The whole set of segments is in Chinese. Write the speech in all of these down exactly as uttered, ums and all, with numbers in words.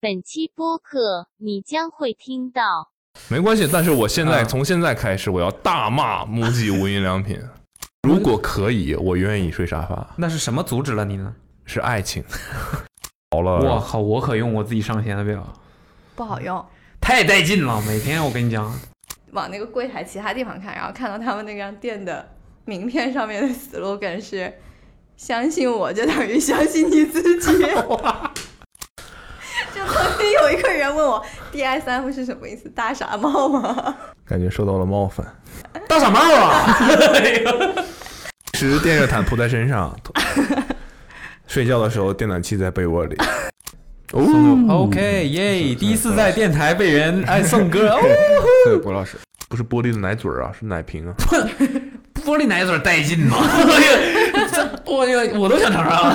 本期播客你将会听到。 没关系，但是我现在、嗯、从现在开始，我要大骂母鸡无印良品。如果可以，我愿意睡沙发。 那是什么阻止了你呢？ 是爱情。好了， 我靠，我可用我自己上线的表， 不好用， 太带劲了。每天我跟你讲， 往那个柜台其他地方看，然后看到他们那个店的名片上面的 slogan 是相信我就等于相信你自己。就曾经有一个人问我 D S M 是什么意思，大傻帽吗？ 感觉受到了冒犯。 大傻帽啊！ 是电热毯铺在身上，睡觉的时候电暖气在被窝里。 哦 ，OK 耶！第一次在电台被人爱送歌哦。 对，郭老师，不是玻璃的奶嘴啊，是奶瓶啊。 玻璃奶嘴带劲吗？我我都想尝尝。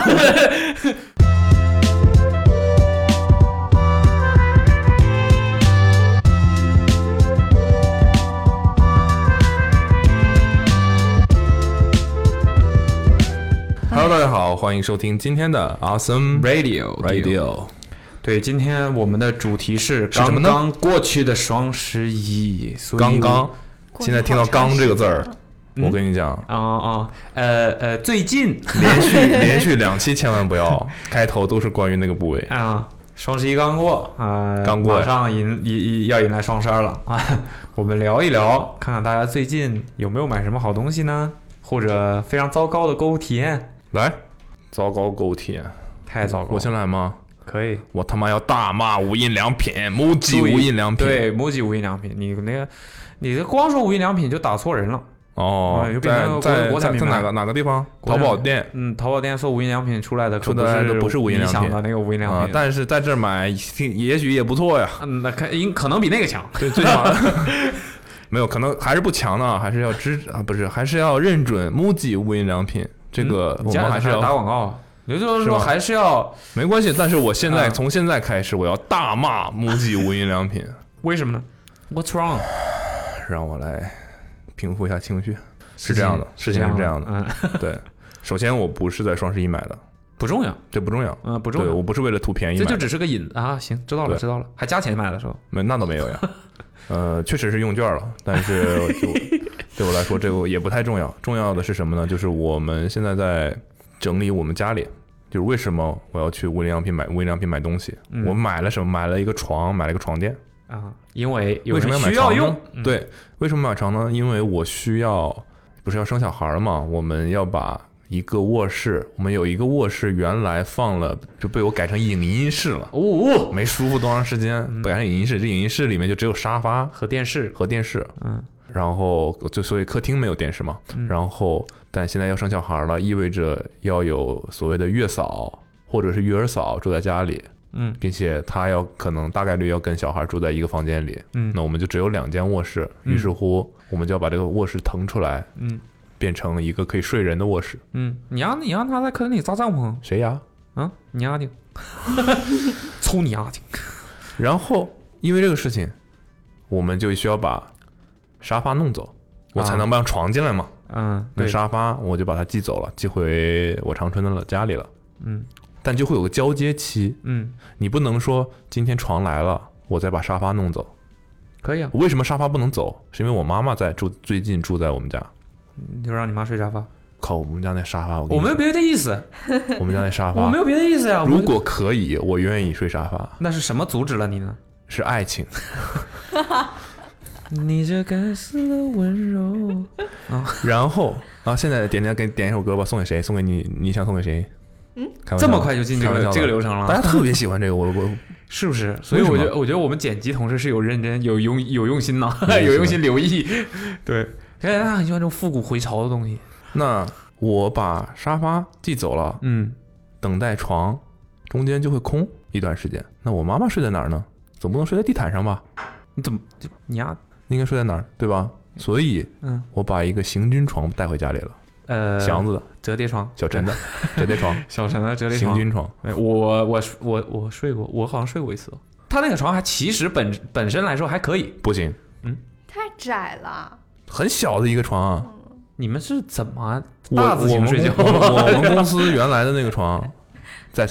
Hello， 大家好，欢迎收听今天的 Awesome Radio Radio。 对，今天我们的主题是刚刚过去的双十一。 刚刚，现在听到"刚"这个字儿，我跟你讲啊啊，呃呃，最近连续连续两期千万不要开头都是关于那个部位啊。双十一刚过啊， 刚过， 马上迎迎要迎来双十二了啊。我们聊一聊，看看大家最近有没有买什么好东西呢？或者非常糟糕的购物体验。 来，糟糕购物体验， 太糟糕。 我先来吗？ 可以。 我他妈要大骂无印良品，母鸡无印良品。 对，母鸡无印良品，你那个，你这光说无印良品就打错人了。 哦， 啊、 在在在在哪个哪个地方？淘宝店。 嗯，淘宝店说无印良品出来的， 出来的不是无印良品的那个无印良品、 啊，但是在这买也许也不错呀。 嗯，那可可能比那个强。 对，最强的。没有，可能还是不强呢，还是要支啊，不是，还是要认准母鸡无印良品。这个我们还是要打广告，也就是说还是要没关系。但是我现在、嗯、从现在开始，我要大骂母鸡无印良品。 为什么呢 ？What's wrong？ 让我来平复一下情绪。是这样的，事情是这样的。 嗯， 对。首先，我不是在双十一买的， 不重要， 这不重要。 嗯，不重要。 对，我不是为了图便宜买的， 这就只是个引啊。行，知道了，知道了。还加钱买的时候？ 没，那倒没有呀。呃，确实是用券了，但是就对我来说，这个也不太重要。重要的是什么呢？就是我们现在在整理我们家里，就是为什么我要去无印良品买无印良品买东西？嗯、我买了什么？买了一个床，买了一个床垫啊。因为有为什么要买需要用？ 嗯、对，为什么买床呢？因为我需要，不是要生小孩了嘛？我们要把一个卧室，我们有一个卧室，原来放了就被我改成影音室了。 哦， 没舒服多长时间，改成影音室。这影音室里面就只有沙发和电视和电视。 嗯， 然后就所以客厅没有电视嘛。嗯、然后但现在要生小孩了，意味着要有所谓的月嫂或者是育儿嫂住在家里。 嗯， 并且他要可能大概率要跟小孩住在一个房间里。 嗯， 那我们就只有两间卧室。嗯、于是乎，我们就要把这个卧室腾出来。 嗯。 变成一个可以睡人的卧室。 嗯，你让你让他在客厅里扎帐篷。 谁呀？ 啊，你丫的，抽你丫的。 然后因为这个事情，我们就需要把沙发弄走，我才能把床进来嘛。 嗯， 那沙发我就把它寄走了，寄回我长春的家里了。 嗯， 但就会有个交接期。 嗯， 你不能说今天床来了，我再把沙发弄走。 可以啊。 为什么沙发不能走？是因为我妈妈在住，最近住在我们家。 就让你妈睡沙发。 靠，我们家那沙发，我我没有别的意思。 我们家那沙发， 我没有别的意思呀。 如果可以，我愿意睡沙发。 那是什么阻止了你呢？ 是爱情。 你这该死的温柔。 啊，然后啊，现在点点给点一首歌吧，送给谁？送给你，你想送给谁？ 嗯， 这么快就进这个这个流程了？ 大家特别喜欢这个，我我是不是？所以我觉得，我觉得我们剪辑同事是有认真、有用、有用心呐，有用心留意。对。现在他很喜欢这种复古回潮的东西。 那我把沙发寄走了， 嗯， 等待床，中间就会空一段时间。那我妈妈睡在哪儿呢？总不能睡在地毯上吧？ 你怎么就你呀？ 应该睡在哪儿，对吧？所以， 嗯， 我把一个行军床带回家里了。 呃， 祥子的折叠床， 小陈的折叠床， 小陈的折叠床， 行军床。 我我我我睡过，我好像睡过一次。他那个床还其实本本身来说还可以， 不行， 嗯， 太窄了。 很小的一个床啊！ 你们是怎么大字型睡觉？ 我我我们公司原来的那个床在谁那儿？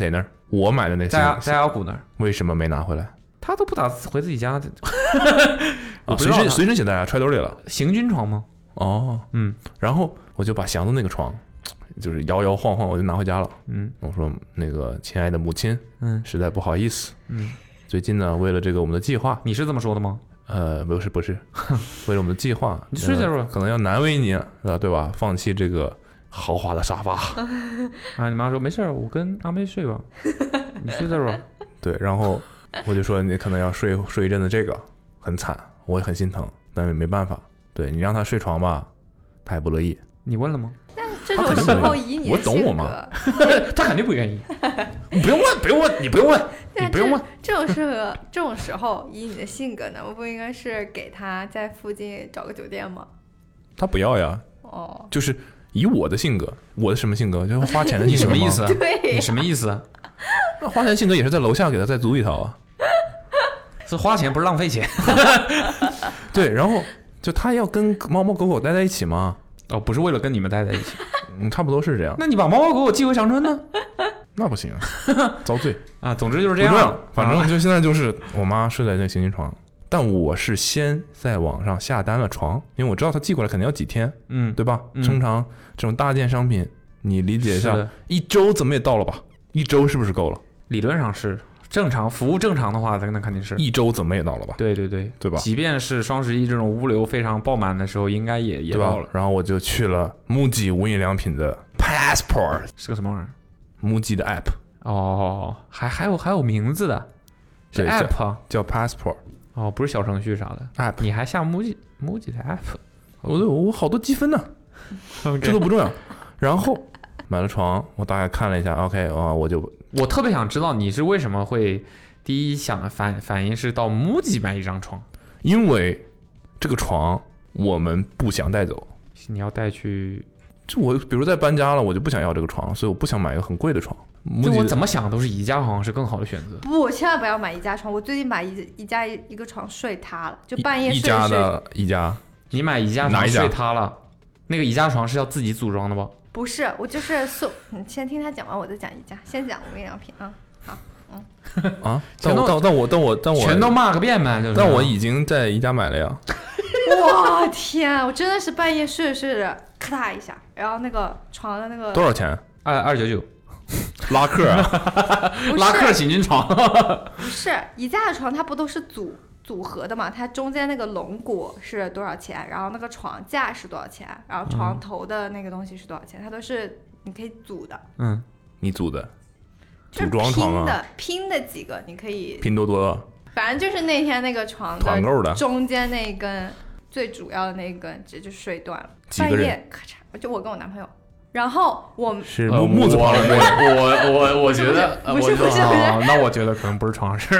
我买的那在阿新在阿古那儿， 为什么没拿回来？ 他都不打回自己家，我啊， 不知道他随身随身携带啊，揣兜里了。 行军床吗？ 哦， 嗯然后我就把祥子那个床，就是摇摇晃晃，我就拿回家了。 嗯我说那个亲爱的母亲， 嗯实在不好意思， 嗯， 最近呢，为了这个我们的计划， 你是这么说的吗？ 呃，不是不是，为了我们的计划， 你睡在这儿吧呃可能要难为你了，呃对吧？放弃这个豪华的沙发， 啊，你妈说没事儿，我跟阿妹睡吧，你睡这儿吧。 对，然后我就说你可能要睡睡一阵子这个，很惨，我也很心疼，但是没办法，对你让他睡床吧，他也不乐意。 你问了吗？ 但这种时候以你的我懂我性妈格， 他肯定不愿意。你不用问，不用问，你不用问，你但不用问。 这这种适合这种时候以你的性格呢，我不应该是给他在附近找个酒店吗？ 他不要呀， 哦， 就是以我的性格，我的什么性格？就是花钱的性格吗你什么意思？？ 对呀你什么意思？ 那花钱性格也是在楼下给他再租一套啊。 是花钱不是浪费钱？ 对，然后就他要跟猫猫狗狗待在一起嘛， 哦，不是为了跟你们待在一起。 嗯，差不多是这样。 那你把猫猫狗狗寄回长春呢？ 那不行，遭罪。 啊，总之就是这不重要样。 反正啊就现在就是我妈睡在那行军床，但我是先在网上下单了床，因为我知道他寄过来肯定要几天， 嗯， 对吧？ 嗯通常这种大件商品，你理解一下是的， 一周怎么也到了吧？一周是不是够了？ 理论上是正常，服务正常的话，那肯定是。 一周怎么也到了吧？ 对对对， 对吧即便是双十一这种物流非常爆满的时候，应该也也对吧到了。？ 然后我就去了 MUJI 无印良品的 Passport 是个什么玩意儿？ MUJI 的 app 哦，还还有还有名字的，是对 app 啊叫 Passport 哦，不是小程序啥的。 app， 你还下 MUJI MUJI 的 app？ 我都我好多积分呢，这都不重要。然后买了床，我大概看了一下 ，OK 啊，我就我特别想知道你是为什么会第一想反反应是到 MUJI 买一张床， 因为这个床我们不想带走， 你要带去， 就我比如在搬家了，我就不想要这个床，所以我不想买一个很贵的床。 就我怎么么想都是宜家好像是更好的选择。 不，千万不要买宜家床。我最近把宜宜家一一个床睡塌了，就半夜一睡着睡家的一家你买宜家哪一家床睡塌了，那个宜家床是要自己组装的吧？ 不是，我就是送。你先听他讲完，我再讲宜家。先讲无印良品啊。好， 啊？ 全都但我但但我但我但我全都骂个遍呗，就是。 但我已经在宜家买了呀。 哇天啊！我真的是半夜睡着睡着，咔嗒一下，然后那个床的那个多少钱？ 二二九九， 拉客啊？ 不拉客是行军床。 不是宜家的床，它不都是组组合的嘛？它中间那个龙骨是多少钱？然后那个床架是多少钱？然后床头的那个东西是多少钱？它都是你可以组的， 嗯， 你组的？ 就是组装床啊拼的拼的几个，你可以， 拼多多反正就是那天那个床团购的中间那一根最主要的那一根直接就睡断了，半几个人夜咔嚓，就我跟我男朋友，然后我们是呃木木字旁的那个。 我我我我觉得， 不是不是不是呃我不是哦那我觉得可能不是床上事儿。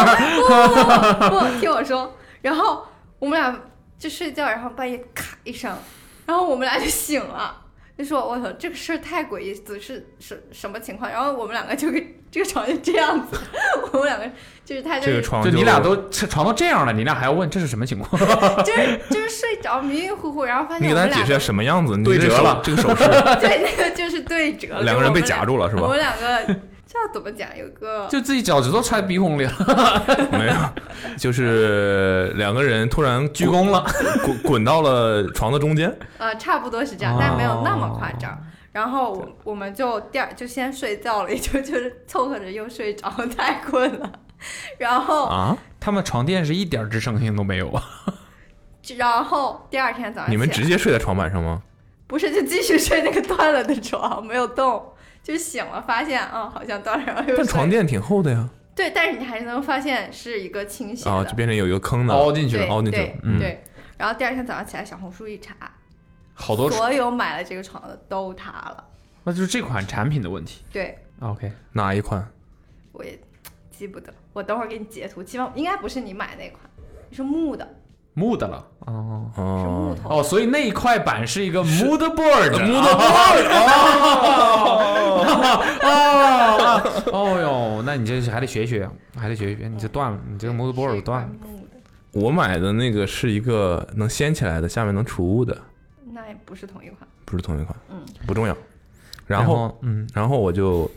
不听我说，然后我们俩就睡觉，然后半夜咔一声，然后我们俩就醒了，就说我操，这个事儿太诡异，是是是什么情况？然后我们两个就跟这个床就这样子，我们两个就是他就是这个床就你俩都床都这样了，你俩还要问这是什么情况？ 就是就是睡着迷迷糊糊，然后发现你给我们两个大家解释一下什么样子？你对这个手折了这个手势， 对那个就是对折， 两个人被就我们俩夹住了是吧我们两个这要怎么讲？有个就自己脚趾头揣鼻孔里了， 没有，就是两个人突然鞠躬了。 滚滚到了床的中间。 呃，差不多是这样，但没有那么夸张。然后我我们就第二就先睡觉了，也就就是凑合着又睡着，太困了。然后啊？ 他们床垫是一点支撑性都没有啊！ 然后第二天早上你们起来直接睡在床板上吗？ 不是就继续睡那个断了的床，没有动，就醒了发现嗯好像断了，然后又但睡床垫挺厚的呀。 对，但是你还是能发现是一个倾斜的， 啊，就变成有一个坑的， 凹进去了对， 凹进去了对。 嗯， 对。然后第二天早上起来，小红书一查， 好多， 所有买了这个床的都塌了。 那就是这款产品的问题。 对， OK， 哪一款？ 我也记不得，我等会儿给你截图。希望应该不是你买那款，是木的， 木的了。哦是木哦， 头。 哦，所以那一块板是一个 mood board，mood board 哦哦哦哟，那你这还得学一学，还得学一学，你这断了，你这个 mood 是 board 一断了。 块木的， 我买的那个是一个能掀起来的，下面能储物的， 那也不是同一款。 不是同一款， 嗯， 不重要。然然后， 嗯， 然后我就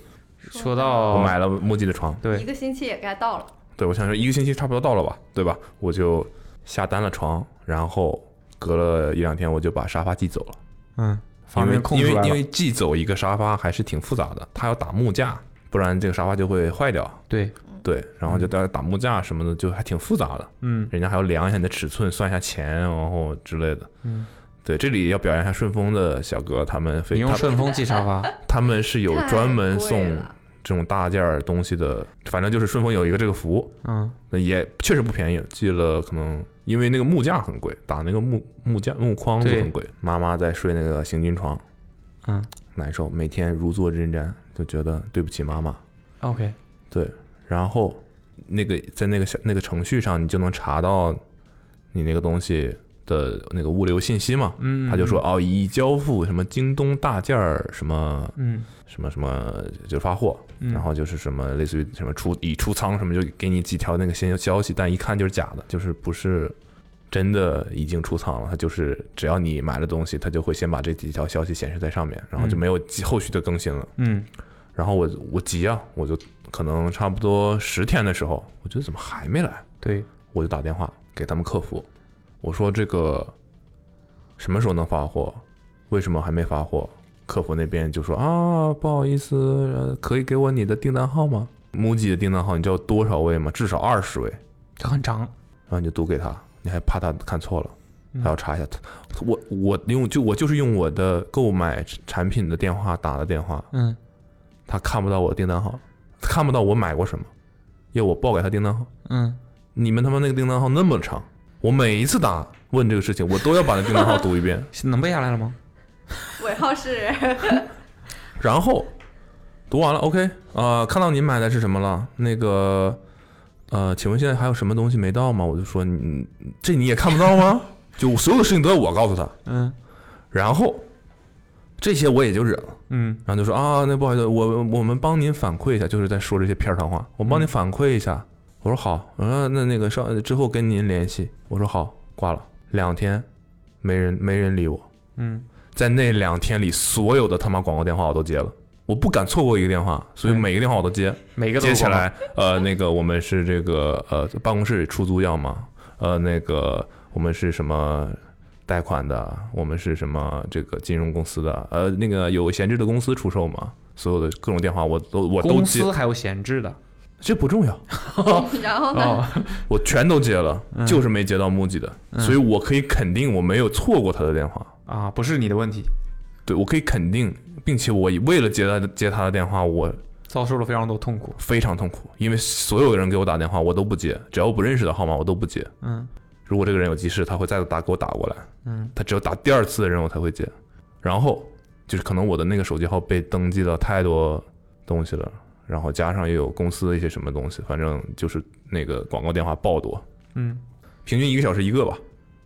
说到我买了木吉的床， 一对， 个星期也该到了。 对我想说一个星期差不多到了吧，对吧？我就下单了床，然后隔了一两天我就把沙发寄走了。 嗯， 因方为便空出来了。 因为因为寄走一个沙发还是挺复杂的，它要打木架，不然这个沙发就会坏掉。 对， 对，然后就打打木架什么的，就还挺复杂的。 嗯人家还要量一下你的尺寸，算一下钱，然后之类的。 嗯， 对，这里要表扬一下顺丰的小哥，他们非你用他顺丰寄沙发， 他们是有专门太贵送了这种大件儿东西的，反正就是顺丰有一个这个服务， 嗯那也确实不便宜，寄了可能因为那个木架很贵，打那个木木架木框就对很贵。妈妈在睡那个行军床， 嗯难受，每天如坐针毡，就觉得对不起妈妈。 ，OK， 对，然后那个在那个小那个程序上，你就能查到你那个东西的那个物流信息嘛。 嗯， 他就说哦，已交付什么京东大件儿什么嗯什么什么就发货， 嗯然后就是什么类似于什么出已出仓什么，就给你几条那个先消息，但一看就是假的，就是不是真的已经出仓了。它就是只要你买了东西，它就会先把这几条消息显示在上面，然后就没有后续的更新了。 嗯然后我我急啊，我就可能差不多十天的时候，我觉得怎么还没来， 对， 我就打电话给他们客服，我说这个什么时候能发货？为什么还没发货？客服那边就说啊，不好意思，呃可以给我你的订单号吗？MUJI的订单号你知道多少位吗？至少二十位， 这很长， 然后你就读给他，你还怕他看错了，还要查一下他。我我用就我就是用我的购买产品的电话打的电话， 嗯他看不到我的订单号，看不到我买过什么，要我报给他订单号。 嗯， 你们他妈那个订单号那么长，我每一次打问这个事情，我都要把那订单号读一遍， 能背下来了吗？ 尾号是然后读完了 ，OK， 呃，看到您买的是什么了？那个，呃，请问现在还有什么东西没到吗？我就说，你这你也看不到吗？就所有的事情都要我告诉他， 嗯然后这些我也就忍了。 嗯然后就说啊，那不好意思，我我们帮您反馈一下，就是在说这些片儿汤话，我帮您反馈一下。我说好，我说那那个上之后跟您联系。我说好，挂了。两天，没人没人理我。 嗯在那两天里，所有的他妈广告电话我都接了，我不敢错过一个电话，所以每个电话我都接。 每个都接起来，呃，那个我们是这个呃办公室出租要吗？呃，那个我们是什么贷款的？我们是什么这个金融公司的？呃，那个有闲置的公司出售吗？所有的各种电话我都我都公接司，还有闲置的这不重要， 然后呢？ 哦， 我全都接了， 嗯就是没接到木吉的， 嗯所以我可以肯定我没有错过他的电话。 啊，不是你的问题， 对，我可以肯定，并且我为了接他接他的电话，我遭受了非常多痛苦。 非常痛苦，因为所有的人给我打电话，我都不接，只要我不认识的号码我都不接。 嗯如果这个人有急事，他会再打给我打过来， 嗯他只有打第二次的人我才会接。然后就是可能我的那个手机号被登记了太多东西了，然后加上也有公司的一些什么东西，反正就是那个广告电话爆多， 嗯平均一个小时一个吧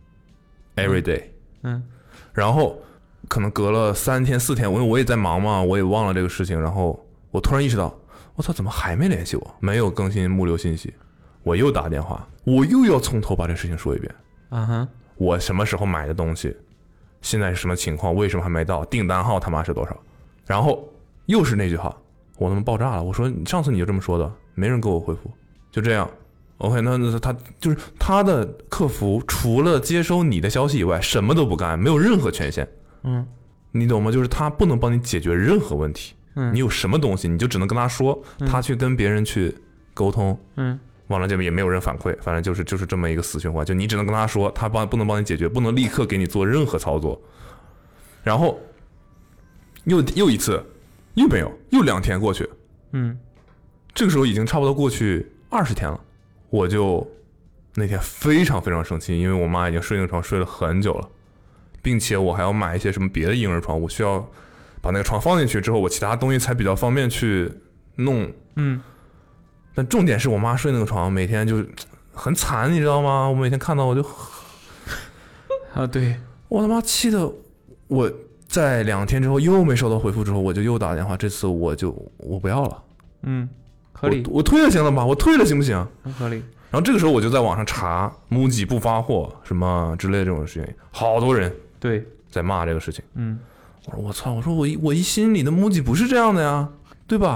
，every day。 嗯然后可能隔了三天四天，我因为我也在忙嘛，我也忘了这个事情。然后我突然意识到，我操，怎么还没联系我？没有更新物流信息，我又打电话，我又要从头把这事情说一遍。 啊哈， 我什么时候买的东西，现在是什么情况，为什么还没到，订单号他妈是多少？然后又是那句话，我他妈爆炸了。我说上次你就这么说的，没人给我回复，就这样。OK， 那那他就是他的客服，除了接收你的消息以外，什么都不干，没有任何权限。 嗯你懂吗？就是他不能帮你解决任何问题。 嗯， 你有什么东西，你就只能跟他说，他去跟别人去沟通。 嗯完了这边也没有人反馈，反正就是就是这么一个死循环，就你只能跟他说，他帮不能帮你解决，不能立刻给你做任何操作。然后又又一次，又没有，又两天过去， 嗯这个时候已经差不多过去二十天了，我就那天非常非常生气，因为我妈已经睡那个床睡了很久了，并且我还要买一些什么别的婴儿床，我需要把那个床放进去之后，我其他东西才比较方便去弄。 嗯但重点是我妈睡那个床每天就很惨，你知道吗？我每天看到我就啊，对， 我他妈气的，我在两天之后又没收到回复之后，我就又打电话，这次我就我不要了， 嗯，合理， 我我退了行了吧？我退了行不行？ 很合理。 然后这个时候我就在网上查 MUJI 不发货什么之类的这种事情，好多人对， 在骂这个事情。 嗯我说我操，我说我一我一心里的 MUJI 不是这样的呀，对吧？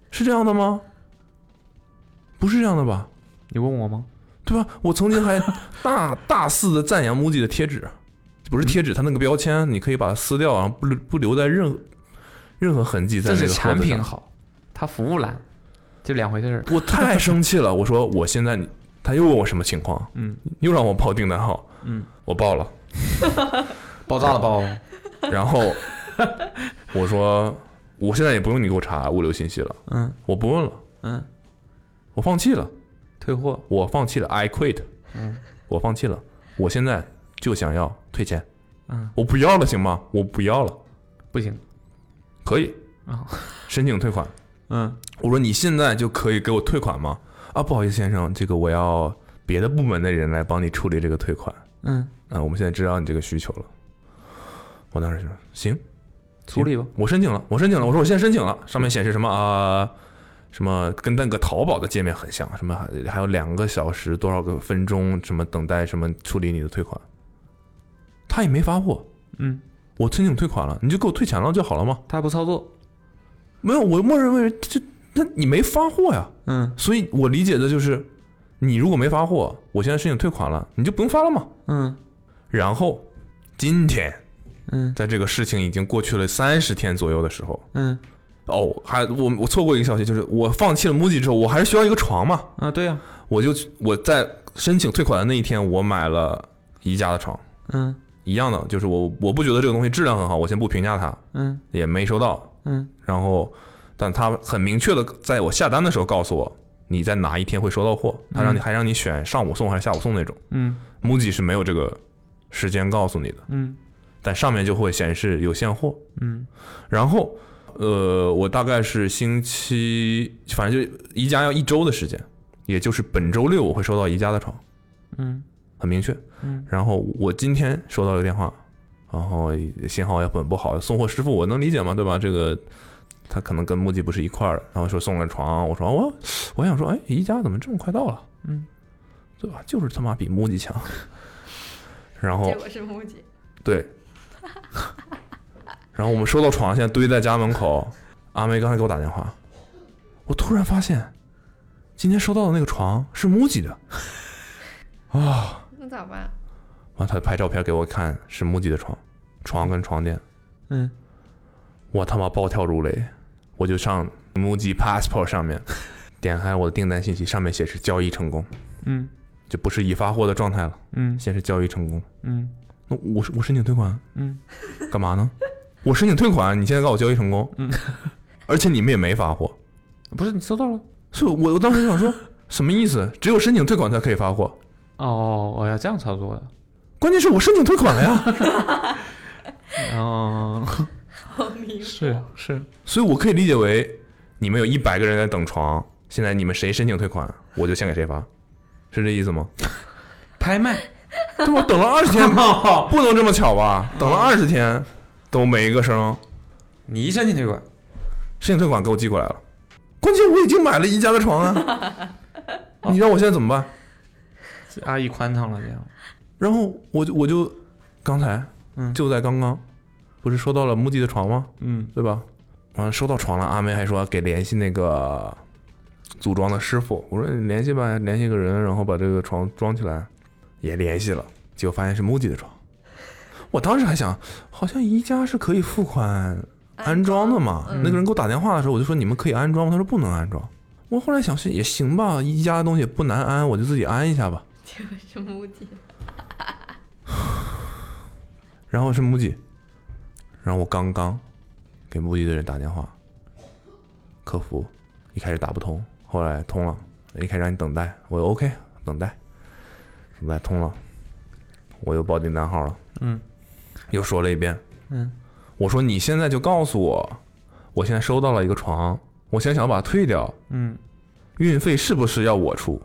是这样的吗？不是这样的吧？ 你问我吗？ 对吧？我曾经还大大肆的赞扬 MUJI 的贴纸，不是贴纸，它那个标签你可以把它撕掉，然后不不留在任何任何痕迹在那个这是产盒子上。 品好，它服务烂，就两回事儿。 我太生气了，我说我现在他又问我什么情况， 嗯， 又让我报订单号， 嗯， 我报了， 爆炸了爆。 然后我说我现在也不用你给我查物流信息了， 嗯我不问了， 嗯， 我放弃了， 退货。 我放弃了 ，I quit， 嗯， 我放弃了，我现在就想要退钱， 嗯， 我不要了行吗？我不要了， 不行可以啊， 申请退款。 嗯， 我说你现在就可以给我退款吗？啊，不好意思先生，这个我要别的部门的人来帮你处理这个退款。 嗯， 啊，我们现在知道你这个需求了。我当时就说行， 处理吧。 我申请了，我申请了。我说我现在申请了，上面显示什么啊、呃？什么跟那个淘宝的界面很像，什么还还有两个小时多少个分钟，什么等待什么处理你的退款。他也没发货， 嗯， 我申请退款了，你就给我退钱了就好了吗？ 他还不操作。 没有，我默认为这那你没发货呀。 嗯， 所以我理解的就是，你如果没发货，我现在申请退款了，你就不用发了嘛。 嗯， 然后今天， 嗯， 在这个事情已经过去了三十天左右的时候， 嗯， 哦，还我我错过一个消息，就是我放弃了 MUJI 之后，我还是需要一个床嘛。 啊，对呀、啊， 我就我在申请退款的那一天，我买了宜家的床。 嗯， 一样的，就是我我不觉得这个东西质量很好，我先不评价它。 嗯， 也没收到。 嗯，然后。但他很明确的在我下单的时候告诉我你在哪一天会收到货，他让你还让你选上午送还是下午送那种。 嗯 MUJI 是没有这个时间告诉你的。 嗯， 但上面就会显示有现货。 嗯， 然后呃我大概是星期反正就宜家要一周的时间，也就是本周六我会收到宜家的床。 嗯， 很明确。 嗯，然后我今天收到了个电话，然后信号也很不好，送货师傅我能理解嘛，对吧？这个他可能跟MUJI不是一块儿的，然后说送了床，我说我我想说，哎，宜家怎么这么快到了？ 嗯， 对吧？就是他妈比MUJI强。然后结果是MUJI。 对。然后我们收到床，现在堆在家门口。阿梅刚才给我打电话，我突然发现，今天收到的那个床是MUJI的。啊、哦， 那咋办？ 完，他拍照片给我看，是MUJI的床，床跟床垫。 嗯， 我他妈暴跳如雷。我就上 MUJI Passport 上面点开我的订单信息，上面显示交易成功。 嗯， 就不是已发货的状态了。 嗯， 显示交易成功。 嗯， 那我我申请退款。 嗯， 干嘛呢？我申请退款，你现在告诉我交易成功。 嗯， 而且你们也没发货。 不是你收到了？ 所以我我当时想说，什么意思？只有申请退款才可以发货？ 哦，我要这样操作的。 关键是我申请退款了呀。 哦。 好迷惑。 是是， 所以我可以理解为，你们有一百个人在等床，现在你们谁申请退款，我就先给谁发，是这意思吗？ 拍卖， 对吧？等了二十天，不能这么巧吧？等了二十天都没个声。 你一申请退款， 申请退款给我寄过来了，关键我已经买了宜家的床啊，你让我现在怎么办？ 阿姨宽敞了这样。 然后我就我就刚才， 嗯， 就在刚刚。不是收到了MUJI的床吗？ 嗯， 对吧？完了收到床了，阿梅还说给联系那个组装的师傅。我说你联系吧，联系个人，然后把这个床装起来。也联系了，结果发现是MUJI的床。我当时还想，好像宜家是可以付款安装的嘛。嗯、那个人给我打电话的时候，我就说你们可以安装吗？他说不能安装。我后来想是也行吧，宜家的东西不难安，我就自己安一下吧。 这个是MUJI。 然后是MUJI。然后我刚刚给MUJI的人打电话，客服一开始打不通，后来通了，一开始让你等待，我 OK 等待，等待通了，我又报订单号了， 嗯， 又说了一遍， 嗯， 我说你现在就告诉我，我现在收到了一个床，我现在想要把它退掉， 嗯， 运费是不是要我出？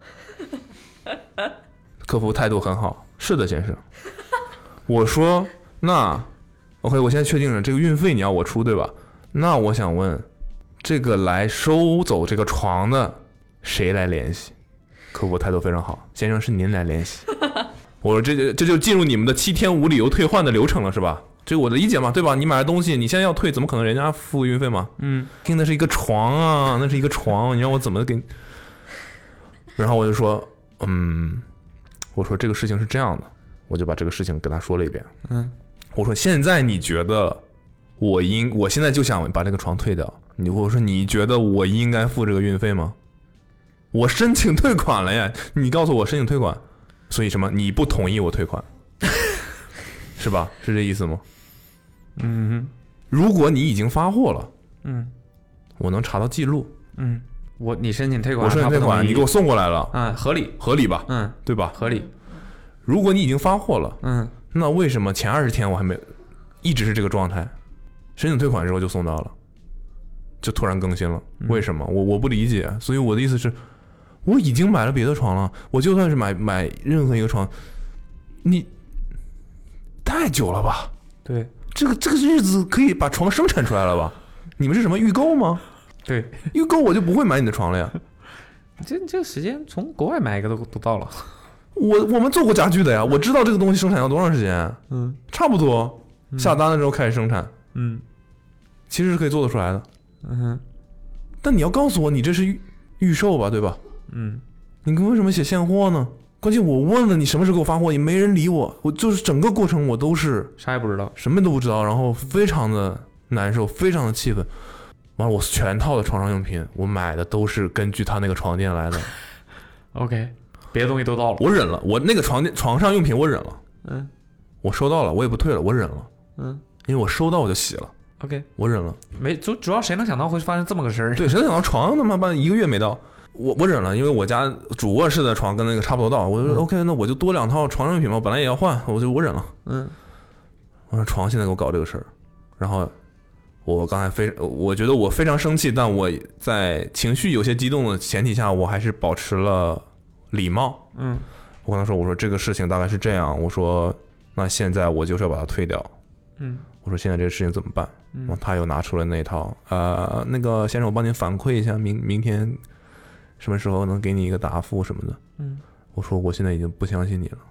客服态度很好，是的先生。我说那。OK， 我现在确定了这个运费你要我出对吧？那我想问，这个来收走这个床的谁来联系？客服态度非常好，先生是您来联系。我说这这就进入你们的七天无理由退换的流程了是吧？ 这个我的理解嘛，对吧？你买的东西，你现在要退，怎么可能人家付运费嘛？ 嗯， 听的是一个床啊，那是一个床，你让我怎么给你？然后我就说，嗯，我说这个事情是这样的，我就把这个事情跟他说了一遍。 嗯， 我说现在你觉得我应，我现在就想把这个床退掉。你我说你觉得我应该付这个运费吗？我申请退款了呀，你告诉我申请退款，所以什么？你不同意我退款，是吧？是这意思吗？ 嗯哼， 如果你已经发货了， 嗯， 我能查到记录， 嗯，我你申请退款， 我申请退款，你给我送过来了， 嗯，合理， 合理吧？ 嗯， 对吧？ 合理。 如果你已经发货了， 嗯， 那为什么前二十天我还没一直是这个状态？申请退款之后就送到了，就突然更新了，为什么？我我不理解。所以我的意思是，我已经买了别的床了，我就算是买买任何一个床，你太久了吧？ 对， 这个这个日子可以把床生产出来了吧？你们是什么预购吗？ 对， 预购我就不会买你的床了呀。 这这个时间从国外买一个都都到了。 我我们做过家具的呀，我知道这个东西生产要多长时间。 嗯， 差不多下单了之后开始生产。 嗯， 其实是可以做得出来的。 嗯哼， 但你要告诉我你这是预预售吧，对吧？ 嗯， 你为什么写现货呢？关键我问了你什么时候给我发货，也没人理我，我就是整个过程我都是啥也不知道， 什么都不知道，然后非常的难受，非常的气愤。完了，我全套的床上用品我买的都是根据他那个床垫来的。 OK， 别的东西都到了， 我忍了，我那个床垫床上用品我忍了， 嗯， 我收到了，我也不退了，我忍了， 嗯， 因为我收到我就洗了。 OK， 我忍了， 没主主要谁能想到会发生这么个事儿？ 对，谁能想到床他妈半一个月没到，我我忍了，因为我家主卧室的床跟那个差不多到，我就、嗯、OK， 那我就多两套床上用品嘛，本来也要换，我就我忍了。 嗯， 我说床现在给我搞这个事儿，然后我刚才非我觉得我非常生气，但我在情绪有些激动的前提下，我还是保持了礼貌。 嗯， 我跟他说，我说这个事情大概是这样，我说那现在我就是要把它退掉。 嗯， 我说现在这个事情怎么办？ 嗯， 然后他又拿出了那套，呃，那个先生，我帮您反馈一下，明明天什么时候能给你一个答复什么的。 嗯， 我说我现在已经不相信你了。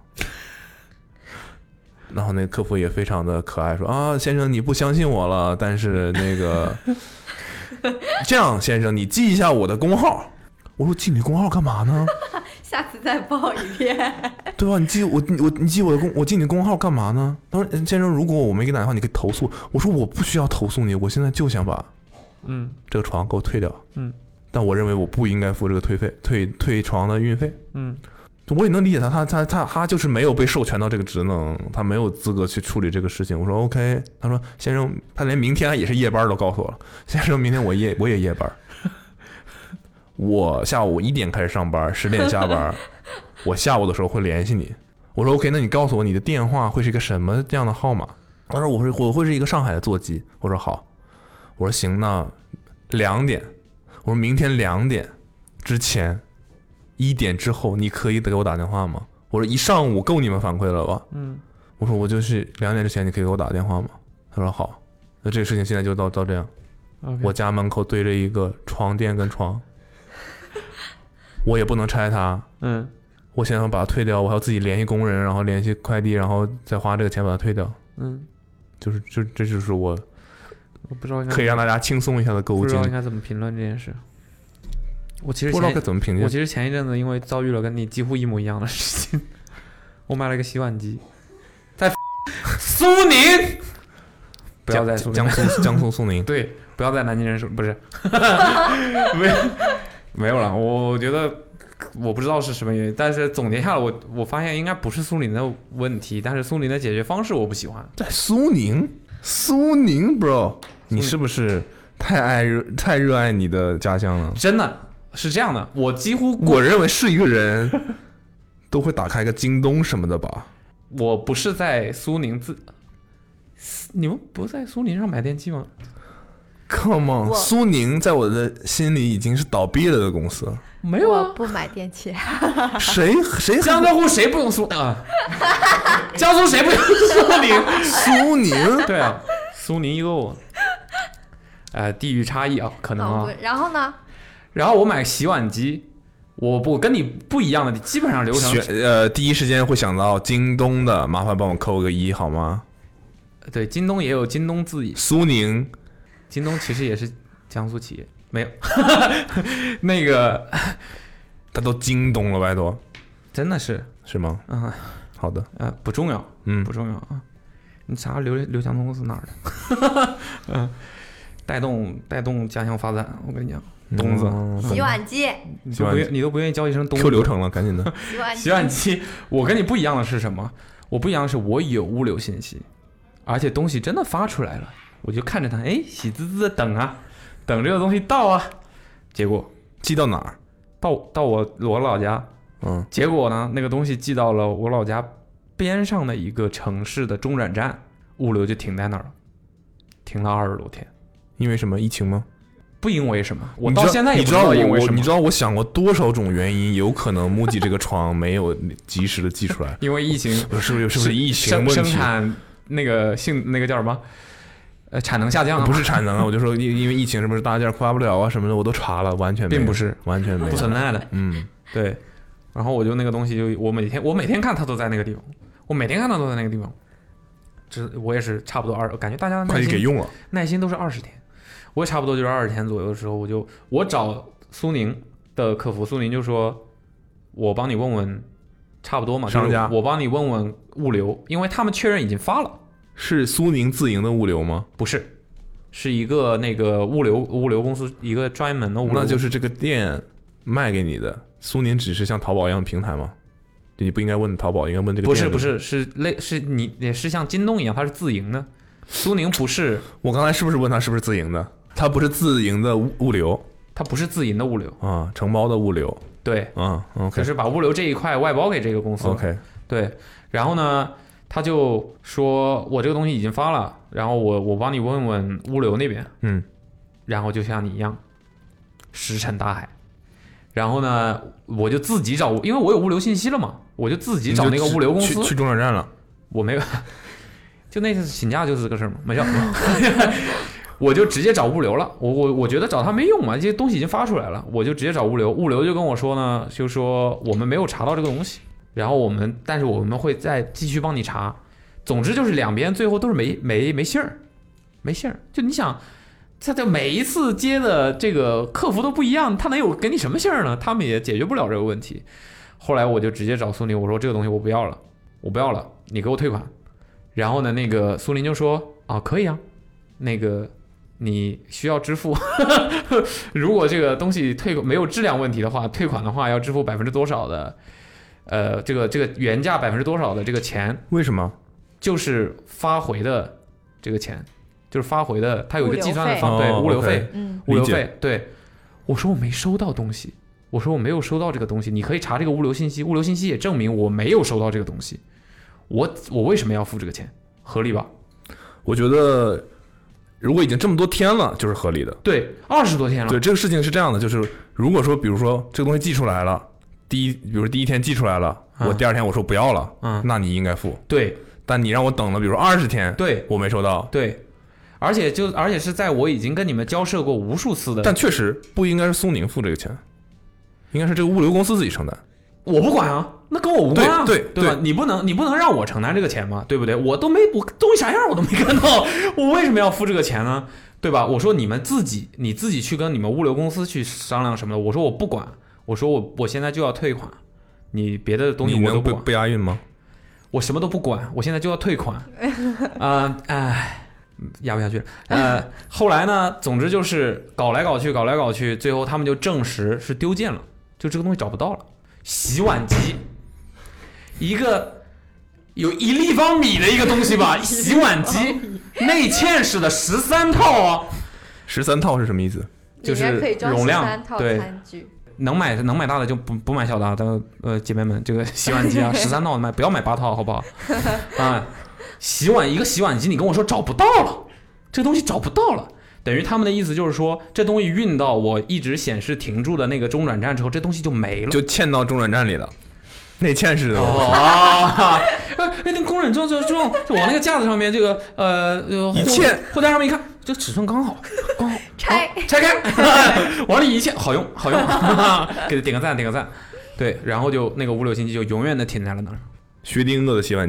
然后那个客服也非常的可爱，说啊，先生你不相信我了，但是那个这样，先生你记一下我的工号。我说记你工号干嘛呢？ 下次再报一遍。 对吧？你记我我你记我的工我记你工号干嘛呢？他说先生，如果我没给你打电话，你可以投诉。我说我不需要投诉你，我现在就想把嗯这个床给我退掉。 嗯， 但我认为我不应该付这个退费退退床的运费。 嗯， 我也能理解他，他他他他就是没有被授权到这个职能，他没有资格去处理这个事情。我说 OK， 他说先生，他连明天也是夜班都告诉我了，先生明天我夜我也夜班。我下午一点开始上班，十点下班，我下午的时候会联系你。我说 OK， 那你告诉我你的电话会是一个什么样的号码？他说我会我会是一个上海的座机。我说好，我说行，那两点，我说明天两点之前，一点之后你可以给我打电话吗？我说一上午够你们反馈了吧？ 嗯， 我说我就是两点之前你可以给我打电话吗？他说好，那这个事情现在就到到这样。 Okay. 我家门口堆着一个床垫跟床。我也不能拆它， 嗯， 我现在要把它退掉，我还要自己联系工人，然后联系快递，然后再花这个钱把它退掉， 嗯， 就是就这就是我， 我不知道可以让大家轻松一下的购物经历。 不知道应该怎么评论这件事。我其实不知道该怎么评价。 我其实前一阵子因为遭遇了跟你几乎一模一样的事情，我买了一个洗碗机，在苏宁，不要在苏宁江苏江苏苏宁， 对，不要在南京人手，不是，没有。没有了，我觉得我不知道是什么原因，但是总结下来，我我发现应该不是苏宁的问题，但是苏宁的解决方式我不喜欢。 在苏宁，苏宁 ，bro， 你是不是太爱热太热爱你的家乡了？ 真的是这样的，我几乎我认为是一个人都会打开一个京东什么的吧。 我不是在苏宁自，你们不在苏宁上买电器吗 ？Come on， 苏宁在我的心里已经是倒闭了的公司。 没有啊， 我不买电器。 谁谁江浙沪谁不用苏啊？江苏谁不用苏宁？ 苏宁， 对啊，苏宁易购。呃，地域差异啊，可能啊。 哦、然后呢？ 然后我买洗碗机，我不跟你不一样的，基本上流程。 呃，第一时间会想到京东的，麻烦帮我扣个一好吗？ 对，京东也有京东自营， 苏宁， 京东其实也是江苏企业，没有那个它都京东了，拜托， 真的是是吗？ 嗯， 好的， 呃，不重要， 嗯， 不重要啊。你查刘刘强东公司哪儿的？嗯，带动带动家乡发展，我跟你讲，东子， 嗯洗碗机， 你都不愿你都不愿意叫一声东子。 Q 流程了，赶紧的。 洗碗机， 洗碗机，我跟你不一样的是什么？我不一样的是我有物流信息，而且东西真的发出来了，我就看着它，哎，喜滋滋的等啊，等这个东西到啊，结果寄到哪儿？ 到到我我老家， 嗯， 结果呢，那个东西寄到了我老家边上的一个城市的中转站，物流就停在那儿了，停了二十多天。 因为什么？疫情吗？ 不因为什么，我你知道到现在也不你知道我因为什么。 我你知道我想过多少种原因，有可能木吉这个床没有及时的寄出来， 因为疫情， 是不是是不是疫情生问题？ 生产那个性那个叫什么？呃，产能下降啊？ 不是产能啊，我就说因因为疫情是不是大件发不了啊什么的，我都查了，完全没有并不是， 完全没有不存在的。 嗯， 对。然后我就那个东西就我每天我每天看它都在那个地方，我每天看它都在那个地方。这我也是差不多二，感觉大家的耐快递心给用了。 耐心都是二十天，我也差不多就是二十天左右的时候，我就我找苏宁的客服，苏宁就说，我帮你问问，差不多嘛， 商家就是我帮你问问物流，因为他们确认已经发了， 是苏宁自营的物流吗？ 不是，是一个那个物流物流公司，一个专门的物流， 那就是这个店卖给你的，苏宁只是像淘宝一样的平台吗？你不应该问淘宝，应该问这个店。 不是不是是类是你也是像京东一样，它是自营的，苏宁不是。 我刚才是不是问他是不是自营的？它不是自营的物物流， 它不是自营的物流啊，承包的物流。 对， 啊 ，OK， 就是把物流这一块外包给这个公司。 OK， 对，然后呢，他就说我这个东西已经发了，然后我我帮你问问物流那边， 嗯， 然后就像你一样，石沉大海。然后呢，我就自己找，因为我有物流信息了嘛，我就自己找那个物流公司。 去去中转站了， 我没有，就那次请假就是这个事儿嘛，没事。我就直接找物流了，我我我觉得找他没用嘛，这些东西已经发出来了，我就直接找物流，物流就跟我说呢，就说我们没有查到这个东西，然后我们但是我们会再继续帮你查，总之就是两边最后都是没没没信儿，没信儿，就你想，他的每一次接的这个客服都不一样，他能有给你什么信儿呢？他们也解决不了这个问题。后来我就直接找苏宁，我说这个东西我不要了，我不要了，你给我退款。然后呢，那个苏宁就说啊，可以啊，那个。你需要支付如果这个东西退没有质量问题的话，退款的话要支付百分之多少的呃这个这个原价百分之多少的这个钱？ 为什么？ 就是发回的这个钱，就是发回的，它有一个计算的方对哦物流费， 嗯， 物流费。对，我说我没收到东西，我说我没有收到这个东西，你可以查这个物流信息，物流信息也证明我没有收到这个东西，我我为什么要付这个钱？合理吧？ 我觉得。如果已经这么多天了，就是合理的。 对，二十多天了。 对，这个事情是这样的，就是如果说，比如说这个东西寄出来了，第一，比如说第一天寄出来了， 嗯、 我第二天我说不要了， 嗯， 那你应该付。 对， 但你让我等了，比如说二十天， 对， 我没收到。 对，而且就而且是在我已经跟你们交涉过无数次的， 但确实不应该是苏宁付这个钱，应该是这个物流公司自己承担。 我不管啊，那跟我无关啊， 对对对吧？你不能你不能让我承担这个钱嘛，对不对？我都没我东西啥样我都没看到，我为什么要付这个钱呢？对吧？我说你们自己你自己去跟你们物流公司去商量什么的。我说我不管，我说我我现在就要退款，你别的东西我都不管。 不押韵吗？ 我什么都不管，我现在就要退款。啊、呃，哎，压不下去了。呃，后来呢，总之就是搞来搞去，搞来搞去，最后他们就证实是丢件了，就这个东西找不到了。洗碗机，一个有一立方米的一个东西吧，洗碗机内嵌式的十三套啊， 十三套是什么意思？ 就是容量对， 餐具能买能买大的就不不买小的，的呃姐妹们，这个洗碗机啊，十三套买不要买八套，好不好？啊，洗碗一个洗碗机，你跟我说找不到了，这东西找不到了。等于他们的意思就是说，这东西运到我一直显示停住的那个中转站之后，这东西就没了， 就嵌到中转站里了，内嵌式的。 哦啊，那那工人就就就往那个架子上面，这个呃一嵌， 货架上面一看，这尺寸刚好，刚好拆拆开，往里一嵌，好用好用，给他点个赞点个赞。对，然后就那个物流信息就永远的停在了那儿。 薛定谔的洗碗机，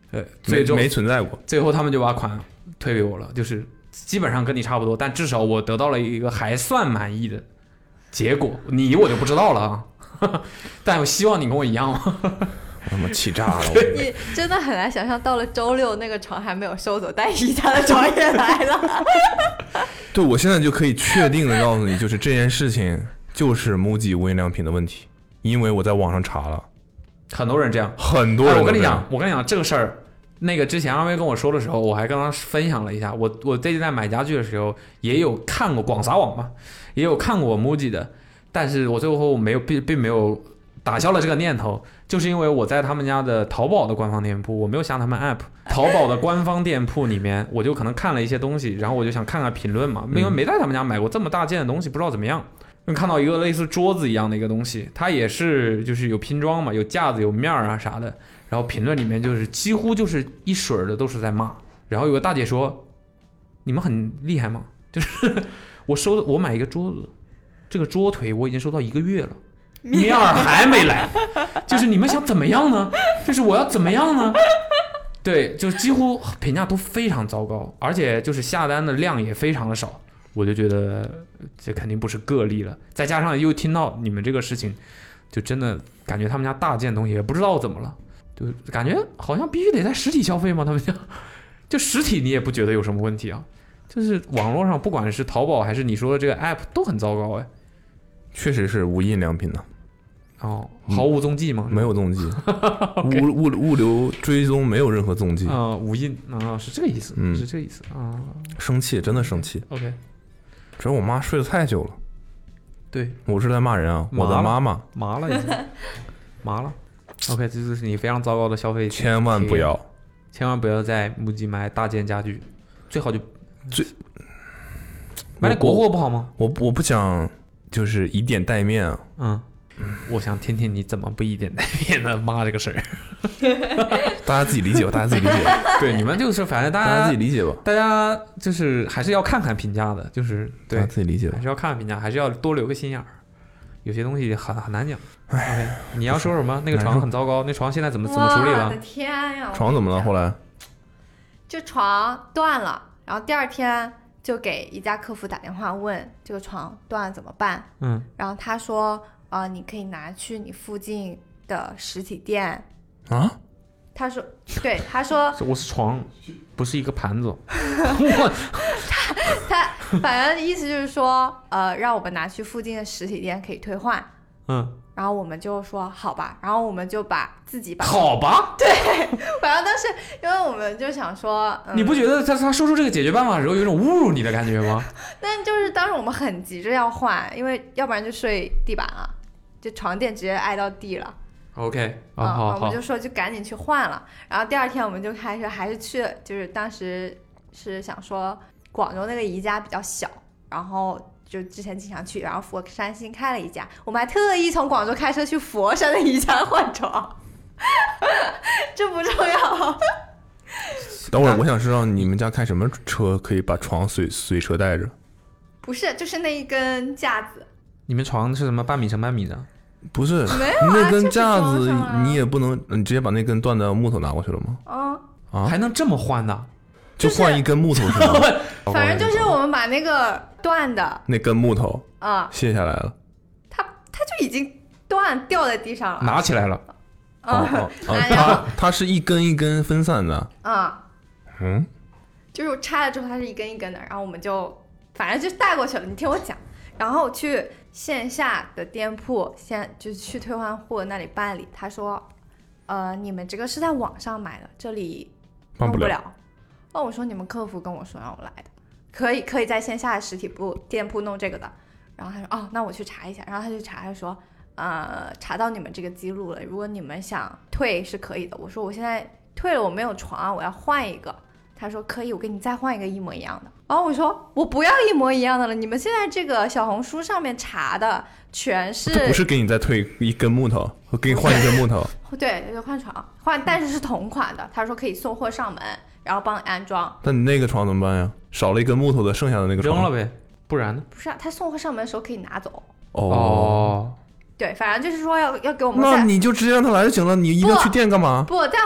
呃，最终没没存在过。 最后他们就把款退给我了，就是基本上跟你差不多，但至少我得到了一个还算满意的结果。你我就不知道了啊，但我希望你跟我一样嘛。 他妈气炸了！ 你真的很难想象，到了周六那个床还没有收走，但宜家的床也来了。 对，我现在就可以确定的告诉你，就是这件事情就是 MUJI 无印良品的问题，因为我在网上查了， 很多人这样， 很多人、 哎。我跟你讲，我跟你讲这个事儿，那个之前阿威跟我说的时候，我还跟他分享了一下。我我最近在买家具的时候，也有看过广撒网嘛，也有看过 MUJI 的，但是我最后没有并并没有打消了这个念头。就是因为我在他们家的淘宝的官方店铺，我没有下他们 app， 淘宝的官方店铺里面，我就可能看了一些东西，然后我就想看看评论嘛，因为没在他们家买过这么大件的东西，不知道怎么样。看到一个类似桌子一样的一个东西，它也是就是有拼装嘛，有架子有面啊啥的，然后评论里面就是几乎就是一水的都是在骂。然后有个大姐说：“你们很厉害吗？就是我收我买一个桌子，这个桌腿我已经收到一个月了。”面儿还没来，就是你们想怎么样呢？就是我要怎么样呢？对，就几乎评价都非常糟糕，而且就是下单的量也非常的少，我就觉得这肯定不是个例了。再加上又听到你们这个事情，就真的感觉他们家大件东西也不知道怎么了，就感觉好像必须得在实体消费吗？他们家就实体你也不觉得有什么问题啊？就是网络上不管是淘宝还是你说的这个 app 都很糟糕哎。 确实是无印良品的。 哦，毫无踪迹吗？ 嗯、没有踪迹，物物物流追踪没有任何踪迹啊、呃，无印啊，是这个意思，嗯，是这个意思啊。 生气，真的生气。 OK， 主要我妈睡得太久了。 对， 我是在骂人啊，我的妈妈麻了已经，麻了。OK， 这就是你非常糟糕的消费， 千万不要， 千万不要在MUJI买大件家具，最好就最买点国货不好吗？ 我我不想就是以点带面啊， 嗯。我想听听你怎么不一点带面的骂这个事儿， 大家自己理解吧，大家自己理解吧。 对，你们就是反正大家大家自己理解吧， 大家就是还是要看看评价的，就是对， 大家自己理解吧， 还是要看看评价，还是要多留个心眼儿。有些东西很很难讲。OK， 你要说什么？那个床很糟糕，那床现在怎么怎么处理了？ 我的天呀！ 床怎么了？后来就床断了，然后第二天就给一家客服打电话问这个床断了怎么办。 嗯， 然后他说。啊、呃，你可以拿去你附近的实体店啊。 他说，对，他说我是床，不是一个盘子。 他他反正意思就是说，呃，让我们拿去附近的实体店可以退换。 嗯。 然后我们就说好吧，然后我们就把自己把好吧， 对，反正当时因为我们就想说，嗯、 你不觉得他他说出这个解决办法的时候有一种侮辱你的感觉吗？ 但就是当时我们很急着要换，因为要不然就睡地板了。就床垫直接挨到地了 ，OK， 啊、 嗯， 好， 我们就说就赶紧去换了。然后第二天我们就开始还是去，就是当时是想说广州那个宜家比较小，然后就之前经常去，然后佛山新开了一家，我们还特意从广州开车去佛山的宜家换床，这不重要。 等会儿我想知道你们家开什么车可以把床随随车带着？ 不是，就是那一根架子。 你们床是什么半米乘半米的？ 不是， 没有、啊、 那根架子啊、 你也不能，你直接把那根断的木头拿过去了吗？ 嗯啊， 还能这么换的？ 就换一根木头是吗？ 反正就是我们把那个断的那根木头啊、嗯、 卸下来了， 它它就已经断掉在地上了， 拿起来了。 嗯、 哦哦哦，它它是一根一根分散的。 嗯嗯， 就是拆了之后它是一根一根的，然后我们就反正就带过去了。你听我讲，然后去线下的店铺先就去退换货那里办理，他说呃你们这个是在网上买的，这里弄不了。哦，我说你们客服跟我说让我来的，可以可以在线下的实体部店铺弄这个的。然后他说哦那我去查一下，然后他就查，他说呃查到你们这个记录了，如果你们想退是可以的。我说我现在退了，我没有床，我要换一个。他说可以，我给你再换一个一模一样的。然后我说我不要一模一样的了，你们现在这个小红书上面查的全是， 不是给你再退一根木头，我给你换一根木头。 对，就换床换，但是是同款的。他说可以送货上门，然后帮你安装。 那你那个床怎么办呀？少了一根木头的，剩下的那个床扔了呗，不然呢？ 不是啊，他送货上门的时候可以拿走。 哦， 对，反正就是说要要给我们再。 那你就直接让他来就行了，你一定要去店干嘛？ 不，但我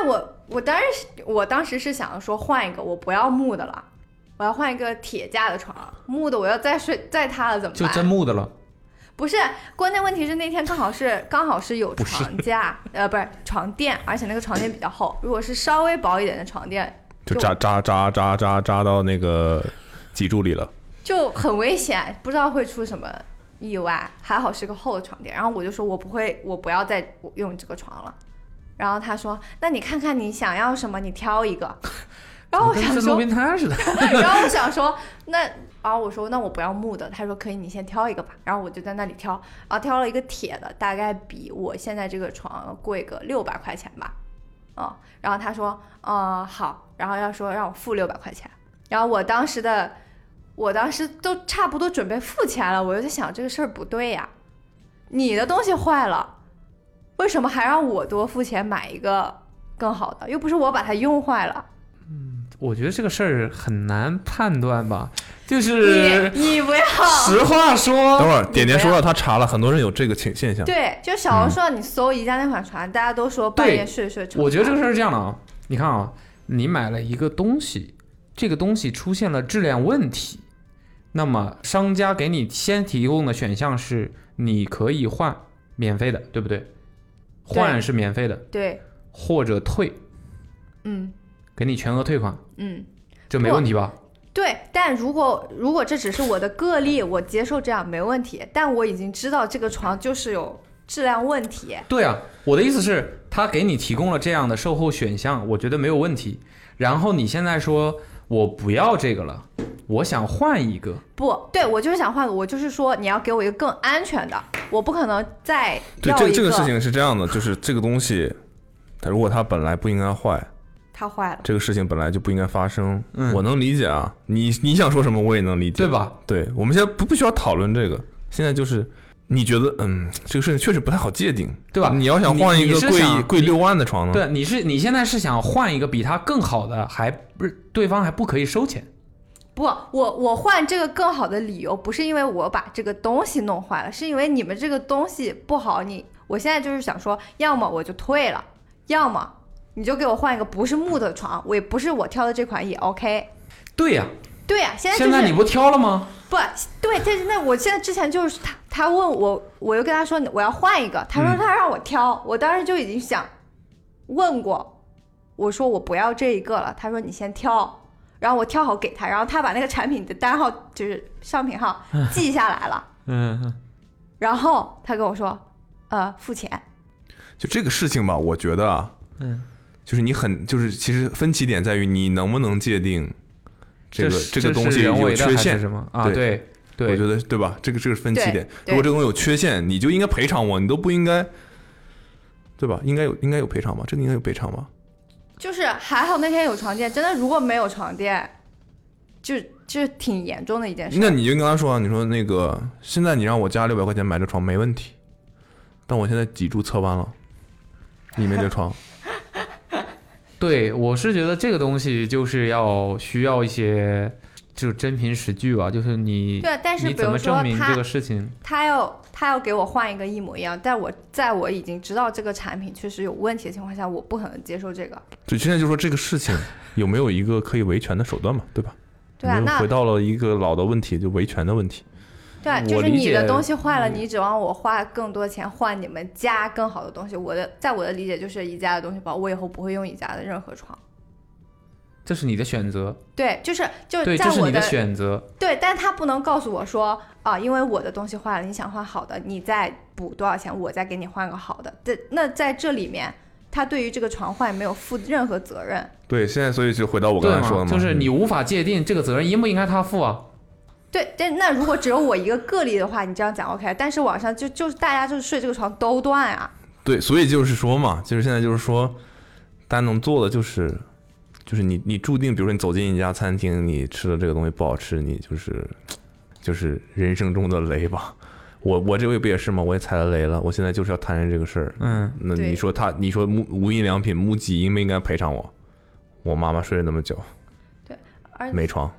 我当时我当时是想说换一个，我不要木的了，我要换一个铁架的床，木的我要再睡再塌了怎么办？ 就真木的了。 不是，关键问题是那天刚好是刚好是有床架，呃，不是床垫，而且那个床垫比较厚。如果是稍微薄一点的床垫， 就扎扎扎扎扎扎到那个脊柱里了， 就很危险，不知道会出什么意外。还好是个厚的床垫，然后我就说我不会，我不要再用这个床了。然后他说：“那你看看你想要什么，你挑一个。”然后我想说， 跟路边摊似的。 然后我想说，那然后我说那我不要木的，他说可以，你先挑一个吧。然后我就在那里挑，然后挑了一个铁的，大概比我现在这个床贵个六百块钱吧。哦，然后他说，呃，好，然后要说让我付六百块钱。然后我当时的，我当时都差不多准备付钱了，我就在想这个事儿不对呀，你的东西坏了，为什么还让我多付钱买一个更好的？又不是我把它用坏了。 我觉得这个事儿很难判断吧，就是你你不要实话说。 等会儿点点说了，他查了，很多人有这个现现象。 对，就小红书你搜宜家那款床，嗯、大家都说半夜睡睡床。 我觉得这个事儿是这样的啊，你看啊，你买了一个东西，这个东西出现了质量问题，那么商家给你先提供的选项是你可以换，免费的，对不对？换是免费的， 对， 或者退， 嗯。 给你全额退款， 嗯， 这没问题吧？ 对，但如果如果这只是我的个例，我接受这样没问题。但我已经知道这个床就是有质量问题。 对啊，我的意思是，他给你提供了这样的售后选项，我觉得没有问题。然后你现在说我不要这个了，我想换一个。 不对，我就是想换，我就是说你要给我一个更安全的，我不可能再对， 要一个。 这这个事情是这样的，就是这个东西，它如果它本来不应该坏。 它坏了， 这个事情本来就不应该发生， 嗯、 我能理解啊。你你想说什么，我也能理解， 对吧？ 对，我们现在不不需要讨论这个，现在就是你觉得，嗯，这个事情确实不太好界定， 对吧？ 你要想换一个贵贵六万的床呢？ 对，你是你现在是想换一个比它更好的，还不是对方还不可以收钱？ 不，我我换这个更好的理由不是因为我把这个东西弄坏了，是因为你们这个东西不好。你我现在就是想说，要么我就退了，要么。你就给我换一个不是木的床，我也不是我挑的这款也 OK。 对呀、啊， 对呀、啊，现在、就是、 现在你不挑了吗？ 不对，但是那我现在之前就是他他问我，我又跟他说我要换一个，他说他让我挑，嗯、我当时就已经想问过，我说我不要这一个了，他说你先挑，然后我挑好给他，然后他把那个产品的单号就是商品号记下来了， 嗯， 然后他跟我说，呃，付钱。 就这个事情吧，我觉得啊， 嗯。 就是你很就是其实分歧点在于你能不能界定这个这这个东西有缺陷什么啊？ 对对对， 我觉得对吧？这个这个是分歧点。 如果这个东西有缺陷，你就应该赔偿我，你都不应该，对吧？应该有应该有赔偿吧？这个应该有赔偿吧？ 就是还好那天有床垫，真的如果没有床垫，就就挺严重的一件事。 那你就跟他说，你说那个现在你让我加六百块钱买这床没问题，但我现在脊柱侧弯了，里面这床。 对，我是觉得这个东西就是要需要一些就是真凭实据吧，就是你对，但是你怎么证明这个事情？ 他要他要给我换一个一模一样，但我在我已经知道这个产品确实有问题的情况下，我不可能接受这个。 对，现在就说这个事情有没有一个可以维权的手段嘛，对吧？ 对啊，那回到了一个老的问题，就维权的问题。 对啊，就是你的东西坏了，你指望我花更多钱换你们家更好的东西。我的，在我的理解就是宜家的东西不好，我以后不会用宜家的任何床。 这是你的选择。 对，就是就对， 在我的这是你的选择。 对，但他不能告诉我说啊，因为我的东西坏了，你想换好的，你再补多少钱，我再给你换个好的。这那在这里面，他对于这个床坏没有负任何责任。 对，现在所以就回到我刚才说的嘛， 就是你无法界定这个责任应不应该他负啊。 对，但那如果只有我一个个例的话，你这样讲 OK， 但是网上就就是大家就是睡这个床都断啊。 对，所以就是说嘛，就是现在就是说，大家能做的就是，就是你你注定，比如说你走进一家餐厅，你吃的这个东西不好吃，你就是就是人生中的雷吧。我我这回不也是吗？我也踩了雷了，我现在就是要谈论这个事儿。 嗯， 那你说他，你说无无印良品木吉应不应该赔偿我？我妈妈睡了那么久， 对，而没床。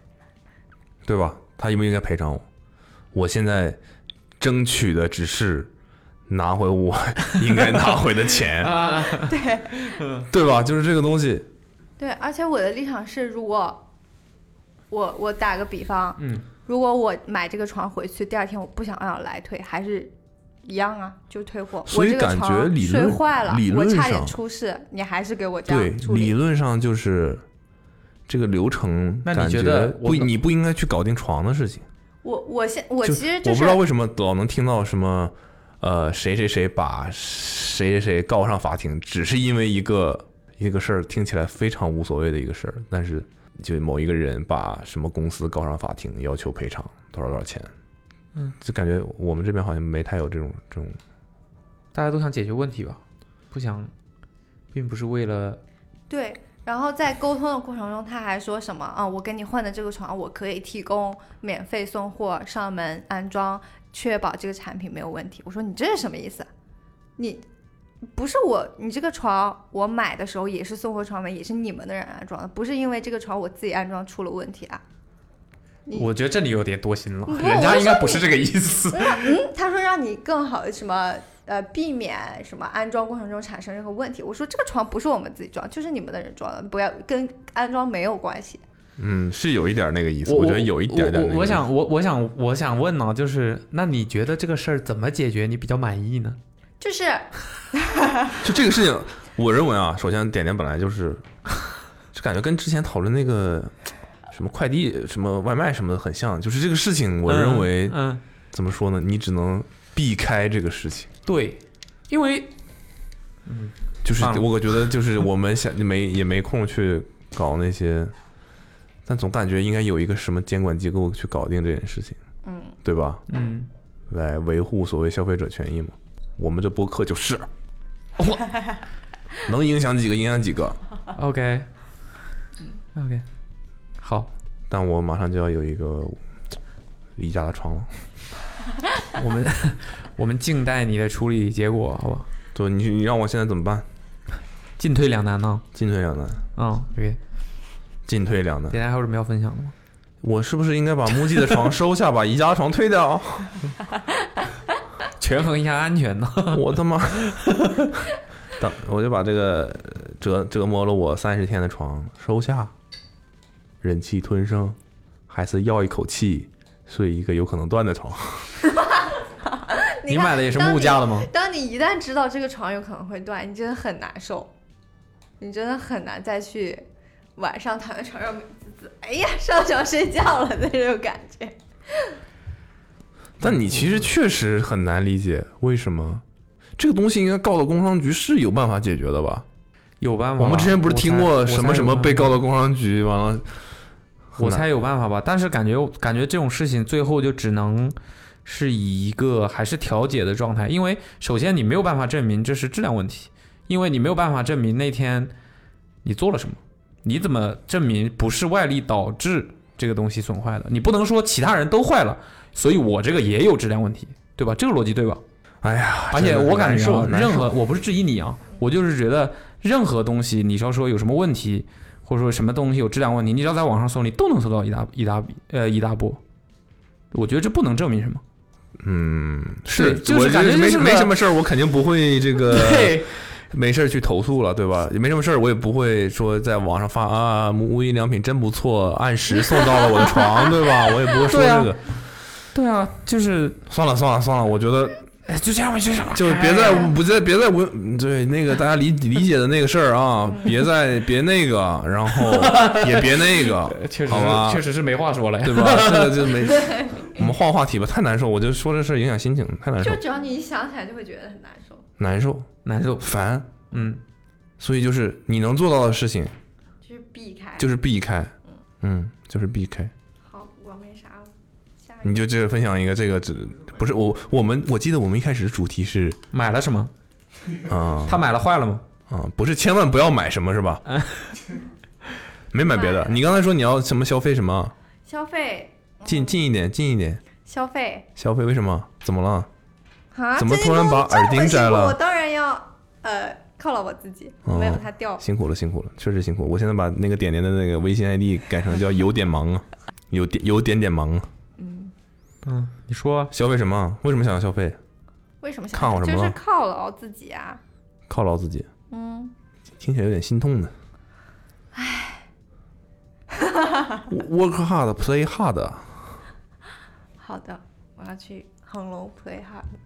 对吧？他应不应该赔偿我？我现在争取的只是拿回我应该拿回的钱， 对对吧？就是这个东西。 对，而且我的立场是，如果我我打个比方， 嗯， 如果我买这个床回去，第二天我不想要来退，还是一样啊，就退货。我这个所以感觉床理论睡坏了， 理论我差点上出事，你还是给我这对样处理。 理论上就是这个流程， 那你感觉得不我你不应该去搞定床的事情。 我我现我就其实就是我不知道为什么老能听到什么呃谁谁谁把谁谁谁告上法庭，只是因为一个一个事儿，听起来非常无所谓的一个事儿，但是就某一个人把什么公司告上法庭，要求赔偿多少多少钱。 嗯， 就感觉我们这边好像没太有这种这种。 大家都想解决问题吧，不想，并不是为了对。然后在沟通的过程中，他还说什么啊？我跟你换的这个床，我可以提供免费送货、上门安装，确保这个产品没有问题。我说你这是什么意思？你不是我，你这个床我买的时候也是送货窗门，也是你们的人安装的，不是因为这个床我自己安装出了问题啊。 我觉得这里有点多心了， 不人家应该不是这个意思。 嗯，他说让你更好的什么呃避免什么安装过程中产生任何问题。我说这个床不是我们自己装，就是你们的人装的，不要跟安装没有关系。 嗯，是有一点那个意思， 我我觉得有一点点、那个。 我我想我我想我想问呢，就是那你觉得这个事儿怎么解决你比较满意呢？ 就是就这个事情，我认为啊，首先点点本来就是，就感觉跟之前讨论那个什么快递、什么外卖什么的很像，就是这个事情，我认为， 嗯，嗯怎么说呢？你只能避开这个事情。 对，因为，嗯， 就是我觉得就是我们想没也没空去搞那些，但总感觉应该有一个什么监管机构去搞定这件事情， 嗯， 对吧？ 嗯， 来维护所谓消费者权益嘛。我们这播客就是，能影响几个影响几个。 OK，OK，、okay. 好， 但我马上就要有一个离家的床了。 我们我们静待你的处理结果，好吧？ 对，你你让我现在怎么办？ 进退两难呢？ 进退两难。 嗯 ，OK， 进退两难。 大家还有什么要分享的吗？ 我是不是应该把木记的床收下，把宜家的床退掉？ 权衡一下安全呢？ 我他妈，等我就把这个折折磨了我三十天的床收下，忍气吞声，还是要一口气睡一个有可能断的床。 你, 你买的也是木架的吗？ 当你一旦知道这个床有可能会断，你真的很难受，你真的很难再去晚上躺在床上，哎呀，上床睡觉了的那种感觉。 但你其实确实很难理解为什么这个东西应该告到工商局是有办法解决的吧？ 有办法。 我们之前不是听过什么什么被告到工商局，完了， 我猜有办法吧？但是感觉感觉这种事情最后就只能是以一个还是调解的状态，因为首先你没有办法证明这是质量问题，因为你没有办法证明那天你做了什么，你怎么证明不是外力导致这个东西损坏的？你不能说其他人都坏了，所以我这个也有质量问题，对吧？这个逻辑对吧？ 哎呀， 而且我感觉啊，任何何我不是质疑你啊，我就是觉得任何东西，你要说有什么问题，或者说什么东西有质量问题，你只要在网上搜，你都能搜到一大一大笔呃一大波。我觉得这不能证明什么。 嗯，是， 就是感觉没就是没什么事儿，我肯定不会这个。 对。 没事去投诉了，对吧？也没什么事儿，我也不会说在网上发啊，无印良品真不错，按时送到了我的床，对吧？我也不会说这个。 对啊，就是算了算了算了，我觉得就这样吧，就这样吧， 就别再不再别再文对那个大家理理解的那个事儿啊，别再别那个，然后也别那个， 确实好吧？ 确实是没话说了， 对吧？这个就没，我们换话题吧，太难受，我就说这事儿影响心情，太难受。 就只要你一想起来就会觉得很难受， 难受难受烦， 嗯， 所以就是你能做到的事情， 就是避开， 就是避开，嗯，就是避开。 好，我没啥了，下一个你就这个分享一个这个只不是我我们我记得我们一开始的主题是买了什么啊、 他买了坏了吗？ 啊、不是千万不要买什么是吧？没买别的，你刚才说你要什么消费什么？ 消费近近一点，近一点。 消费消费为什么？怎么了？ 啊？ 怎么突然把耳钉摘了？ 我当然要呃犒劳我自己， 哦没有它掉。 辛苦了，辛苦了，确实辛苦。我现在把那个点点的那个微信 I D 改成叫有点忙啊，有点有点点忙啊。 嗯，你说消费什么？为什么想要消费？ 为为什么想看好什么了就是犒劳自己啊。 犒劳自己， 嗯， 听起来有点心痛呢。唉，work hard, play hard。 好的，我要去恒隆 play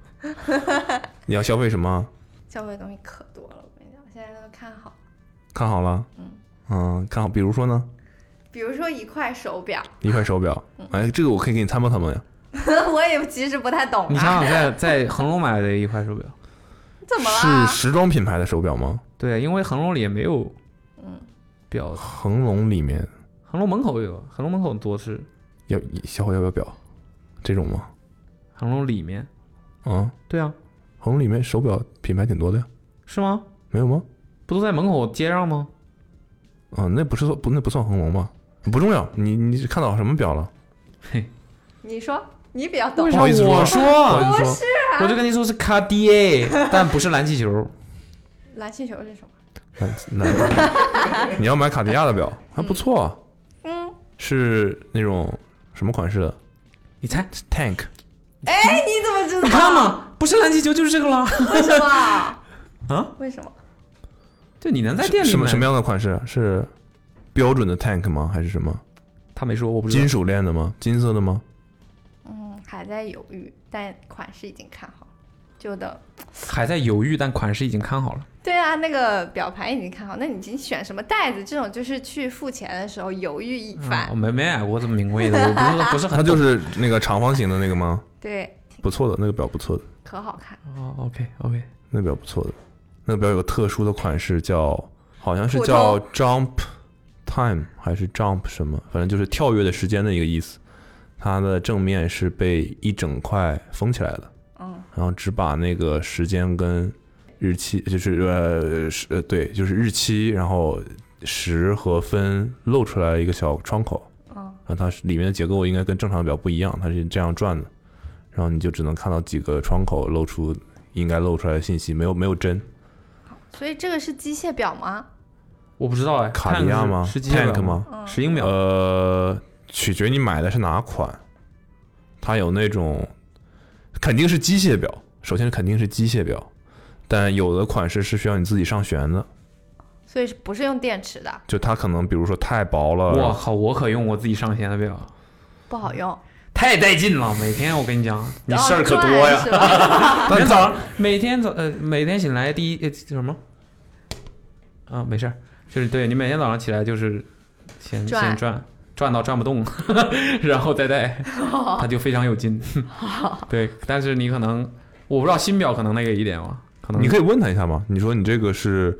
hard。 你要消费什么？ 消费的东西可多了，我跟你讲，现在都看好。 看好了？ 嗯嗯，看好，比如说呢？ 比如说一块手表， 一块手表，哎，这个我可以给你参谋参谋呀。 我也其实不太懂、啊。 你想想在在恒隆买的一块手表， 怎么了？ 是时装品牌的手表吗？ 对，因为恒隆里也没有嗯表， 恒隆里面， 恒隆门口有，恒隆门口多是要小伙要不要表？这种吗？ 恒隆里面， 啊， 对啊， 恒隆里面手表品牌挺多的呀。 是吗？ 没有吗？ 不都在门口街上吗？ 啊，那不是不那不算恒隆吧？不重要，你你看到什么表了？ 嘿， 你说你比较懂。 不好意思我说，不好说， 意思说， 我就跟你说是卡地亚，但不是蓝气球。 蓝气球是什么？ 那那你要买卡地亚的表，还不错啊。 嗯， 是那种什么款式的你猜？ ？Tank。 哎，你怎么知道？ 你看嘛，不是蓝气球就是这个了。 为什么？ 啊？ 为什么？ 就你能在店里买什么什么样的款式？是标准的 Tank 吗？还是什么他没说，我不知道。 金属链的吗？金色的吗？ 嗯，还在犹豫，但款式已经看好，就等。 还在犹豫，但款式已经看好了。 对啊，那个表盘已经看好，那你已经选什么袋子？这种就是去付钱的时候犹豫一番。 我、嗯、没没买过这么名贵的，我不是不是很它就是那个长方形的那个吗？ 对， 不错的，那个表不错的， 可好看。 哦 ，OK OK， 那个表不错的，那个表有个特殊的款式叫，好像是叫 Jump Time 还是 Jump 什么，反正就是跳跃的时间的一个意思。它的正面是被一整块封起来的， 嗯， 然后只把那个时间跟日期，就是呃是呃对，就是日期，然后时和分露出来一个小窗口， 嗯， 然后它里面的结构应该跟正常的表不一样，它是这样转的，然后你就只能看到几个窗口露出应该露出来的信息，没有没有针。 所以这个是机械表吗？ 我不知道哎， 卡地亚吗？ 是机械表 Tank 吗？ 嗯， 石英表。 呃，取决你买的是哪款，它有那种肯定是机械表，首先肯定是机械表，但有的款式是需要你自己上旋的， 所以是不是用电池的？ 就它可能比如说太薄了， 我靠，我可用我自己上弦的表， 不好用， 太带劲了！每天我跟你讲，你事儿可多然后呀。 转是吧？ 每天早上，每天早呃，每天醒来第一呃叫什么？啊，没事儿，就是对你每天早上起来就是先转先转转到转不动，然后再戴，它就非常有劲。对，但是你可能我不知道新表可能那个一点嘛，可能你可以问他一下吗？你说你这个是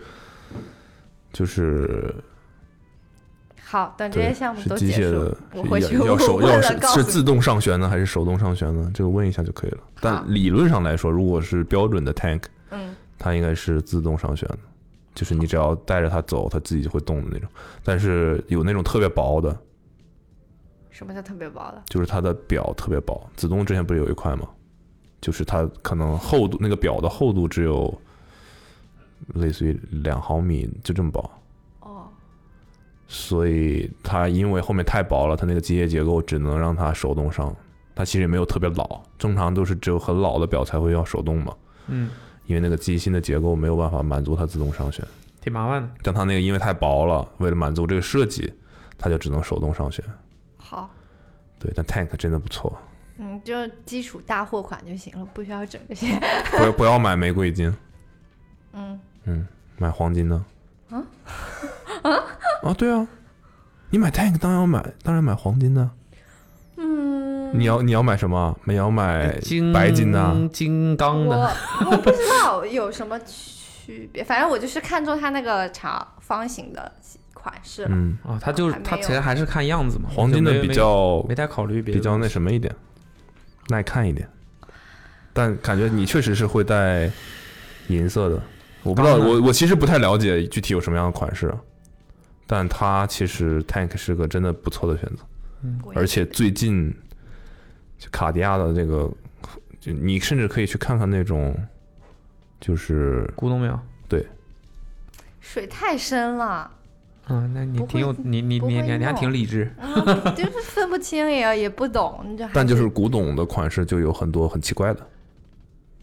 就是好，等这些对项目是都结束机械的，， 我回去是要要手问要是了告诉你是自动上旋呢，还是手动上旋呢？这个问一下就可以了。但理论上来说，如果是标准的 Tank， 嗯， 它应该是自动上旋的，就是你只要带着它走，它自己就会动的那种。但是有那种特别薄的， 什么叫特别薄的？ 就是它的表特别薄。子东之前不是有一块吗？就是它可能厚度，那个表的厚度只有类似于两毫米，就这么薄。 哦， 所以它因为后面太薄了，它那个机械结构只能让它手动上。它其实也没有特别老，正常都是只有很老的表才会要手动嘛。 嗯， 因为那个机芯的结构没有办法满足它自动上旋。 挺麻烦的。 但它那个因为太薄了，为了满足这个设计，它就只能手动上旋。 好， 对，但 Tank 真的不错， 嗯，就基础大货款就行了，不需要整这些。 不要不要买玫瑰金， 嗯嗯，买黄金的。 啊啊啊！对啊，你买 Tank 当然要买，当然买黄金的。 嗯， 你要你要买什么？你要买金白金的、 金刚的。 我我不知道有什么区别，反正我就是看中它那个长方形的款式了。 嗯， 啊，他就是还没有他其实还是看样子嘛， 黄金的就没比较没没太考虑别的比较那什么一点，耐看一点。但感觉你确实是会带银色的，我不知道， 当然我我其实不太了解具体有什么样的款式啊，但它其实 Tank 是个真的不错的选择， 我也而且最近就卡地亚的这个，就你甚至可以去看看那种，就是古董表。 水太深了， 嗯，那你不会挺有你你不会你你你还弄挺理智。 嗯，就是分不清也也不懂，你就还但就是古董的款式就有很多很奇怪的。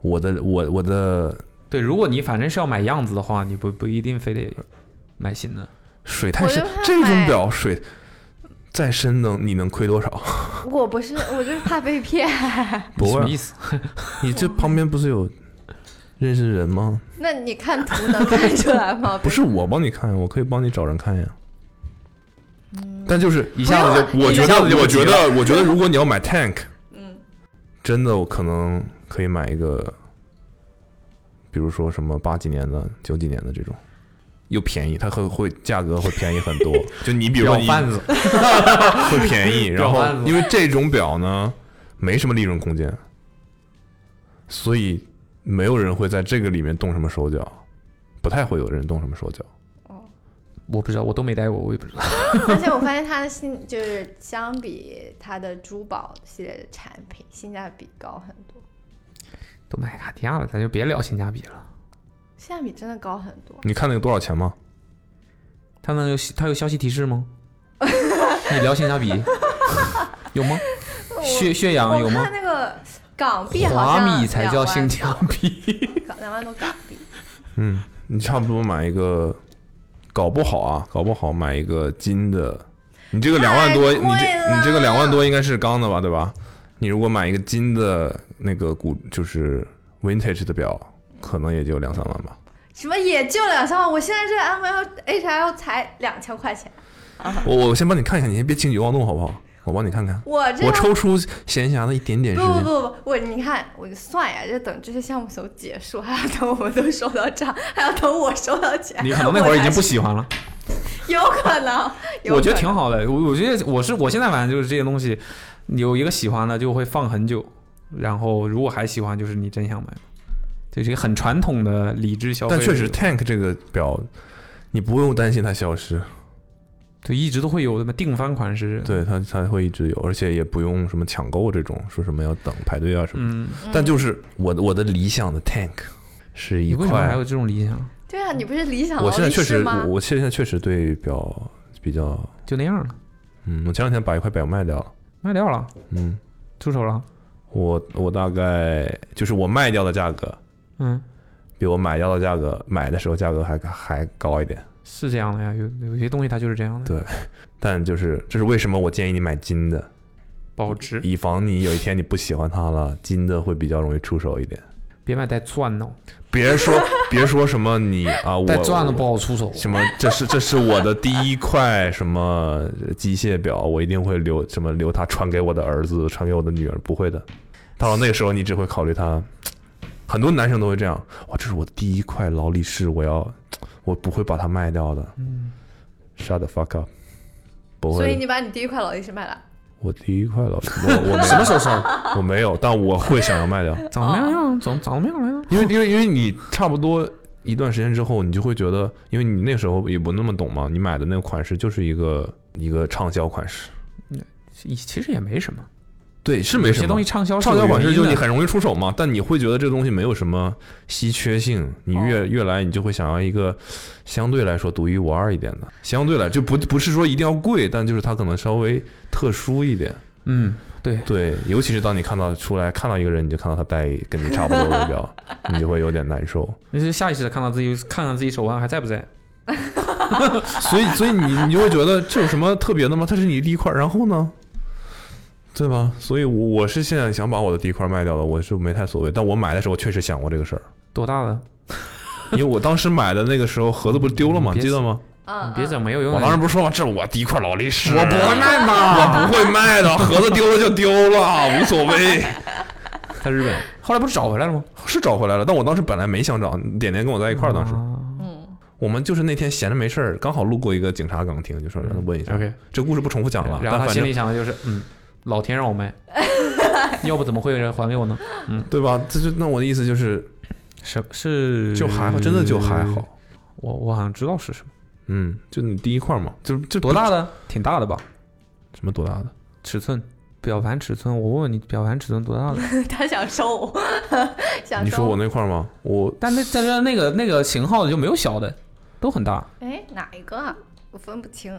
我的我我的对，如果你反正是要买样子的话，你不不一定非得买新的。 水太深，这种表水再深能你能亏多少？ 我不是，我就是怕被骗。 不会， 什么意思？ 你这旁边不是有认识人吗？ 那你看图能看出来吗？ 不是我帮你看，我可以帮你找人看呀。嗯、但就是一下子就， 我觉得，我觉得，我觉得，如果你要买 tank， 嗯， 真的我可能可以买一个，比如说什么八几年的、九几年的这种。又便宜，它会会价格会便宜很多。就你比如说你贩子会便宜，然后因为这种表呢没什么利润空间，所以没有人会在这个里面动什么手脚，不太会有人动什么手脚。 哦， 我不知道，我都没戴过，我也不知道。 而且我发现它的性就是相比它的珠宝系列的产品，性价比高很多。 都买卡地亚了，咱就别聊性价比了。 性价比真的高很多。 你看那个多少钱吗？ 它能有它有消息提示吗？你聊性价比有吗？血血氧有吗？ 我看那个港币好像华米才叫性价比， 两万多港币。 嗯，你差不多买一个，搞不好啊，搞不好买一个金的，你这个两万多，你这你这个两万多应该是钢的吧，对吧？你如果买一个金的那个古就是 vintage 的表。可能也就两三万吧。 什么也就两三万？我现在这 M L H L 才两千块钱。啊、 我我先帮你看一看，你先别轻举妄动好不好？我帮你看看。 我这我抽出闲暇的一点点时间。 不不不不，我你看，我就算呀，就等这些项目都结束，还要等我们都收到账，还要等我收到钱。 你可能那会儿已经不喜欢了。 有可能。有可能我觉得挺好的。我我觉得我是我现在反正就是这些东西，有一个喜欢的就会放很久，然后如果还喜欢，就是你真想买。这是一个很传统的理智消费， 但确实 Tank 这个表，你不用担心它消失， 对，一直都会有的嘛，定番款式， 对它它会一直有，而且也不用什么抢购这种，说什么要等排队啊什么的。 嗯， 但就是我的我的理想的 Tank 是一块， 你为什么还有这种理想？ 对啊，你不是理想我现在确实， 我我现在确实对表比较就那样了。 嗯，我前两天把一块表卖掉了， 卖掉了， 嗯， 出手了。 我我大概就是我卖掉的价格。 嗯， 比我买掉的价格，买的时候价格还还高一点， 是这样的呀，有有些东西它就是这样的。 对，但就是这是为什么我建议你买金的， 保值， 以防你有一天你不喜欢它了，金的会比较容易出手一点。 别买带钻的， 别说别说什么你啊，我带钻的不好出手。 什么这是这是我的第一块什么机械表，我一定会留什么留它传给我的儿子，传给我的女儿，不会的。到了那个时候，你只会考虑它。很多男生都会这样，哇，这是我的第一块劳力士，我要，我不会把它卖掉的。嗯 ，shut the fuck up， 不会。 所以你把你第一块劳力士卖了？ 我第一块劳力士，我我什么时候收？ 我没有，但我会想要卖掉。 长什么样？长长什么样来着？ 因为因为因为你差不多一段时间之后，你就会觉得，因为你那时候也不那么懂嘛，你买的那个款式就是一个一个畅销款式。 其实也没什么。 对，是没什么。 有些东西畅销， 畅销款式就是你很容易出手嘛，但你会觉得这个东西没有什么稀缺性，你越、哦、越来你就会想要一个相对来说独一无二一点的，相对来就不不是说一定要贵，但就是它可能稍微特殊一点。 嗯，对对，尤其是当你看到出来看到一个人，你就看到他戴跟你差不多的表，你就会有点难受。 你是下意识的看到自己看看自己手腕还在不在。 所以所以你你就会觉得这有什么特别的吗？它是你第一块，然后呢？对吧？所以我，我是现在想把我的第一块卖掉了，我是没太所谓。但我买的时候确实想过这个事儿。 多大的？ 因为我当时买的那个时候盒子不是丢了吗？记得吗？ 嗯， 别整没有用。 我当时不是说吗？这是我第一块劳力士， 我不会卖嘛， 我不会卖的，盒子丢了就丢了，无所谓。 在日本，后来不是找回来了吗？ 是找回来了，但我当时本来没想找，点点跟我在一块儿，当时。 嗯。 我们就是那天闲着没事儿，刚好路过一个警察岗亭，就说让他问一下。 嗯、OK， 这个故事不重复讲了。 然后他心里想的就是，嗯。老天让我卖，要不怎么会有人还给我呢？嗯， 对吧？这就那我的意思就是， 是是就还好，真的就还好。 我我好像知道是什么。 嗯，就你第一块嘛，就就多大的？挺大的吧？ 什么多大的？ 尺寸，表盘尺寸。我问问你，表盘尺寸多大的？ 他想收，想收。 你说我那块吗？我但那但是那个那个型号的就没有小的，都很大。 哎，哪一个啊？我分不清。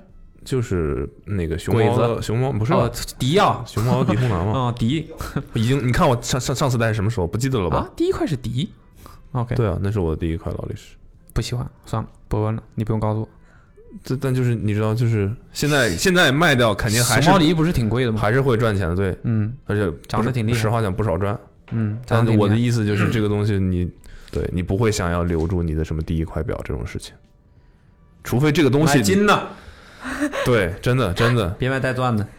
就是那个熊鬼猫的子熊猫不是哦，迪啊， 熊猫的敌空男嘛， 啊迪已经你看我上上上次带是什么时候不记得了吧？ 啊，第一块是迪。OK， 对啊，那是我的第一块劳力士。 不喜欢，算了，不问了，你不用告诉我。 这但就是你知道，就是现在现在卖掉肯定还是熊猫迪不是挺贵的吗？ 还是会赚钱的，对， 嗯而且长得挺厉害实话讲不少赚。 嗯， 但是我的思意思就是这个东西你对你不会想要留住你的什么第一块表这种事情，除非这个东西买金的， 对，真的真的。 别买带钻的。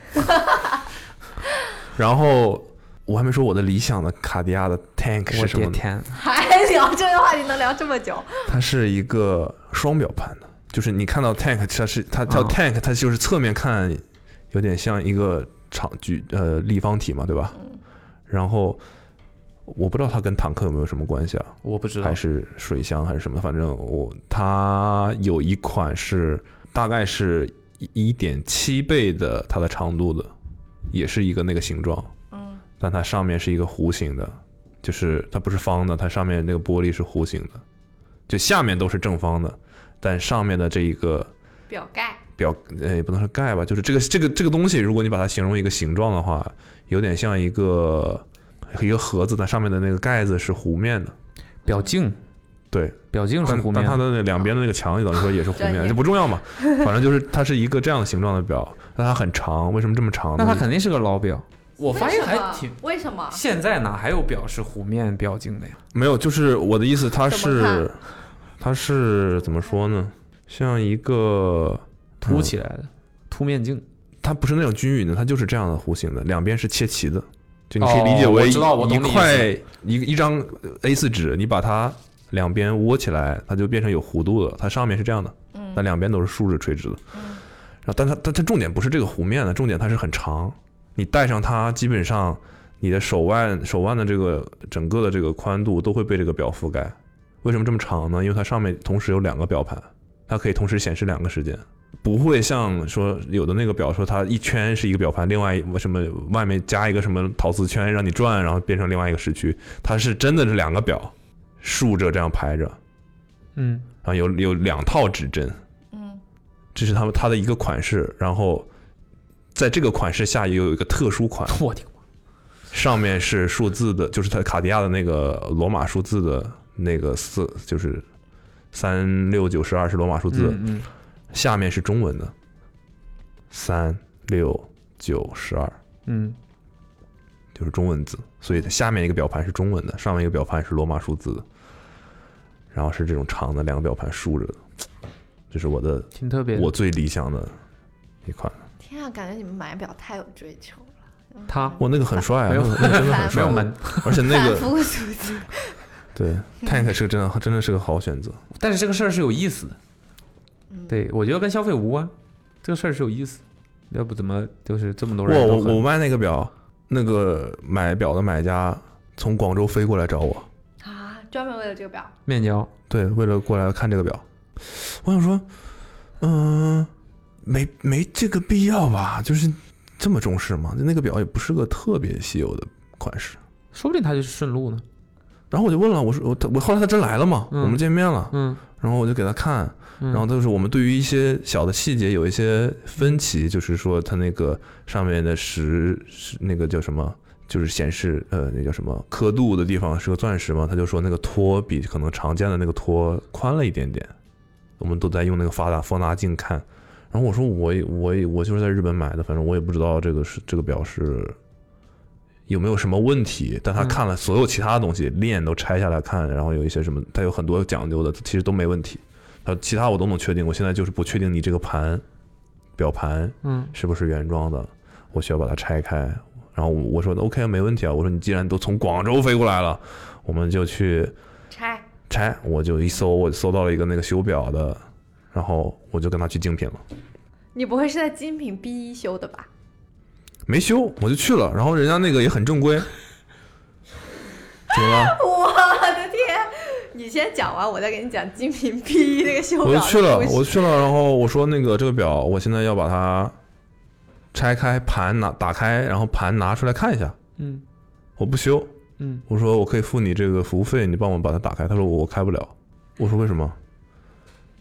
然后我还没说我的理想的卡地亚的 tank 是我什么呢？ 的天， 还聊这个话题能聊这么久？ 它是一个双表盘的，就是你看到 tank 它是它叫啊 tank，它就是侧面看有点像一个长矩呃立方体嘛，对吧？然后我不知道它跟坦克有没有什么关系啊？ 我不知道还是水箱还是什么？反正我它有一款是大概是一点七倍的它的长度的，也是一个那个形状， 嗯， 但它上面是一个弧形的，就是它不是方的，它上面那个玻璃是弧形的，就下面都是正方的，但上面的这一个表盖。 表呃也不能说盖吧，就是这个这个这个东西，如果你把它形容一个形状的话，有点像一个一个盒子，但上面的那个盖子是弧面的， 表镜， 对， 表镜是但弧面的。 但它的那两边的那个墙等于说也是弧面的， 专业这不重要嘛，反正就是它是一个这样的形状的表，但它很长，为什么这么长呢？ 那它肯定是个老表。我发现为什么还挺， 为什么？ 现在哪还有表是弧面表镜的呀？ 没有，就是我的意思，它怎么看是它是怎么说呢？像一个凸起来的凸面镜。 它不是那种均匀的，它就是这样的弧形的，两边是切齐的，就你可以理解哦我为知道我懂你意思一块一一张 A 四 纸，你把它两边窝起来，它就变成有弧度的，它上面是这样的， 嗯那两边都是竖着垂直的。 嗯然后，但它但它重点不是这个弧面的，重点它是很长，你戴上它，基本上你的手腕手腕的这个整个的这个宽度都会被这个表覆盖。为什么这么长呢？因为它上面同时有两个表盘，它可以同时显示两个时间。不会像说有的那个表说它一圈是一个表盘，另外什么外面加一个什么陶瓷圈让你转，然后变成另外一个时区。它是真的是两个表竖着这样排着， 嗯， 然后有有两套指针， 嗯这是他们它的一个款式。然后在这个款式下也有一个特殊款， 我的上面是数字的，就是它卡地亚的那个罗马数字的那个四，就是三六九十二是罗马数字。 嗯嗯下面是中文的，三六九十二， 嗯， 就是中文字，所以它下面一个表盘是中文的，上面一个表盘是罗马数字的，然后是这种长的两个表盘竖着的，这是我的挺特别的。 我最理想的一款。 天啊，感觉你们买表太有追求了。 他哇，那个很帅啊， 没有那个那个真的很没帅， 有门， 而且那个反复数字。 对 Tank 是个真的真的是个好选择。 但是这个事儿是有意思的。对，我觉得跟消费无关，这个事儿是有意思，要不怎么就是这么多人我都很。 我我卖那个表，那个买表的买家从广州飞过来找我， 啊，专门为了这个表。 面交， 对，为了过来看这个表。我想说，嗯、没没这个必要吧？就是这么重视吗？那个表也不是个特别稀有的款式。 说不定他就是顺路呢。 然后我就问了，我说我他我后来他真来了嘛， 嗯我们见面了， 嗯， 然后我就给他看， 嗯然后就是我们对于一些小的细节有一些分歧，就是说它那个上面的石是那个叫什么，就是显示呃那叫什么刻度的地方是个钻石嘛，他就说那个托比可能常见的那个托宽了一点点，我们都在用那个放大放大镜看，然后我说我也我也我就是在日本买的，反正我也不知道这个是这个表是有没有什么问题，但他看了所有其他的东西，链都拆下来看，然后有一些什么，他有很多讲究的，其实都没问题。他其他我都能确定，我现在就是不确定你这个盘，表盘， 嗯， 是不是原装的，我需要把它拆开。然后我说 OK 没问题啊，我说你既然都从广州飞过来了，我们就去拆拆。我就一搜，我搜到了一个那个修表的，然后我就跟他去精品了。 你不会是在精品 B 一修的吧？ 没修，我就去了，然后人家那个也很正规。怎么了？ 我的天！你先讲完，我再给你讲精品 B 一那个修表的我就去了， 故事我去了，然后我说那个这个表，我现在要把它拆开，盘拿打开，然后盘拿出来看一下。 嗯我不修， 嗯， 我说我可以付你这个服务费，你帮我把它打开。他说我开不了。我说为什么？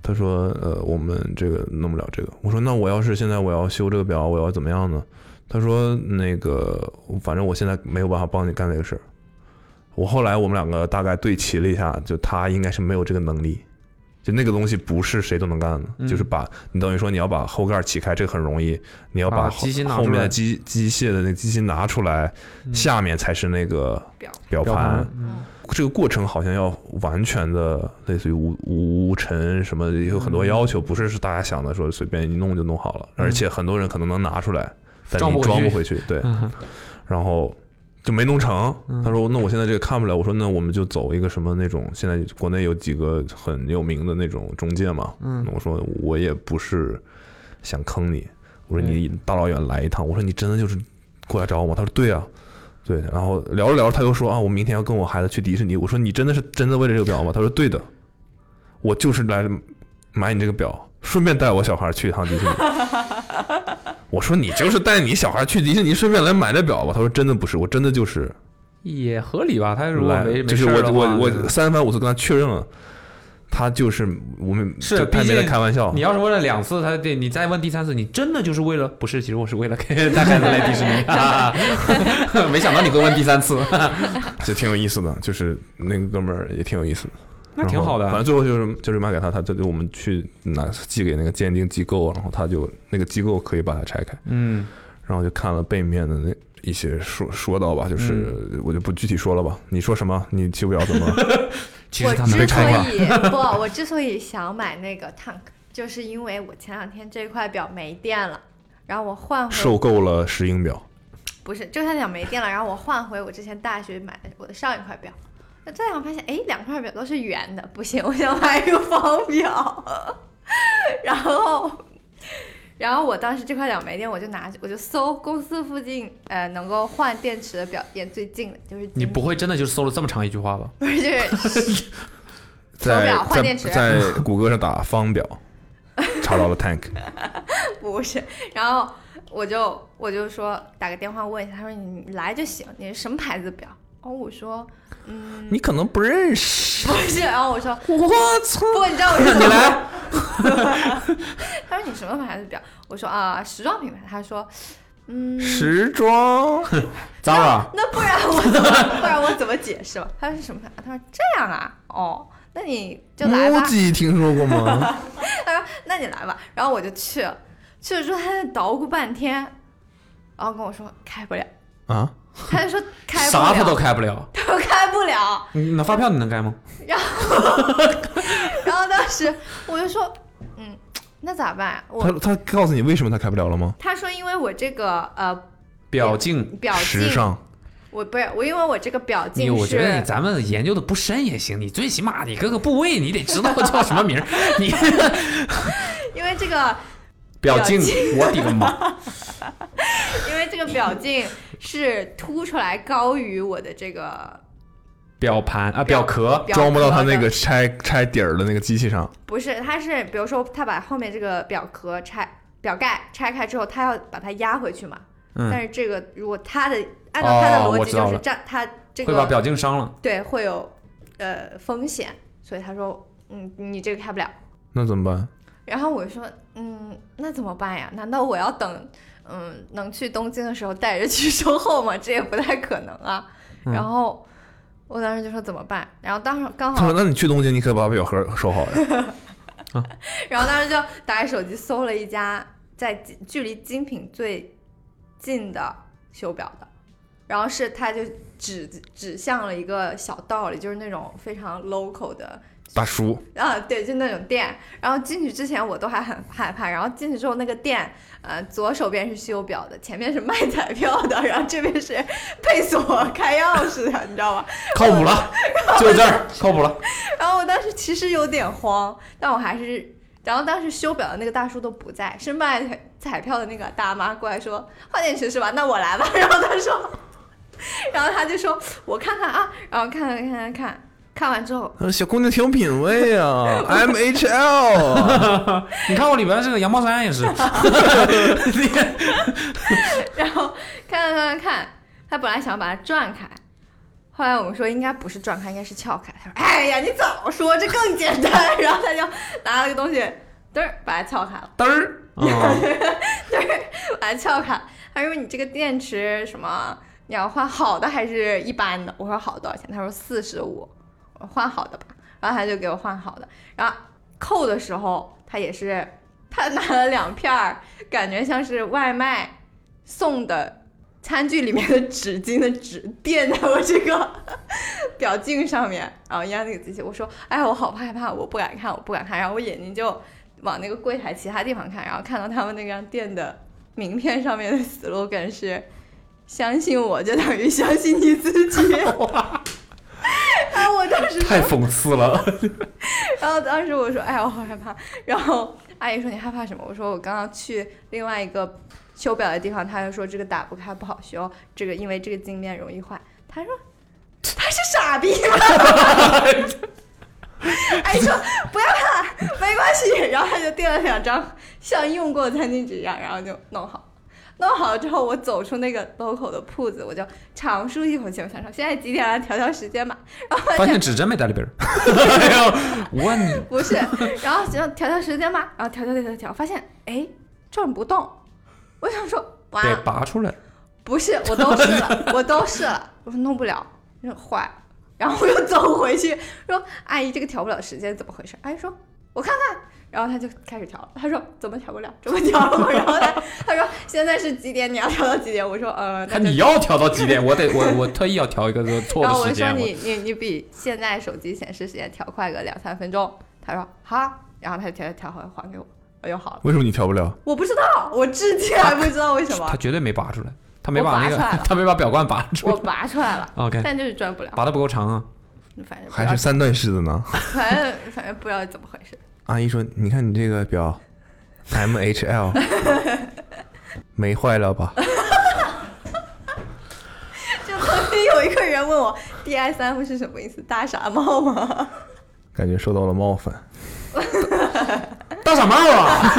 他说呃我们这个弄不了这个。我说那我要是现在我要修这个表，我要怎么样呢？他说那个反正我现在没有办法帮你干这个事儿。我后来我们两个大概对齐了一下，就他应该是没有这个能力，就那个东西不是谁都能干的，嗯、就是把你等于说你要把后盖起开，这个很容易，你要把机芯后面的机机械的那个机芯拿出来，嗯、下面才是那个表表盘。嗯、这个过程好像要完全的类似于无无尘什么，有很多要求，不是是大家想的说随便一弄就弄好了，嗯、而且很多人可能能拿出来，但你装不回去，对，嗯、然后。就没弄成，他说那我现在这个看不了，我说那我们就走一个什么那种，现在国内有几个很有名的那种中介嘛，嗯，我说我也不是想坑你，我说你大老远来一趟，我说你真的就是过来找我吗？他说对啊，对，然后聊着聊着他又说啊，我明天要跟我孩子去迪士尼，我说你真的是真的为了这个表吗？他说对的，我就是来买你这个表，顺便带我小孩去一趟迪士尼。我说你就是带你小孩去迪士尼，顺便来买这表吧。他说真的不是，我真的就是也合理吧。他如果没就是我我我三番五次跟他确认了，他就是我们是他没在开玩笑。 你要是问了两次，他对你再问第三次，你真的就是为了不是？其实我是为了给带孩子来迪士尼啊。没想到你会问第三次， 这挺有意思的，就是那个哥们儿也挺有意思的。 那挺好的， 反正最后就是就是卖给他，他就我们去拿寄给那个鉴定机构，然后他就那个机构可以把它拆开， 嗯， 然后就看了背面的那一些说说到吧，就是我就不具体说了吧。你说什么？你修表怎么？ 其实他没被拆开。不，我之所以想买那个 Tank， 就是因为我前两天这块表没电了，然后我换回受够了石英表， 不是，就他讲没电了，然后我换回我之前大学买的我的上一块表。这样发现，哎，两块表都是圆的，不行，我想买一个方表。然后，然后我当时这块表没电，我就拿，我就搜公司附近呃能够换电池的表店最近的，就是你不会真的就搜了这么长一句话吧？ 不是，就是在表换电池， 在谷歌上打方表，查到了 Tank。 不是，然后我就我就说打个电话问一下，他说你来就行，你是什么牌子的表？哦，我说，嗯， 你可能不认识。 不是，然后我说， 我操， 不，你知道我说你来。 他说你什么牌子表？我说啊，时装品牌。他说，嗯， 时装 ，Zara。 那不然我怎么，不然我怎么解释吧？他说是什么牌？他说这样啊，哦，那你就来吧。 MUJI听说过吗？ 他说那你来吧，然后我就去了，去了之后他在捣鼓半天，然后跟我说开不了啊。 他就说开不了， 啥他都开不了， 他说开不了。 那发票你能开吗？ 然后，然后当时我就说，嗯，那咋办？我他他告诉你为什么他开不了了吗？ 他说因为我这个呃表径表径时尚， 我不是我，因为我这个表径是， 我觉得你咱们研究的不深也行，你最起码你各个部位你得知道叫什么名你因为这个表径，我的个妈！ 因为这个表径是凸出来高于我的这个表盘啊表壳， 装不到它那个拆拆底儿的那个机器上。 不是，它是比如说他把后面这个表壳拆表盖拆开之后，他要把它压回去嘛。嗯。但是这个如果他的按照他的逻辑就是这、哦、他这个会把表径伤了， 对，会有呃风险，所以他说嗯你这个开不了。 那怎么办？ 然后我说嗯那怎么办呀？难道我要等？嗯，能去东京的时候带着去售后吗？这也不太可能啊。嗯、然后我当时就说怎么办？然后当时刚好， 他说那你去东京，你可把表盒收好呀。 啊、然后当时就打开手机搜了一家在距离精品最近的修表的，然后是他就指指向了一个小道里，就是那种非常 local 的。 大叔啊，对，就那种店。然后进去之前我都还很害怕，然后进去之后那个店，呃，左手边是修表的，前面是卖彩票的，然后这边是配锁开钥匙的，你知道吗？ 靠谱了，就这儿靠谱了。 然后我当时其实有点慌，但我还是，然后当时修表的那个大叔都不在，是卖彩票的那个大妈过来说换电池是吧？那我来吧。然后他说，然后他就说我看看啊，然后看看看看看。看完之后， 小姑娘挺有品味啊，M H L。 你看我里边这个羊毛衫也是。 然后看看看看，他本来想把它转开， 后来我们说应该不是转开，应该是撬开。他说：“哎呀，你早说，这更简单。”然后他就拿了个东西，嘚儿把它撬开了， 嘚儿， 嘚儿把它撬开。他说：“你这个电池什么？你要换好的还是一般的？”我说：“好多少钱？”他说：“四十五。”我说：“换好的吧。”然后他就给我换好的。然后扣的时候，他也是他拿了两片儿，感觉像是外卖送的。餐具里面的纸巾的纸垫在我这个表镜上面，然后压那个机器。我说：“哎，我好害怕，我不敢看，我不敢看。”然后我眼睛就往那个柜台其他地方看，然后看到他们那个店的名片上面的 slogan 是“相信我就等于相信你自己”。然后我当时太讽刺了。 然后当时我说：“哎呀，我好害怕。”然后阿姨说：“你害怕什么？”我说：“我刚刚去另外一个。”修表的地方，他就说这个打不开不好修，这个因为这个镜面容易坏。他说他是傻逼吗？阿姨说不要怕，没关系。然后他就垫了两张像用过的餐巾纸一样，然后就弄好。弄好了之后，我走出那个 local 的铺子，我就长舒一口气。我想说现在几点了？调调时间吧。然后发现指针没在里边。哎呦，我你不是，然后行调调时间吧，然后调调调调调，发现哎转不动。我想说，哇， 得拔出来。 不是，我都试了，我都试了，我说弄不了，坏。然后我又走回去说：“阿姨，这个调不了时间，怎么回事？”阿姨说：“我看看。”然后他就开始调了。他说：“怎么调不了？怎么调？”然后他他说：“现在是几点？你要调到几点？”我说：“呃， 看你要调到几点，我得我我特意要调一个错的时间。” 然后我说你：“你你你比现在手机显示时间调快个两三分钟。”他说：“好。”然后他就调调回还给我。我又好了。 为什么你调不了？ 我不知道，我至今还不知道为什么。 他绝对没拔出来，他没把那个， 他没把表冠拔出来。 我拔出来了 ，OK， 但就是转不了， 拔的不够长啊。 反正还是三段式的呢。 反正反正不知道怎么回事。 阿姨说：“你看你这个表 ，M H L 没坏了吧？” 就旁边有一个人问我 D I 三 F 是什么意思？大傻帽吗？ 感觉受到了冒犯。 大傻帽啊！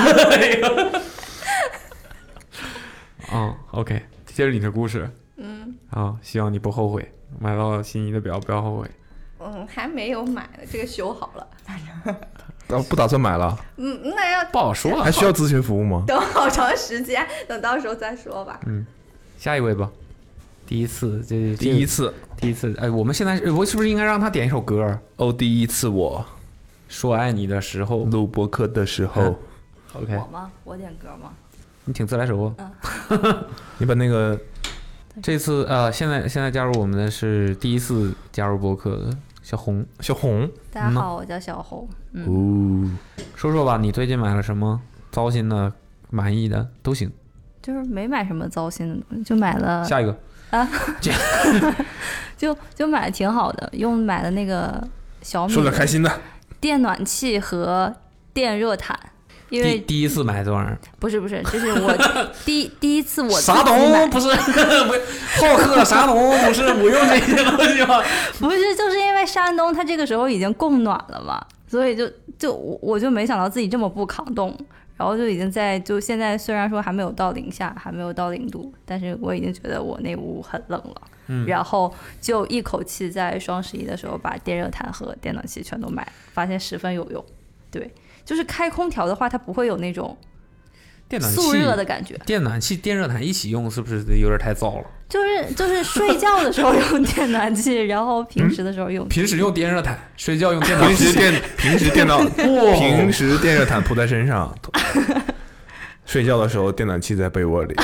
哦 ，OK， 接着你的故事。嗯。啊，希望你不后悔，买到心仪的表不要后悔。 嗯，还没有买呢，这个修好了，反正。 啊，不打算买了。 嗯，那要不好说。 还需要咨询服务吗？ 等好长时间，等到时候再说吧。 嗯，下一位吧。第一次，这第一次， 第一次，哎，我们现在我是不是应该让他点一首歌？ 哦，第一次我说爱你的时候， 录播客的时候。 OK。 我吗？我点歌吗？ 你挺自来熟。 嗯。 你把那个， 这次呃，现在现在加入我们的是第一次加入播客的小红， 小红。 大家好，我叫小红。嗯。 哦，说说吧，你最近买了什么？糟心的、满意的都行。 就是没买什么糟心的东西，就买了。 下一个。 啊，就就买的挺好的，用买的那个小米说点开心的电暖气和电热毯，因为第第一次买这玩意儿， 不是不是，这是我第第一次我啥东不是好客啥东不是不用这些东西吗？ 不是，就是因为山东它这个时候已经供暖了嘛，所以就就我我就没想到自己这么不抗冻。然后就已经在就现在虽然说还没有到零下，还没有到零度，但是我已经觉得我那屋很冷了。嗯，然后就一口气在双十一的时候把电热毯和电暖气全都买，发现十分有用。对，就是开空调的话，它不会有那种速热的感觉。 电暖气、电热毯一起用是不是有点太糟了？ 就是就是睡觉的时候用电暖气，然后平时的时候用、嗯、 平时用电热毯，睡觉用电暖气。 平时电平时电脑、哦、平时电热毯铺在身上，睡觉的时候电暖气在被窝里。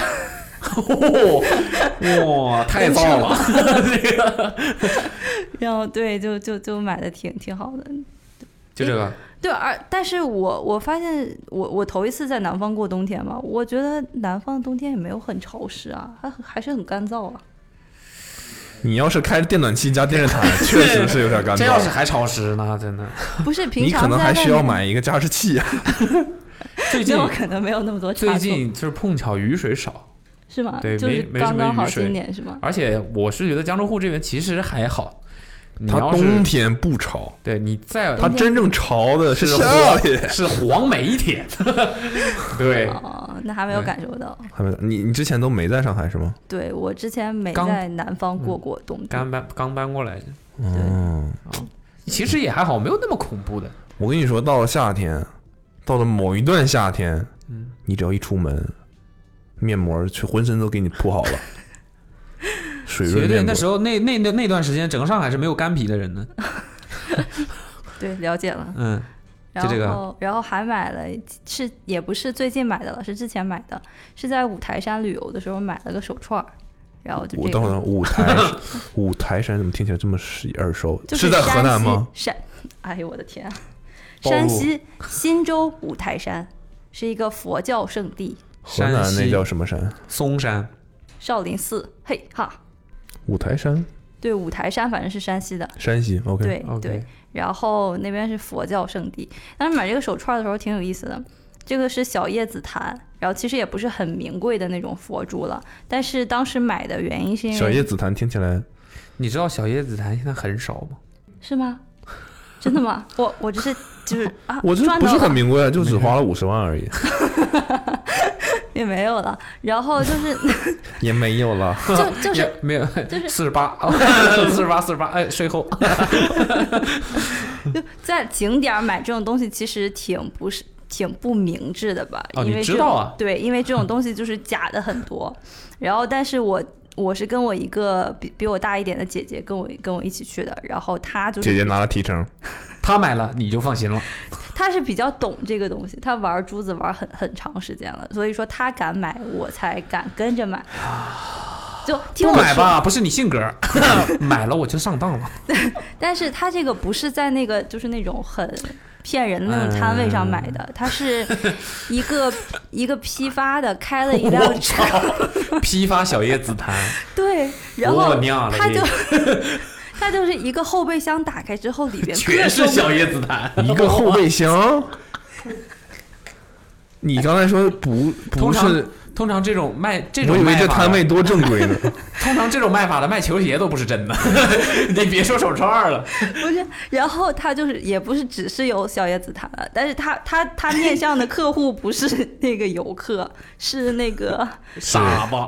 哇，太糟了！这个， 然后对，就就就买的挺挺好的， 就这个。 对，而但是我我发现我我头一次在南方过冬天嘛，我觉得南方冬天也没有很潮湿啊，还还是很干燥啊。 你要是开电暖气加电热毯，确实是有点干燥。 这要是还潮湿呢，真的。 不是平常你可能还需要买一个加湿器啊。 最近我可能没有那么多。 最近就是碰巧雨水少。 是吗？ 对， 就是刚刚好今年是吗？ 而且我是觉得江浙沪这边其实还好。 它冬天不潮， 对你在它真正潮的是夏天， 是黄梅天。对、 哦， 那还没有感受到。 还没，你你之前都没在上海是吗？ 对，我之前没刚在南方过过冬天。 刚搬刚搬过来的， 嗯， 其实也还好，没有那么恐怖的。 我跟你说，到了夏天，到了某一段夏天， 嗯， 你只要一出门，面膜去浑身都给你铺好了，水润绝对， 面膜。 那时候那那那那段时间，整个上海是没有干皮的人的。 对，了解了。 嗯， 然就这个后，然后还买了，是也不是最近买的了，是之前买的，是在五台山旅游的时候买了个手串儿，然后就这个， 我等会儿，五台五台山怎么听起来这么耳熟？ 就是在河南吗？ 山，哎呦我的天啊！ 暴露山西忻州五台山是一个佛教圣地， 河南那山西叫什么山？ 嵩山， 少林寺，嘿哈， 五台山， 对，五台山反正是山西的， 山西。OK， 对 OK 对，然后那边是佛教圣地。当时买这个手串的时候挺有意思的，这个是小叶紫檀，然后其实也不是很名贵的那种佛珠了，但是当时买的原因是因为小叶紫檀听起来你知道小叶紫檀现在很少吗？ 是吗？真的吗？我我只是就是啊， 我这不是赚到了很名贵啊，就只花了五十万而已， 也没有了。然后就是也没有了。 就就是也没有， 就是四十八，四十八，四十八，哎，税后。 就在景点买这种东西，其实挺不是挺不明智的吧？ 哦你因为这种知道啊对，因为这种东西就是假的很多。然后，但是我我是跟我一个比比我大一点的姐姐跟我跟我一起去的，然后她就是姐姐拿了提成， 他买了你就放心了。 她是比较懂这个东西，她玩珠子玩很很长时间了，所以说她敢买，我才敢跟着买。就听我说， 不买吧，不是你性格，买了我就上当了。 但是她这个不是在那个就是那种很骗人的那种摊位上买的，它是一个一个批发的，开了一辆车， 批发小叶紫檀， 对，然后我娘嘞它就它就是一个后备箱，打开之后里边全是小叶紫檀， 一个后备箱。你刚才说不不通常是？ 通常这种卖这种我以为这卖法的摊位多正规呢。 通常这种卖法的卖球鞋都不是真的，你别说手串了。 不是，然后他就是也不是只是有小叶紫檀了，但是他他他面向的客户不是那个游客，是那个傻吧？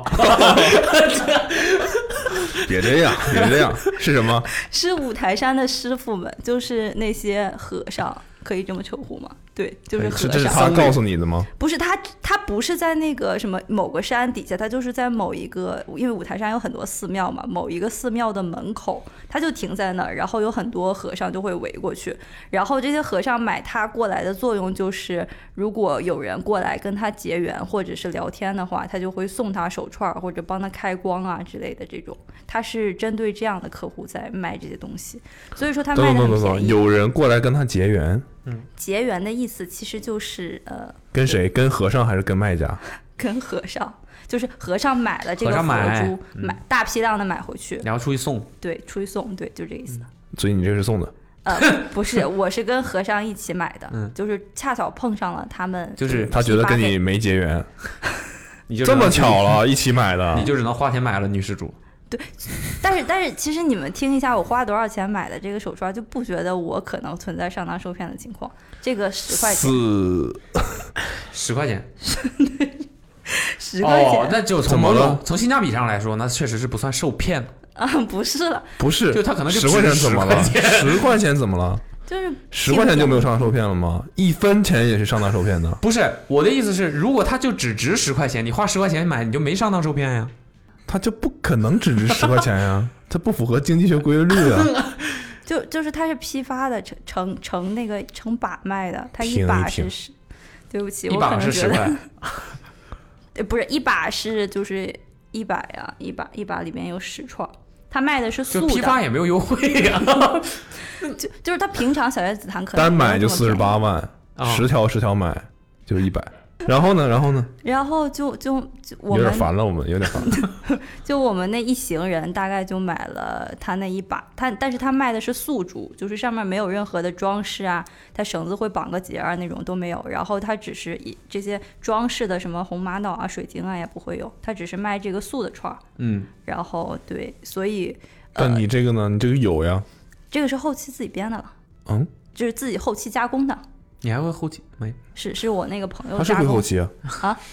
别这样，别这样，是什么？ 是五台山的师傅们，就是那些和尚，可以这么称呼吗？对，就是和是这是尚。 他告诉你的吗？ 不是他，他不是在那个什么某个山底下，他就是在某一个，因为五台山有很多寺庙嘛，某一个寺庙的门口，他就停在那儿，然后有很多和尚就会围过去，然后这些和尚买他过来的作用就是，如果有人过来跟他结缘或者是聊天的话，他就会送他手串或者帮他开光啊之类的这种，他是针对这样的客户在卖这些东西，所以说他卖的很便宜。 有人过来跟他结缘。 嗯， 结缘的意思其实就是呃， 跟谁？跟和尚还是跟卖家？ 跟和尚，就是和尚买了这个佛和尚买珠，买、嗯、大批量的买回去， 然后出去送， 对，出去送，对，就这个意思。 所以你这是送的？ 呃，不是，我是跟和尚一起买的， 嗯， 就是恰巧碰上了他们， 就是他觉得跟你没结缘， 你就这么巧了，一起买的， 你就只能花钱买了女施主。 对，但是但是其实你们听一下，我花多少钱买的这个手串，就不觉得我可能存在上当受骗的情况。这个十块钱， 十块钱， 十块钱， 哦，那就从某种从性价比上来说，那确实是不算受骗啊，不是了， 不是， 就他可能就十块钱怎么了？十块钱怎么了？ 就是十块钱就没有上当受骗了吗？一分钱也是上当受骗的。 不是，我的意思是，如果他就只值十块钱，你花十块钱买，你就没上当受骗呀。 他就不可能只值十块钱呀，它不符合经济学规律啊。 就就是它是批发的，成成成那个成把卖的，它一把是十，对不起， 一把是十块， 不是一把是就是一把呀，一把一把里面有十串，他卖的是素的， 就批发也没有优惠呀。 就就是他平常小叶紫檀可能单买就四十八万，十、哦、条十条买就一百。然后呢？然后呢？ 然后就就就我们有点烦了，我们有点烦了。 就我们那一行人大概就买了他那一把，他但是他卖的是素珠，就是上面没有任何的装饰啊，他绳子会绑个结啊那种都没有，然后他只是以这些装饰的什么红玛瑙啊、水晶啊也不会有，他只是卖这个素的串。 嗯， 然后对，所以但你这个呢？呃、你这个有呀？ 这个是后期自己编的了， 嗯， 就是自己后期加工的。 你还会后期没？ 是是我那个朋友加工。 他是会后期啊？ 啊，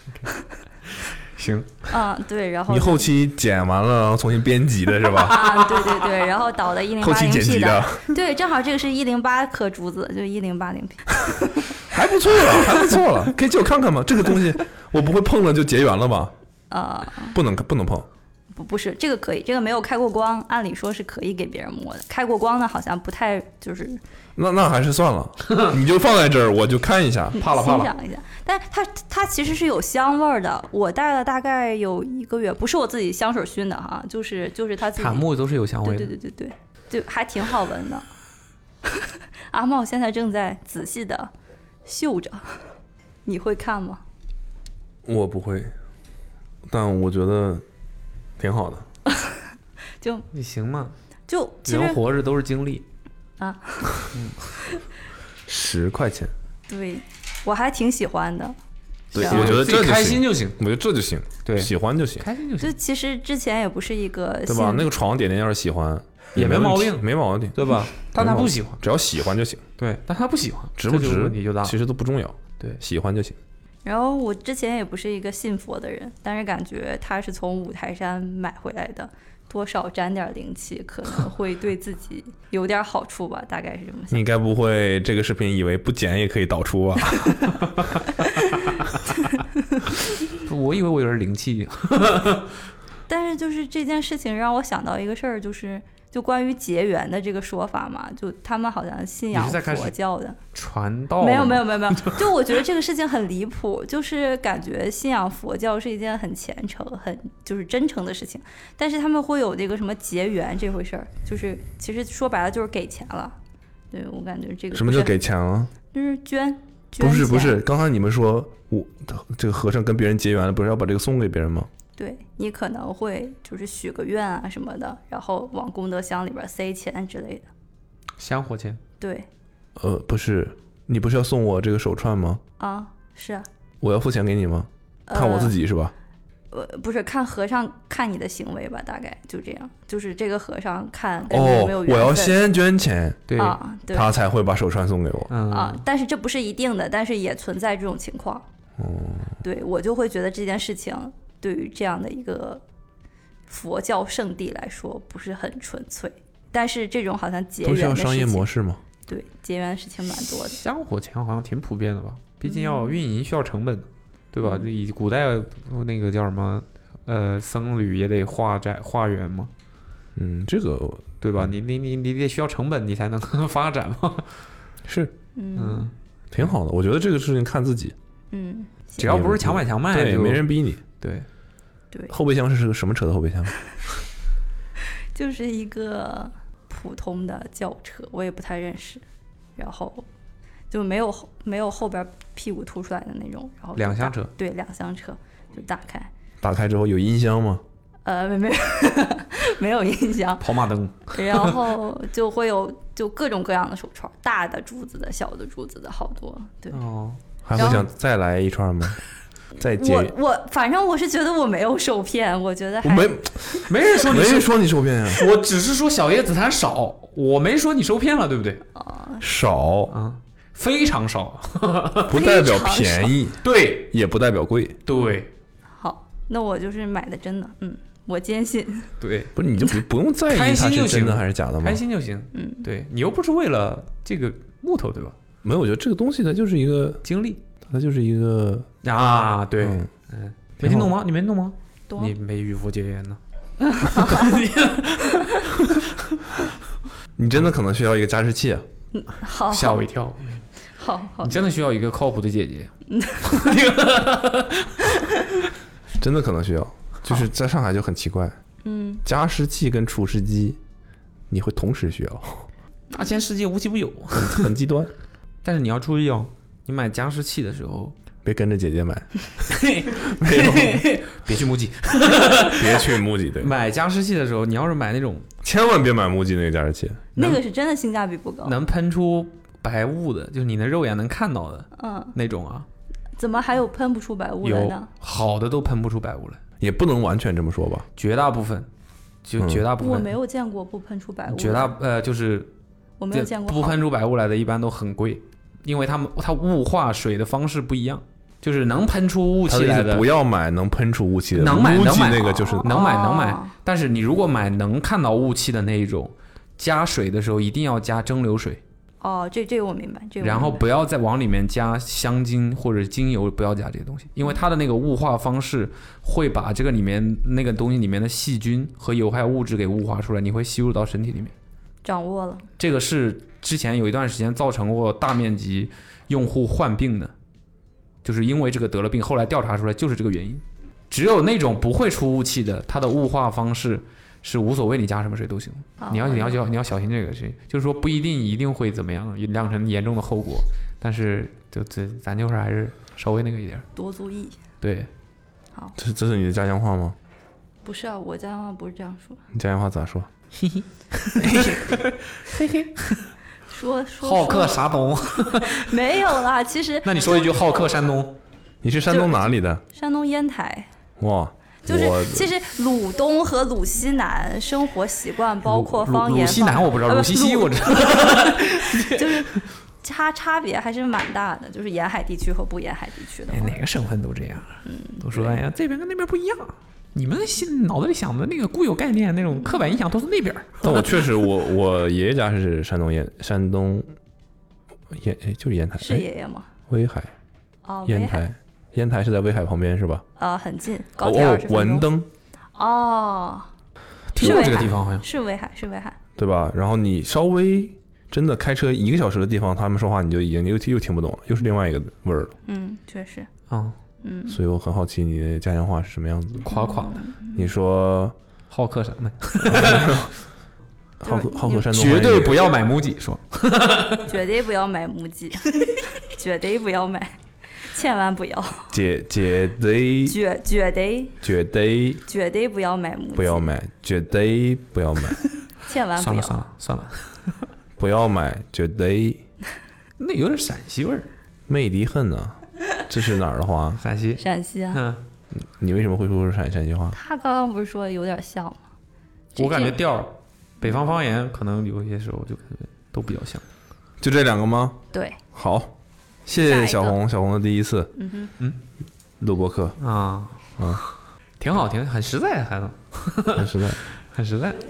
行， 嗯，对，然后你后期剪完了，然后重新编辑的是吧？ 啊，对对对，然后导的一零后期八零剪辑 P 的， 对，正好这个是一零八颗珠子，就一零八零 P。 还不错了，还不错了，可以借我看看吗？这个东西我不会碰了就结缘了吧？ 呃， 不能不能碰。 不不是，这个可以，这个没有开过光，按理说是可以给别人摸的。开过光呢，好像不太就是那那还是算了，你就放在这儿，我就看一下，怕了怕了。 欣赏一下。但它它其实是有香味儿的，我戴了大概有一个月，不是我自己香水熏的哈，就是就是它自己。 檀木都是有香味的。 对对对对对，就还挺好闻的。阿茂现在正在仔细的嗅着，你会看吗？ 我不会，但我觉得挺好的。 就你行吗？ 就其实人活着都是经历啊， 十块钱， 对我还挺喜欢的。 对， 然后我觉得这自己就行， 开心就行， 我觉得这就行， 对喜欢就行， 开心就行， 就其实之前也不是一个对吧？ 信那个床点点要是喜欢也没没问题毛病没毛病， 对吧？但他不喜欢， 只要喜欢就行， 对，但他不喜欢， 值不这就是值问题就大了。 其实都不重要， 对， 喜欢就行。 然后我之前也不是一个信佛的人，但是感觉他是从五台山买回来的，多少沾点灵气，可能会对自己有点好处吧，大概是这么想。 你该不会这个视频以为不剪也可以导出吧？ 我以为我有点灵气。 但是就是这件事情让我想到一个事儿，就是就关于结缘的这个说法嘛，就他们好像信仰你是在开始佛教的。 传道没有没有没有没有，就我觉得这个事情很离谱，就是感觉信仰佛教是一件很虔诚、很就是真诚的事情，但是他们会有这个什么结缘这回事儿，就是其实说白了就是给钱了。对我感觉这个不是什么叫给钱了？ 就是捐，捐不是不钱是，刚才你们说我这个和尚跟别人结缘了，不是要把这个送给别人吗？ 对你可能会就是许个愿啊什么的，然后往功德箱里边塞钱之类的。 香火钱， 对呃，不是，你不是要送我这个手串吗？ 啊，是啊， 我要付钱给你吗？看我自己是吧？ 呃，不是看和尚看你的行为吧，大概就这样，就是这个和尚看跟你有没有哦， 缘分。 我要先捐钱， 对， 啊，对他才会把手串送给我。 嗯啊，但是这不是一定的，但是也存在这种情况。 哦， 对我就会觉得这件事情对于这样的一个佛教圣地来说不是很纯粹，但是这种好像结不是缘的事要商业模情， 式吗？ 对结缘的事情蛮多的。 香火钱好像挺普遍的吧？毕竟要嗯运营需要成本，对吧？以古代那个叫什么，呃，僧侣也得化斋化缘嘛， 嗯，这个对吧？你你你你得需要成本，你才能发展嘛。 是嗯嗯， 挺好的。我觉得这个事情看自己， 嗯， 只要不是强买强卖， 对， 就没人逼你。 对， 对， 后备箱是个什么车的后备箱？ 就是一个普通的轿车，我也不太认识，然后就没有后没有后边屁股凸出来的那种，然后就打两厢车， 对，两厢车就打开， 打开之后有音箱吗？ 呃，没没没有音箱， 跑马灯， 然后就会有就各种各样的手串，大的珠子的、小的珠子的，好多。对， 哦， 还会想再来一串吗？再接？ 我我反正我是觉得我没有受骗，我觉得还我没没人说你是， 没人说你受骗啊， 我只是说小叶紫檀少，我没说你受骗了，对不对？ 少啊，非常少， 不代表便宜， 对也不代表贵。 对好，那我就是买的真的，嗯，我坚信。 对， 不是，你就不不用在意开心就它是真的行还是假的吗开？心就行。 嗯， 对你又不是为了这个木头，对吧？ 没有，我觉得这个东西它就是一个， 经历它就是一个， 啊，对， 嗯嗯，没听懂吗？你没听懂吗？ 懂你没与佛结缘呢？ 你真的可能需要一个加湿器啊。 好， 吓我一跳！ 好好你真的需要一个靠谱的姐姐。 真的可能需要，就是在上海就很奇怪， 嗯， 加湿器跟除湿机你会同时需要， 大千世界无奇不有， 很极端。 但是你要注意哦，你买加湿器的时候， 别跟着姐姐买， 没有，别去木吉。 别去木吉，对， 买加湿器的时候，你要是买那种千万别买木吉那个加湿器。 那个是真的性价比不高。 能喷出白雾的，就是你的肉眼能看到的嗯， 那种啊， 怎么还有喷不出白雾的有呢？ 好的都喷不出白雾来， 也不能完全这么说吧。 绝大部分，就嗯绝大部分， 我没有见过不喷出白雾的， 绝大呃就是我没有见过好不喷出白雾来的，一般都很贵，因为他们它雾化水的方式不一样。 就是能喷出雾气来的。 他的意思不要买能喷出雾气的， 能买能买那个就是能买能买哦， 但是你如果买能看到雾气的那一种，加水的时候一定要加蒸馏水。 哦，这这个我明白，这个我明白。 然后不要再往里面加香精或者精油，不要加这些东西，因为它的那个雾化方式会把这个里面那个东西里面的细菌和有害物质给雾化出来，你会吸入到身体里面。 掌握了。 这个是之前有一段时间造成过大面积用户患病的，就是因为这个得了病，后来调查出来就是这个原因。只有那种不会出雾气的，它的雾化方式是无所谓，你加什么水都行。 哦你要你要你要小心这个事，就是说不一定一定会怎么样，酿成严重的后果。但是就这咱就是还是稍微那个一点。 多注意。 对， 好， 这这是你的家乡话吗？ 不是啊，我家乡话不是这样说。 你家乡话咋说？ 说说好客山东。 没有啦，其实那你说一句好客山东。 你是山东哪里的？ 山东烟台。 哇， 就是我其实鲁东和鲁西南生活习惯，包括方言。 鲁西南我不知道， 呃鲁西西我知道。 就是差差别还是蛮大的，就是沿海地区和不沿海地区的话。 哎，哪个省份都这样，嗯，都说哎呀这边跟那边不一样。你们心脑子里想的那个固有概念、那种刻板印象都是那边。 但我确实，我我爷爷家是山东烟，山东烟哎就是烟台， 是爷爷吗？ 威海， 哦， 烟威海台，烟台是在威海旁边是吧？ 呃，很近，高铁哦二十分钟。 文登， 哦， 听过这个地方好像是威海，是威海。 对吧？然后你稍微真的开车一个小时的地方，他们说话你就已经又又听不懂了，又是另外一个味儿了。 嗯，确实。 啊， 嗯， 所以我很好奇你的家乡话是什么样子的。 夸夸的， 你说好客山的， 好客好客山东绝对不要买母鸡，说绝对不要买母鸡，绝对不要买，千万不要， 绝绝对绝绝对绝对绝对不要买母鸡， 不要买，绝对不要买， 千万不要。 算了算了算了， 不要买，绝对那有点陕西味儿。 美的很呢。这是哪儿的话？ 陕西， 陕西啊， 嗯， 你为什么会说陕陕西话？ 他刚刚不是说有点像吗？ 我感觉调儿，北方方言可能有些时候就感觉都比较像。 就这两个吗？ 对， 好，谢谢小红，小红的第一次， 嗯哼， 嗯， 录播课啊啊， 挺好，挺很实在，孩子， 很实在， 很实在。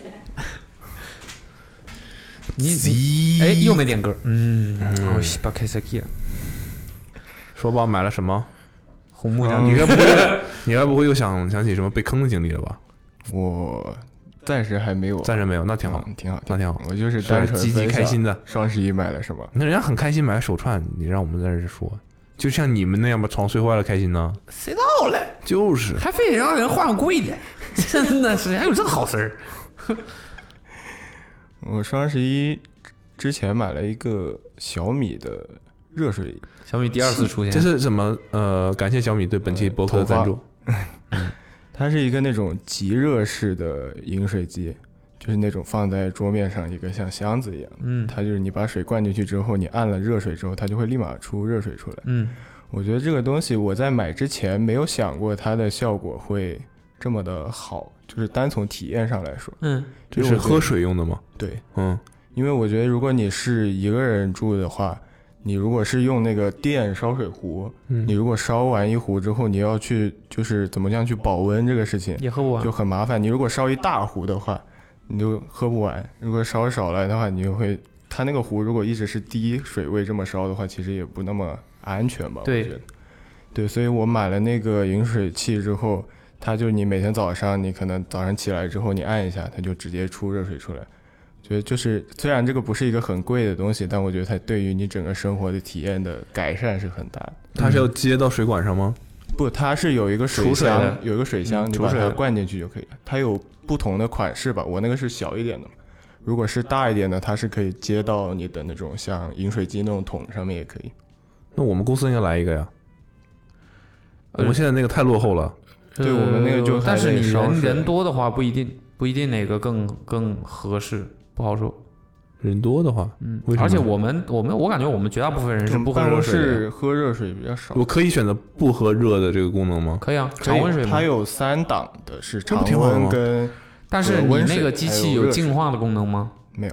你你哎，又没点歌，嗯，我西巴开始记了。 说吧，买了什么？ 红木匠， 你该不会，你该不会又想想起什么被坑的经历了吧？ 我暂时还没有， 暂时没有，那挺好， 嗯挺好， 那挺好。 我就是单纯积极开心的。 双十一买了什么？ 那人家很开心买手串，你让我们在这说，就像你们那样把床睡坏了开心呢？ 谁到了？ 就是， 还非得让人换贵的，真的是还有这好事儿。 我双十一之前买了一个小米的热水， 小米第二次出现， 这是什么？呃，感谢小米对本期播客的赞助。 它是一个那种极热式的饮水机，就是那种放在桌面上一个像箱子一样。 嗯， 它就是你把水灌进去之后，你按了热水之后，它就会立马出热水出来。 嗯， 我觉得这个东西我在买之前没有想过它的效果会这么的好，就是单从体验上来说。 嗯， 这是喝水用的吗？ 对， 嗯， 因为我觉得如果你是一个人住的话，你如果是用那个电烧水壶， 嗯你如果烧完一壶之后，你要去就是怎么样去保温这个事情也喝不完， 就很麻烦。你如果烧一大壶的话，你就喝不完；如果烧少了的话，你就会，它那个壶如果一直是低水位这么烧的话，其实也不那么安全吧？ 对我觉得，对，所以我买了那个饮水器之后，它就你每天早上你可能早上起来之后你按一下，它就直接出热水出来。觉得就是虽然这个不是一个很贵的东西，但我觉得它对于你整个生活的体验的改善是很大的。 它是要接到水管上吗？ 不，它是有一个水储水箱， 的有一个水箱， 嗯你把储水的它灌进去就可以了。它有不同的款式吧，我那个是小一点的，如果是大一点的，它是可以接到你的那种像饮水机那种桶上面也可以。 那我们公司应该来一个呀。我们现在那个太落后了。 对我们那个就还但是你得烧水人人多的话不一定不一定哪个更更合适，不好说。 人多的话， 嗯为什么而且我们我们我感觉我们绝大部分人是不喝办公热水的， 室喝热水比较少。 我可以选择不喝热的这个功能吗？ 可以啊， 可以常温水嘛它。有三档的，是这不常挺好的吗温跟但是你温水那个机器有还有热水净化的功能吗？ 没有。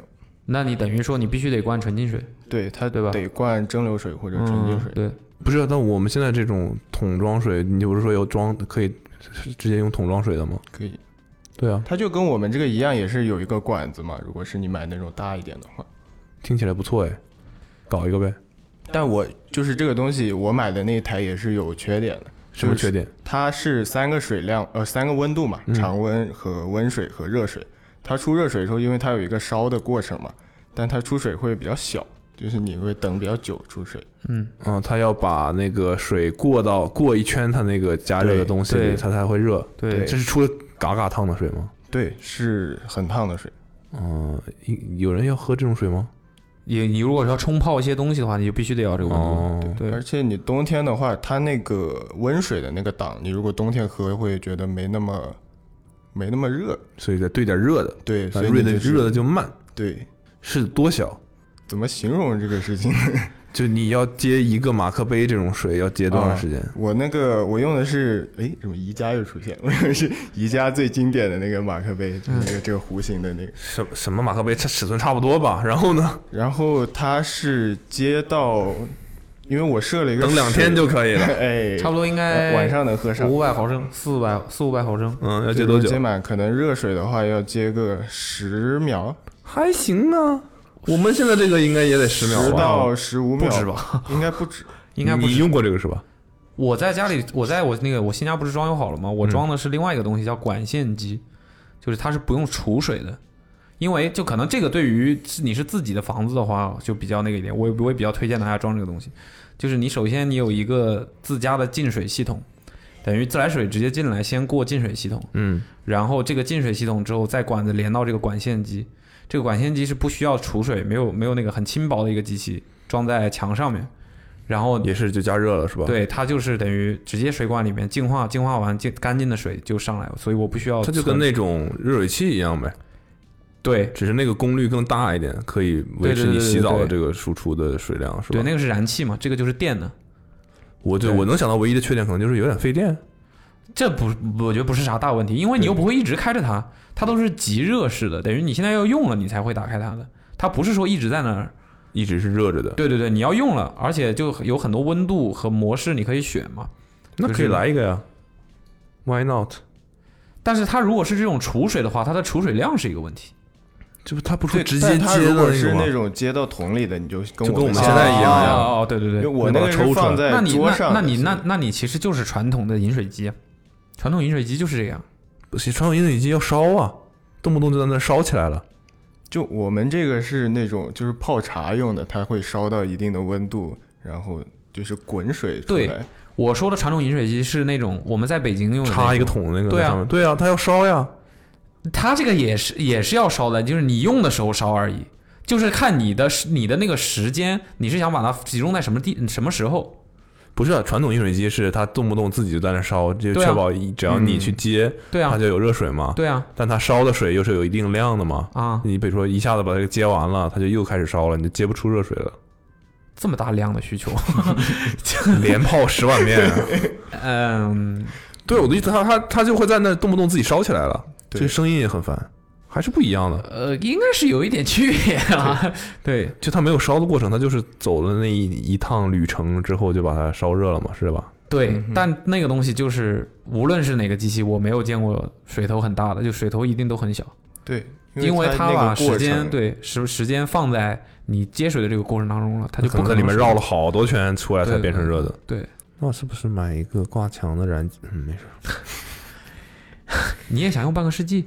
那你等于说你必须得灌纯净水， 对，它对吧得灌蒸馏水或者纯净水。 嗯、对， 不是，但我们现在这种桶装水，你不是说要装可以直接用桶装水的吗？ 可以。 对啊， 它就跟我们这个一样，也是有一个管子嘛。如果是你买那种大一点的话， 听起来不错哎，搞一个呗。 但我就是这个东西，我买的那一台也是有缺点的。 什么缺点？ 它是三个水量，呃，三个温度嘛，常温和温水和热水。它出热水的时候，因为它有一个烧的过程嘛，但它出水会比较小，就是你会等比较久出水。 嗯嗯，它要把那个水过到过一圈它那个加热的东西里，它才会热。 对， 这是出了嘎嘎烫的水吗？ 对，是很烫的水。 嗯，有人要喝这种水吗？ 你你如果是要冲泡一些东西的话，你就必须得要这个温度。 哦、 对， 而且你冬天的话，它那个温水的那个档，你如果冬天喝会觉得没那么没那么热， 所以再兑点热的。 对，所以热的、 就是、 热的就慢。 对， 是多小？ 怎么形容这个事情？ 就你要接一个马克杯这种水要接多长时间？ 啊、我那个我用的是，哎，什么宜家又出现？我用的是宜家最经典的那个马克杯，就是那个这个弧形的那个。 什什么马克杯？它尺寸差不多吧？然后呢？ 然后它是接到，因为我设了一个等两天就可以了， 哎， 差不多应该晚上能喝上五百毫升，四百四五百毫升。 嗯，要接多久？ 接满可能热水的话要接个十秒， 还行啊。我们现在这个应该也得十秒吧， 十到十五秒， 不止吧？ 应该不止， 应该不止。 你用过这个是吧？ 我在家里，我在我那个我新家不是装修好了吗？我装的是另外一个东西，叫管线机，就是它是不用储水的。因为就可能这个对于你是自己的房子的话，就比较那个一点，我也我也比较推荐大家装这个东西。就是你首先你有一个自家的进水系统，等于自来水直接进来，先过进水系统， 嗯， 然后这个进水系统之后再管子连到这个管线机。这个管线机是不需要储水，没有没有那个很轻薄的一个机器装在墙上面，然后也是就加热了是吧？ 对，它就是等于直接水管里面净化净化完净干净的水就上来了，所以我不需要。 它就跟那种热水器一样呗。 对， 只是那个功率更大一点，可以维持你洗澡的这个输出的水量，是吧？ 对，那个是燃气嘛，这个就是电的。 我就我能想到唯一的缺点可能就是有点费电。 这不，我觉得不是啥大问题，因为你又不会一直开着它，它都是即热式的，等于你现在要用了你才会打开它的，它不是说一直在那儿， 一直是热着的。 对对对，你要用了，而且就有很多温度和模式你可以选嘛。 那可以来一个呀 ，Why not？ 但是它如果是这种储水的话，它的储水量是一个问题。 这不，它不是直接接的那个吗？如果是那种接到桶里的，你就跟我们现在一样呀。 哦哦，对对对， 因为我那个是放在桌上。 那你那那那你其实就是传统的饮水机，传统饮水机就是这样。 不是，传统饮水机要烧啊，动不动就在那烧起来了。 就我们这个是那种就是泡茶用的，它会烧到一定的温度，然后就是滚水出来。 对，我说的传统饮水机是那种我们在北京用的插一个桶那个。 对啊， 对啊，它要烧呀。 它这个也是也是要烧的，就是你用的时候烧而已，就是看你的你的那个时间，你是想把它集中在什么地什么时候？ 不是、啊，传统饮水机是它动不动自己就在那烧，就确保只要你去接， 对啊， 它就有热水嘛。 对啊， 但它烧的水又是有一定量的嘛。 啊， 你比如说一下子把这个接完了，它就又开始烧了，你就接不出热水了。 这么大量的需求， 连泡十碗面、啊。 嗯， 对，我的意思，它它它就会在那动不动自己烧起来了。这声音也很烦，还是不一样的。 呃，应该是有一点区别啊。对， 就它没有烧的过程，它就是走了那一一趟旅程之后就把它烧热了嘛，是吧？ 对， 嗯、 但那个东西就是无论是哪个机器，我没有见过水头很大的，就水头一定都很小。 对， 因为它把时间对时时间放在你接水的这个过程当中了，它就不可能在里面绕了好多圈出来才变成热的。 对，对那是不是买一个挂墙的燃？嗯，没事。 你也想用半个世纪？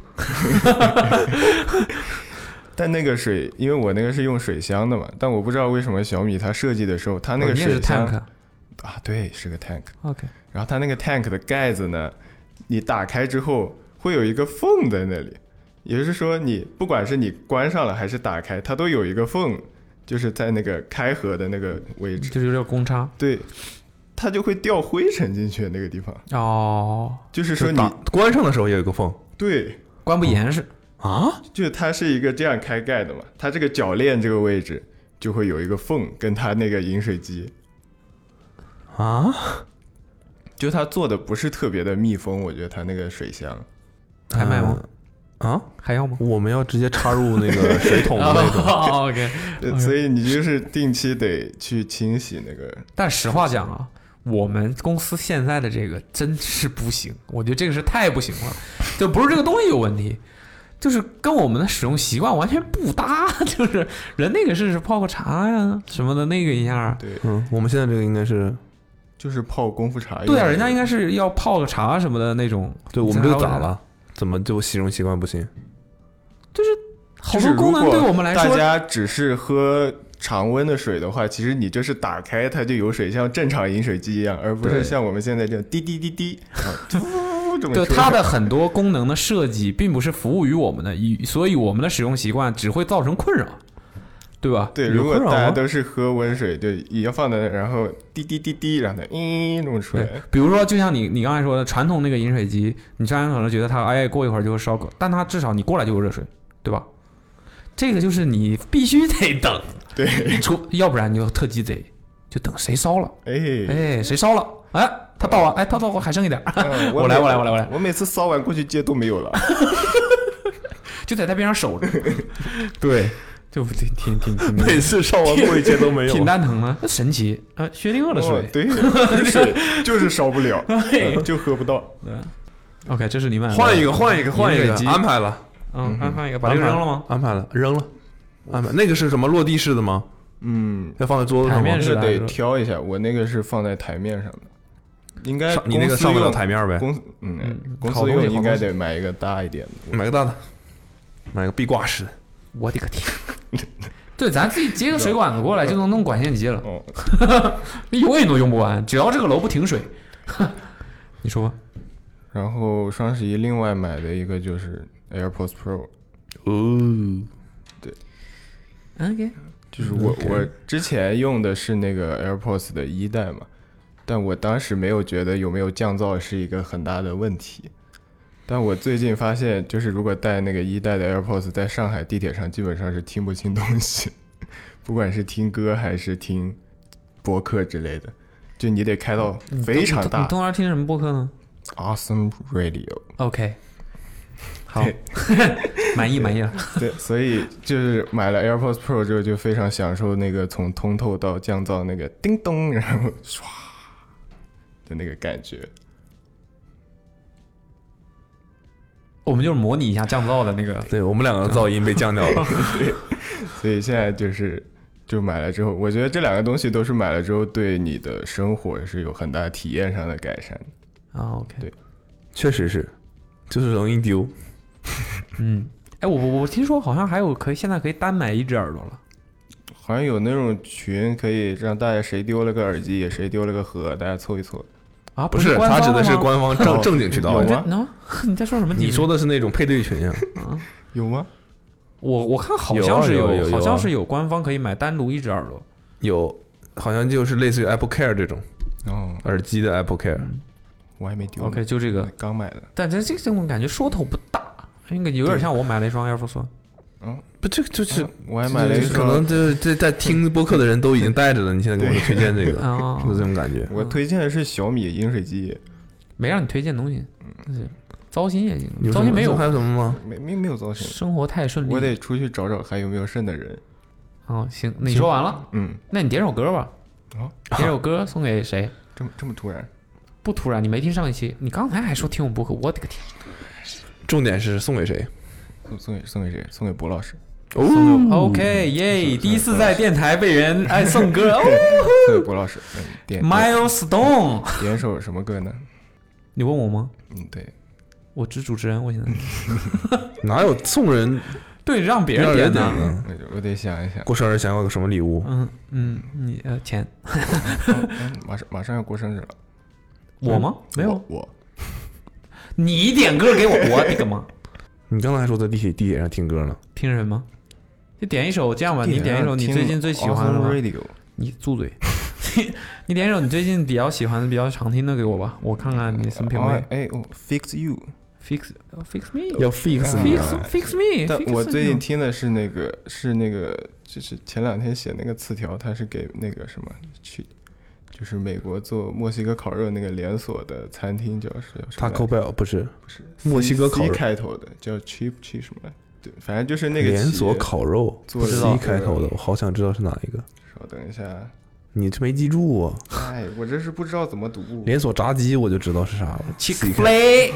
但那个水，因为我那个是用水箱的嘛，但我不知道为什么小米它设计的时候，它那个水箱、 哦、 啊，对，是个 tank。OK， 然后它那个 tank 的盖子呢，你打开之后会有一个缝在那里，也就是说，你不管是你关上了还是打开，它都有一个缝，就是在那个开合的那个位置， 就是有点公差。 对。它就会掉灰尘进去那个地方哦， 就是说你关上的时候也有个缝， 对， 关不严实、 哦、啊， 就是它是一个这样开盖的嘛，它这个铰链这个位置就会有一个缝，跟它那个饮水机啊， 就它做的不是特别的密封，我觉得它那个水箱还卖吗？ 啊， 还要吗？ 我们要直接插入那个水桶的那种。 哦 OK， 对所以你就是定期得去清洗那个。 但实话讲啊，我们公司现在的这个真是不行，我觉得这个是太不行了，就不是这个东西有问题，就是跟我们的使用习惯完全不搭。就是人那个是泡个茶呀什么的，那个一下， 对， 嗯，我们现在这个应该是， 就是泡功夫茶。 对啊，人家应该是要泡个茶什么的那种。 对我们这个咋了？怎么就使用习惯不行？ 就是好多功能对我们来说， 大家只是喝常温的水的话，其实你就是打开它就有水，像正常饮水机一样，而不是像我们现在这样滴滴滴滴。 对它的很多功能的设计并不是服务于我们的，所以我们的使用习惯只会造成困扰，对吧？ 对，如果大家都是喝温水，就也要放在那，然后滴滴滴滴，让它嗯这么出来。 比如说，就像你你刚才说的，传统那个饮水机，你虽然可能觉得它哎过一会儿就会烧口，但它至少你过来就有热水，对吧？这个就是你必须得等， 对， 出要不然你就特鸡贼，就等谁烧了， 哎哎谁烧了，哎他倒完，哎他倒还剩一点， 嗯、 我来我来我来我来， 我每次烧完过去接都没有了， 就在他边上守着，对。就挺挺挺挺， 每次烧完过一节都没有， 挺蛋疼的，神奇啊！薛定谔的水， 哦、对，水就是烧不了，就喝不到。 对 ，OK， 这是你们换一个，换一个，换一个，安排了， 嗯，安排一个，把这个扔了吗？ 安排了，扔了，安排。那个是什么落地式的吗？ 嗯， 要放在桌子上吗？ 台面是得挑一下，我那个是放在台面上的，应该你那个上不了台面呗？ 公嗯，公司用应该得买一个大一点的， 买个大的，买个壁挂式的。 我的个天！对，咱自己接个水管子过来就能弄管线机了， 哦， 永远都用不完，只要这个楼不停水。你说吧。 然后双十一另外买的一个就是 AirPods Pro， 哦， 对 ，OK， 就是我我之前用的是那个 AirPods 的一代嘛，但我当时没有觉得有没有降噪是一个很大的问题。但我最近发现，就是如果带那个一代的 AirPods， 在上海地铁上基本上是听不清东西，不管是听歌还是听播客之类的，就你得开到非常大。 你通常听什么播客呢 ？Awesome Radio。OK， 好，满意满意了。 对，所以就是买了 AirPods Pro 之后，就非常享受那个从通透到降噪那个叮咚，然后唰的那个感觉。 我们就是模拟一下降噪的那个， 对我们两个噪音被降掉了， 对，所以现在就是就买了之后，我觉得这两个东西都是买了之后对你的生活是有很大体验上的改善的。啊 ，OK， 对， 确实是，就是容易丢。 嗯，哎，我我我听说好像还有可以现在可以单买一只耳朵了， 好像有那种群可以让大家谁丢了个耳机，谁丢了个盒，大家凑一凑。 啊， 不是，他指的是官方正正经渠道。 有吗？ 你在说什么？ 你说的是那种配对群呀？ 啊， 有吗？ 我我看好像是有，有好像是有官方可以买单独一只耳朵。 有，好像就是类似于 Apple Care 这种哦， 耳机的 Apple Care， 我还没丢。 OK， 就这个刚买的， 但这这这种感觉说头不大，应该有点像我买了一双 Air Force One。 嗯， 不，这个就是、 啊、我还买了一双， 可能这这在听播客的人都已经带着了。你现在给我推荐这个，就这种感觉。 我推荐的是小米饮水机， 没让你推荐东西，嗯，糟心也行。 有糟心没有？ 还有什么吗？ 没没没有糟心。 生活太顺利， 我得出去找找还有没有剩的人。 哦，行，你说完了， 嗯， 那你点首歌吧。 哦， 点首歌送给谁？ 这么这么突然？ 不突然，你没听上一期，你刚才还说听我播客，我的个天！ 重点是送给谁？ 送送给送给谁？送给博老师。 哦 ，OK， 耶！第一次在电台被人爱送歌哦。 送给博老师。嗯，点 Milestone。 点首什么歌呢？ 你问我吗？ 嗯，对。 我只主持人，我现在哪有送人？ 对，让别人点呢。 我得想一想， 过生日想要个什么礼物？ 嗯嗯，你呃钱。 嗯，马上马上要过生日了。 我吗？没有我。 你点歌给我，我的个妈！ 你刚才还说在地铁地铁上听歌呢？ 听什么？就点一首，这样吧，你点一首你最近最喜欢的吧。你住嘴！你点一首你最近比较喜欢的、比较常听的给我吧，我看看你什么品味。 哎哦 ，Fix You。Fix Fix Me 要 Fix Fix Fix Me， 但我最近听的是那个是那个，就是前两天写那个词条，他是给那个什么去， 就是美国做墨西哥烤肉那个连锁的餐厅叫是叫什么来着 Taco Bell 不是不是墨西哥烤 C 肉开头的叫 Cheap Cheap 什么来着？对，反正就是那个连锁企业烤肉， 做的 C 开头的，我好想知道是哪一个。 稍等一下， 你这没记住啊？ 哎，我这是不知道怎么读。 连锁炸鸡我就知道是啥了 Chick-fil-A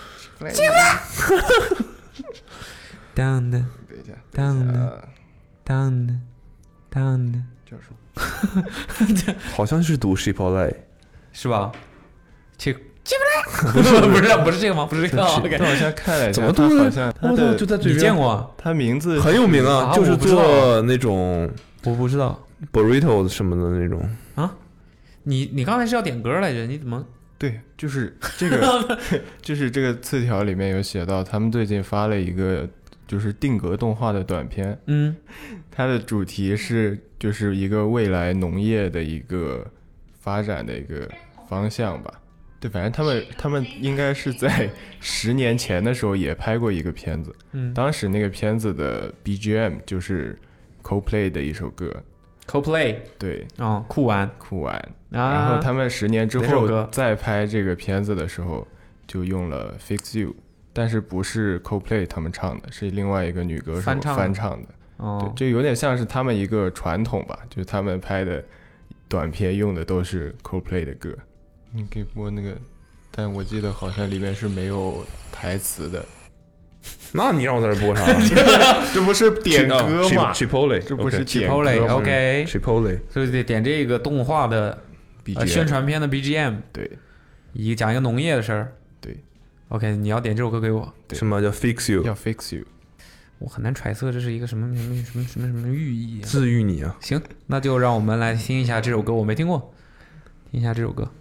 当的等一下， 当的的当的当的， 叫什么？ 好像是读 Chipotle， 是吧？Chick Chick-fil-A 不是不是不是这个吗？不是这个。OK， 我好像看了一下， 怎么读他好像他我操， 的就在嘴边你见过啊？ 他名字很有名啊，就是啊我不知道做那种我不知道 burrito 什么的那种。 啊。你你刚才是要点歌来着？你怎么？ 对，就是这个，就是这个词条里面有写到，他们最近发了一个就是定格动画的短片， 嗯， 它的主题是就是一个未来农业的一个发展的一个方向吧。对，反正他们他们应该是在十年前的时候也拍过一个片子， 嗯当时那个片子的 B G M 就是 Coldplay 的一首歌， Coldplay 对， 哦，酷玩酷玩。 啊。 然后他们十年之哪首歌后再拍这个片子的时候，就用了 Fix You， 但是不是 Coldplay 他们唱的，是另外一个女歌手翻唱的翻唱的。 哦， 对，就有点像是他们一个传统吧，就是他们拍的短片用的都是 Coldplay 的歌。你可以播那个，但我记得好像里面是没有台词的。 那你让我在这播啥这不是点歌吗？ ？Chipotle， 这不是点歌 Chipotle 吗 OK， Chipotle， 所以得点这个动画的 B G M 呃宣传片的 B G M， 对一个讲一个农业的事儿。 对 OK， 你要点这首歌给我， 对什么叫 fix you？ 要 Fix You。 我很难揣测这是一个什么什么什么什么什么寓意、啊。 治愈你啊！ 行，那就让我们来听一下这首歌，我没听过，听一下这首歌。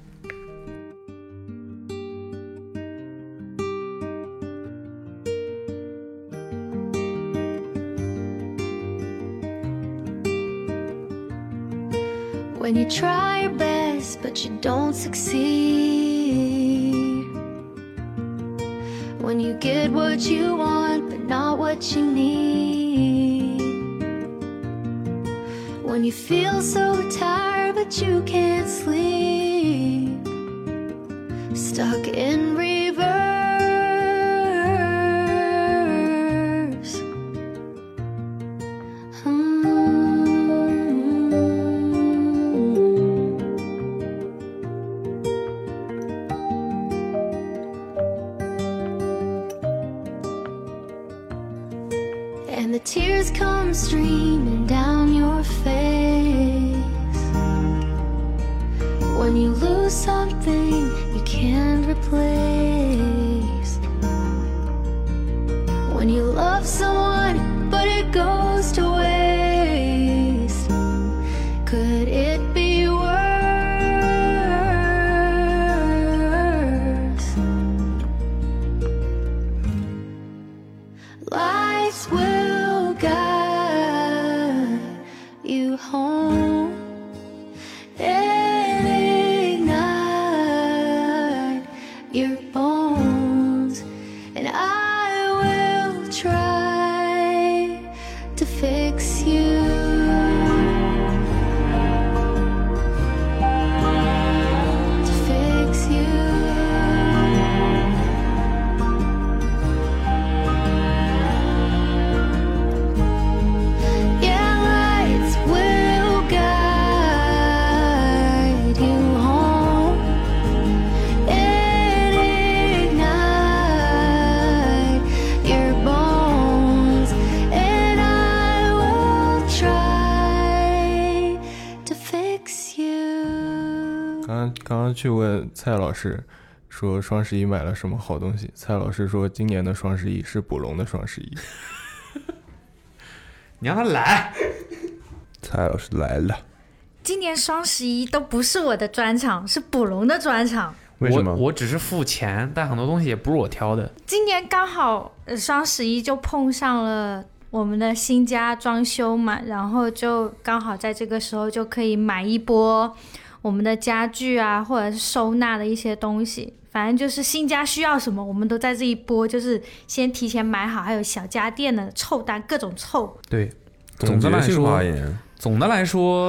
When you try your best but you don't succeed, when you get what you want but not what you need, when you feel so tired but you can't sleep, stuck in reverse. And the tears come streaming down your face when you lose something you can't replace, when you love someone but it goes to waste. Could it be worse? Lights will guide you home and ignite your bones, and I will try to fix you, to fix you. Yeah, lights will guide you home and ignite your bones, and I will try to fix you. 刚刚刚刚去问蔡老师，说双十一买了什么好东西？蔡老师说今年的双十一是捕龙的双十一。 你让他来。 蔡老师来了， 今年双十一都不是我的专场，是捕龙的专场。 为什么？ 我我只是付钱，但很多东西也不是我挑的。 今年刚好呃双十一就碰上了我们的新家装修嘛，然后就刚好在这个时候就可以买一波我们的家具啊，或者是收纳的一些东西。反正就是新家需要什么，我们都在这一波，就是先提前买好，还有小家电的凑单，各种凑。 对，总的来结性发说， 言， 总的来说，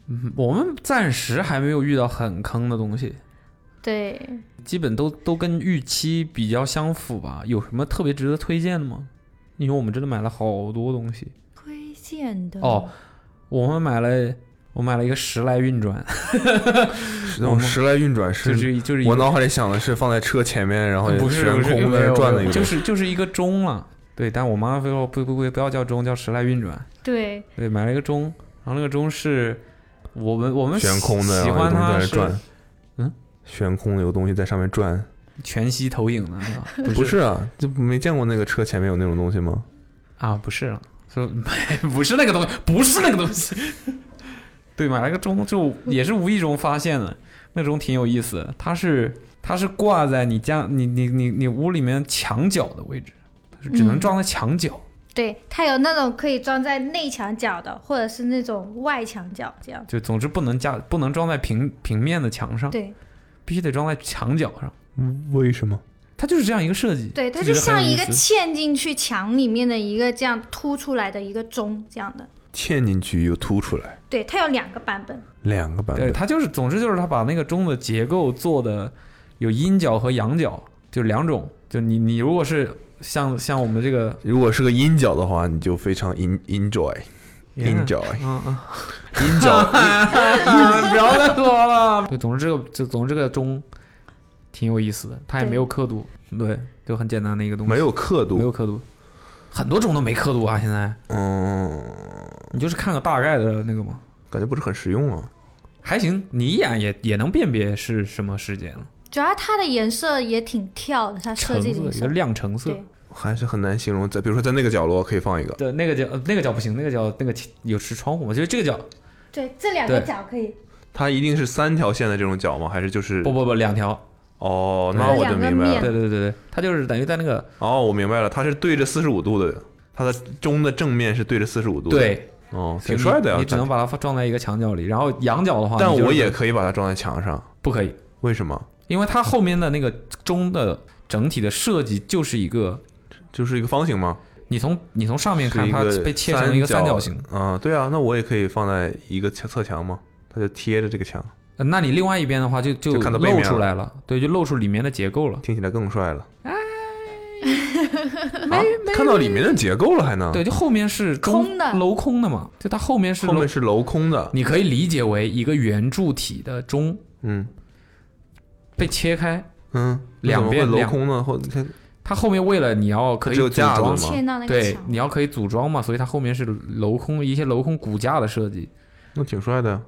嗯，我们暂时还没有遇到很坑的东西， 对， 基本都都跟预期比较相符吧。有什么特别值得推荐的吗？因为我们真的买了好多东西。 推荐的哦，我们买了，我买了一个时来运转， 那种时来运转是， 就是就是一个我脑海里想的是放在车前面，然后不是悬空在那转的一个， 就是就是一个钟了。对，但我妈非说不不不不要叫钟，叫时来运转。 对对，买了一个钟，然后那个钟是我们我们悬空的， 喜欢它是然后有东西在那转， 嗯， 悬空的有东西在上面转， 全息投影的，是吧？不是不是啊，就没见过那个车前面有那种东西吗？ 啊，不是了，说不是那个东西，不是那个东西。对，买了个钟，就也是无意中发现的，那钟挺有意思的，它是它是挂在你家你你你你屋里面墙角的位置，它是只能装在墙角。 嗯对，它有那种可以装在内墙角的，或者是那种外墙角这样。 就总之不能架，不能装在平平面的墙上， 对， 必须得装在墙角上。 为什么？ 它就是这样一个设计。 对，它就像一个嵌进去墙里面的一个这样凸出来的一个钟这样的。 嵌进去又凸出来。 对，它有两个版本。 两个版本。 对，它就是，总之就是它把那个钟的结构做的有阴角和阳角，就两种。就你你如果是像像我们这个， 如果是个阴角的话，你就非常 in enjoy enjoy， 嗯嗯， 阴角， 不要再说了。对，总之这个就总之这个钟挺有意思的，它也没有刻度，对，就很简单的一个东西， 没有刻度， 没有刻度，很多钟都没刻度啊，现在， 嗯， 你就是看个大概的那个嘛， 感觉不是很实用啊， 还行，你一眼也也能辨别是什么时间了。 主要它的颜色也挺跳的，它设计的颜色一个亮橙色， 还是很难形容。在比如说在那个角落可以放一个， 对，那个角那个角不行，那个角那个有是窗户嘛，就是这个角， 对，这两个角可以。 它一定是三条线的这种角吗？还是就是不不不两条？ 哦，那我就明白了。 对对对对，它就是等于在那个哦，我明白了，它是对着四十五度的，它的钟的正面是对着四十五度的。 对， 哦，挺帅的呀。 你只能把它装在一个墙角里，然后仰角的话， 但我也可以把它装在墙上。 不可以， 为什么？ 因为它后面的那个钟的整体的设计就是一个， 就是一个方形吗？ 你从你从上面看，它被切成一个三角形。 啊、嗯，对啊，那我也可以放在一个侧墙吗？它就贴着这个墙。 那你另外一边的话就，就就露出来了，对，就露出里面的结构了， 听起来更帅了。 哎， 没、啊、没看到里面的结构了还能？ 对，就后面是空的， 镂空的嘛，就它后面是后面是镂空的， 你可以理解为一个圆柱体的钟， 嗯。 被切开， 嗯， 两边镂空呢，或它后面为了你要可以组装嘛， 对，你要可以组装嘛，所以它后面是镂空一些镂空骨架的设计， 那挺帅的。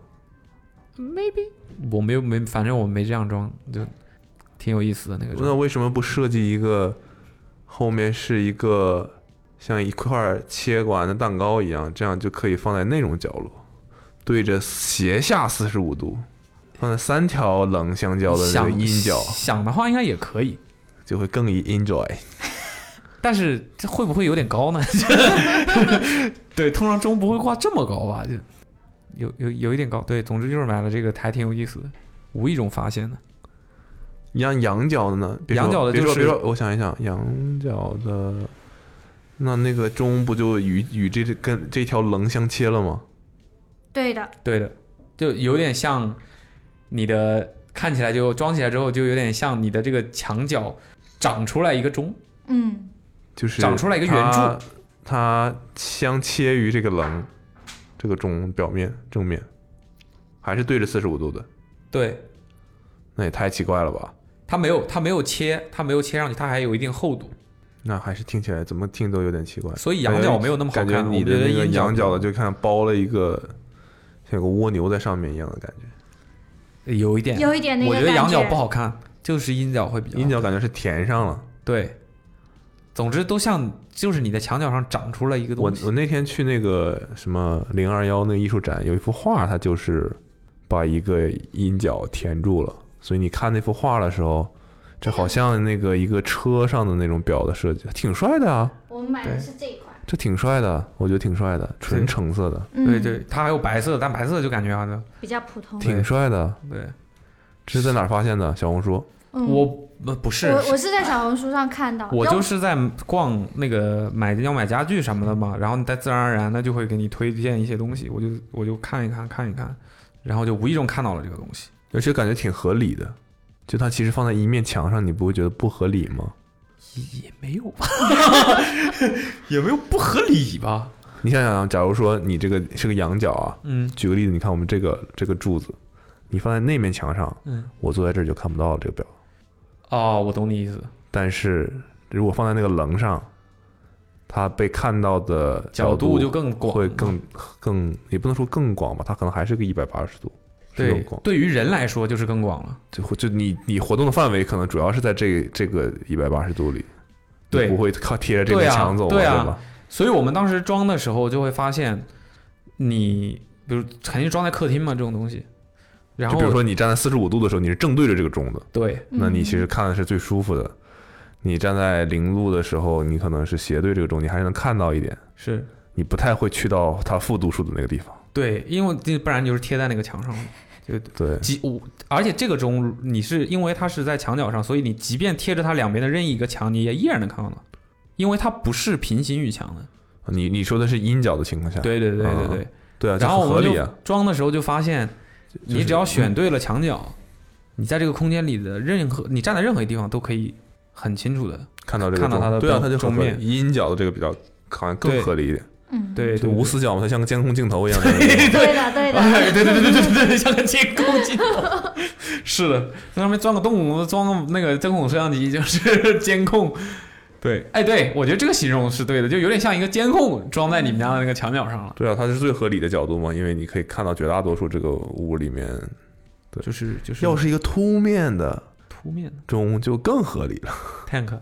Maybe 我没有没，反正我没这样装，就挺有意思的那个。 那为什么不设计一个后面是一个像一块切完的蛋糕一样，这样就可以放在那种角落，对着斜下四十五度。放在三条棱相交的那个阴角， 想的话应该也可以， 就会更 enjoy。 但是这会不会有点高呢？对，通常钟不会挂这么高吧？就有有有一点高。对，总之就是买了这个，还挺有意思的，无意中发现的。 仰仰角的呢？ 仰角的就是， 比如说，我想一想，仰角的，那那个钟不就与与这跟这条棱相切了吗？ 对的， 对的，就有点像。你的看起来就装起来之后，就有点像你的这个墙角长出来一个钟， 嗯， 就是长出来一个圆柱， 它相切于这个棱，这个钟表面正面，还是对着四十五度的。 对， 那也太奇怪了吧？ 它没有，它没有切，它没有切上去，它还有一定厚度。 那还是听起来怎么听都有点奇怪。 所以仰角没有那么好看， 感觉你的那个仰角的就看包了一个像有个蜗牛在上面一样的感觉。 有一点， 有一点那个感觉。 我觉得仰角不好看，就是阴角会比较好看。 阴角感觉是填上了。 对，总之都像就是你的墙角上长出了一个东西。 我我那天去那个什么零二幺那个艺术展，有一幅画，它就是把一个阴角填住了，所以你看那幅画的时候，这好像那个一个车上的那种表的设计，挺帅的啊。 我们买的是这一款。 这挺帅的，我觉得挺帅的，纯橙色的。 对对，它还有白色的，但白色的就感觉好像比较普通。 挺帅的。 对， 这是在哪儿发现的？小红书？ 嗯、 我不是， 我我是在小红书上看到。 我就是在逛那个买要买家具什么的嘛，然后你在自然而然的就会给你推荐一些东西，我就我就看一看看一看， 然后就无意中看到了这个东西， 而且感觉挺合理的。就它其实放在一面墙上，你不会觉得不合理吗？ 也没有吧，也没有不合理吧。 你想想，假如说你这个是个仰角啊， 嗯， 举个例子，你看我们这个这个柱子，你放在那面墙上， 嗯， 我坐在这儿就看不到这个表。 哦，我懂你意思。 但是如果放在那个棱上，它被看到的角度就更广， 会更更也不能说更广吧，它可能还是个一百八十度。 对，对于人来说就是更广了。 就就你你活动的范围可能主要是在这这个一百八十度里， 对， 不会靠贴着这面墙走， 对啊， 对吧？ 所以我们当时装的时候就会发现，你比如肯定装在客厅嘛这种东西，然后就比如说你站在四十五度的时候，你是正对着这个钟的， 对， 那你其实看的是最舒服的。嗯、你站在零度的时候，你可能是斜对这个钟，你还是能看到一点， 是你不太会去到它负度数的那个地方。 对，因为不然就是贴在那个墙上了。就对， 即而且这个钟你是因为它是在墙角上，所以你即便贴着它两边的任意一个墙，你也依然能看到，因为它不是平行于墙的。 你你说的是阴角的情况下， 对对对对对、嗯、 对啊。 然后我们就啊装的时候就发现，你只要选对了墙角，嗯、你在这个空间里的任何你站在任何一个地方都可以很清楚的看到这个看到它的对啊，它就钟面阴角的这个比较好像更合理一点。 嗯， 对， 就无死角嘛，它像个监控镜头一样。 对的，对的， 对对对对对对对，像个监控镜头。是的，在上面装个动物，装个那个针孔摄像机，就是监控。对，哎，对，我觉得这个形容是对的，就有点像一个监控装在你们家的那个墙角上了。 对啊，它是最合理的角度嘛，因为你可以看到绝大多数这个屋里面。对， 就是就是。 要是一个凸面的， 凸面钟就更合理了。 Tank。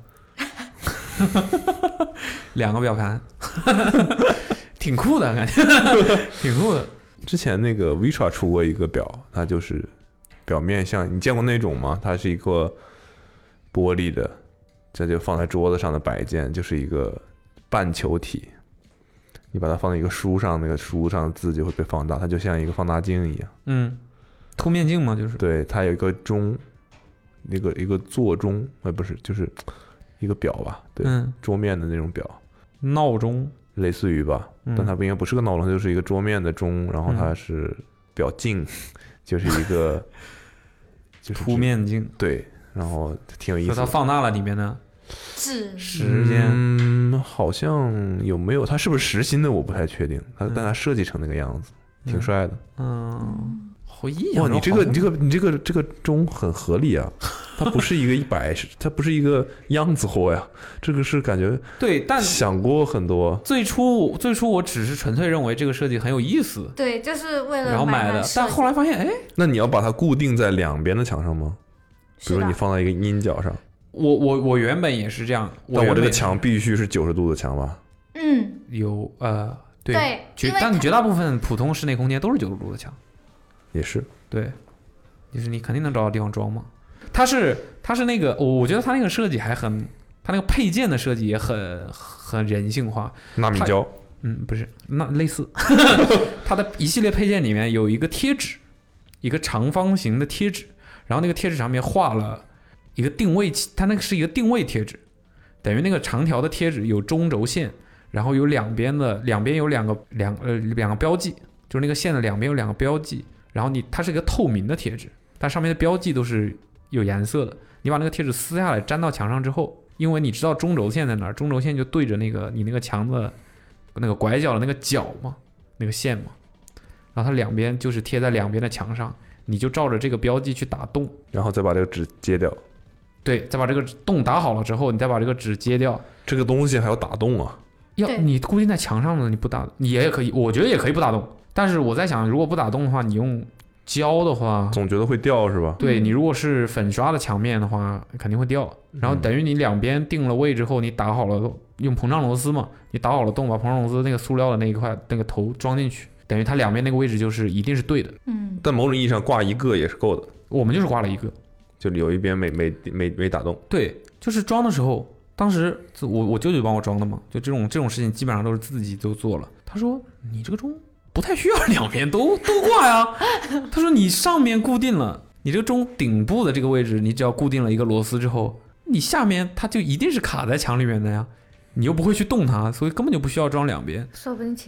两个表盘，挺酷的感觉，挺酷的。 之前那个 Vitra 出过一个表，它就是表面像你见过那种吗？它是一个玻璃的，这就放在桌子上的摆件，就是一个半球体。你把它放在一个书上，那个书上的字就会被放大，它就像一个放大镜一样。 嗯，凸面镜嘛，就是。 对，它有一个钟，一个一个座钟，呃，不是，就是一个表吧？对， 嗯、 桌面的那种表， 闹钟类似于吧， 嗯、 但它不应该不是个闹钟，它就是一个桌面的钟，然后它是表镜，嗯、就是一个就是凸面镜， 对，然后挺有意思的。 它放大了里面的是时间， 嗯，好像有没有？它是不是实心的？我不太确定。它、嗯、但它设计成那个样子，挺帅的。 嗯。好印象哇，你这个你这个你这个这个钟很合理啊，它不是一个一百，它不是一个样子货呀，这个是感觉对，但想过很多。 最初最初我只是纯粹认为这个设计很有意思， 对，就是为了然后买的，但后来发现，哎， 那你要把它固定在两边的墙上吗？比如你放在一个阴角上。 我我我原本也是这样， 但我这个墙必须是九十度的墙吧？ 嗯， 有呃对， 对绝但绝大部分普通室内空间都是九十度的墙。 也是对，就是你肯定能找到地方装嘛。它是它是那个，我觉得它那个设计还很，它那个配件的设计也很很人性化。 纳米胶， 嗯，不是，那类似。它的一系列配件里面有一个贴纸，一个长方形的贴纸，然后那个贴纸上面画了一个定位器，它那个是一个定位贴纸，等于那个长条的贴纸有中轴线，然后有两边的两边有两个两呃两个标记，就是那个线的两边有两个标记。然后你它是一个透明的贴纸，但上面的标记都是有颜色的。你把那个贴纸撕下来粘到墙上之后，因为你知道中轴线在哪儿，中轴线就对着那个你那个墙的那个拐角的那个角嘛，那个线嘛。然后它两边就是贴在两边的墙上，你就照着这个标记去打洞， 然后再把这个纸揭掉。 对，再把这个洞打好了之后，你再把这个纸揭掉。 这个东西还要打洞啊？ 要你固定在墙上的，你不打，你也可以，我觉得也可以不打洞。但是我在想，如果不打洞的话，你用胶的话， 总觉得会掉是吧？ 对，你如果是粉刷的墙面的话，肯定会掉。然后等于你两边定了位之后，你打好了，用膨胀螺丝嘛，你打好了洞，把膨胀螺丝那个塑料的那一块那个头装进去，等于它两边那个位置就是一定是对的。 嗯， 但某种意义上挂一个也是够的。 我们就是挂了一个， 就有一边没没没没打洞。 对，就是装的时候，当时我我舅舅帮我装的嘛，就这种这种事情基本上都是自己都做了。他说你这个钟不太需要两边都都挂呀。他说你上面固定了，你这个钟顶部的这个位置，你只要固定了一个螺丝之后，你下面它就一定是卡在墙里面的呀，你又不会去动它，所以根本就不需要装两边。 说不定其实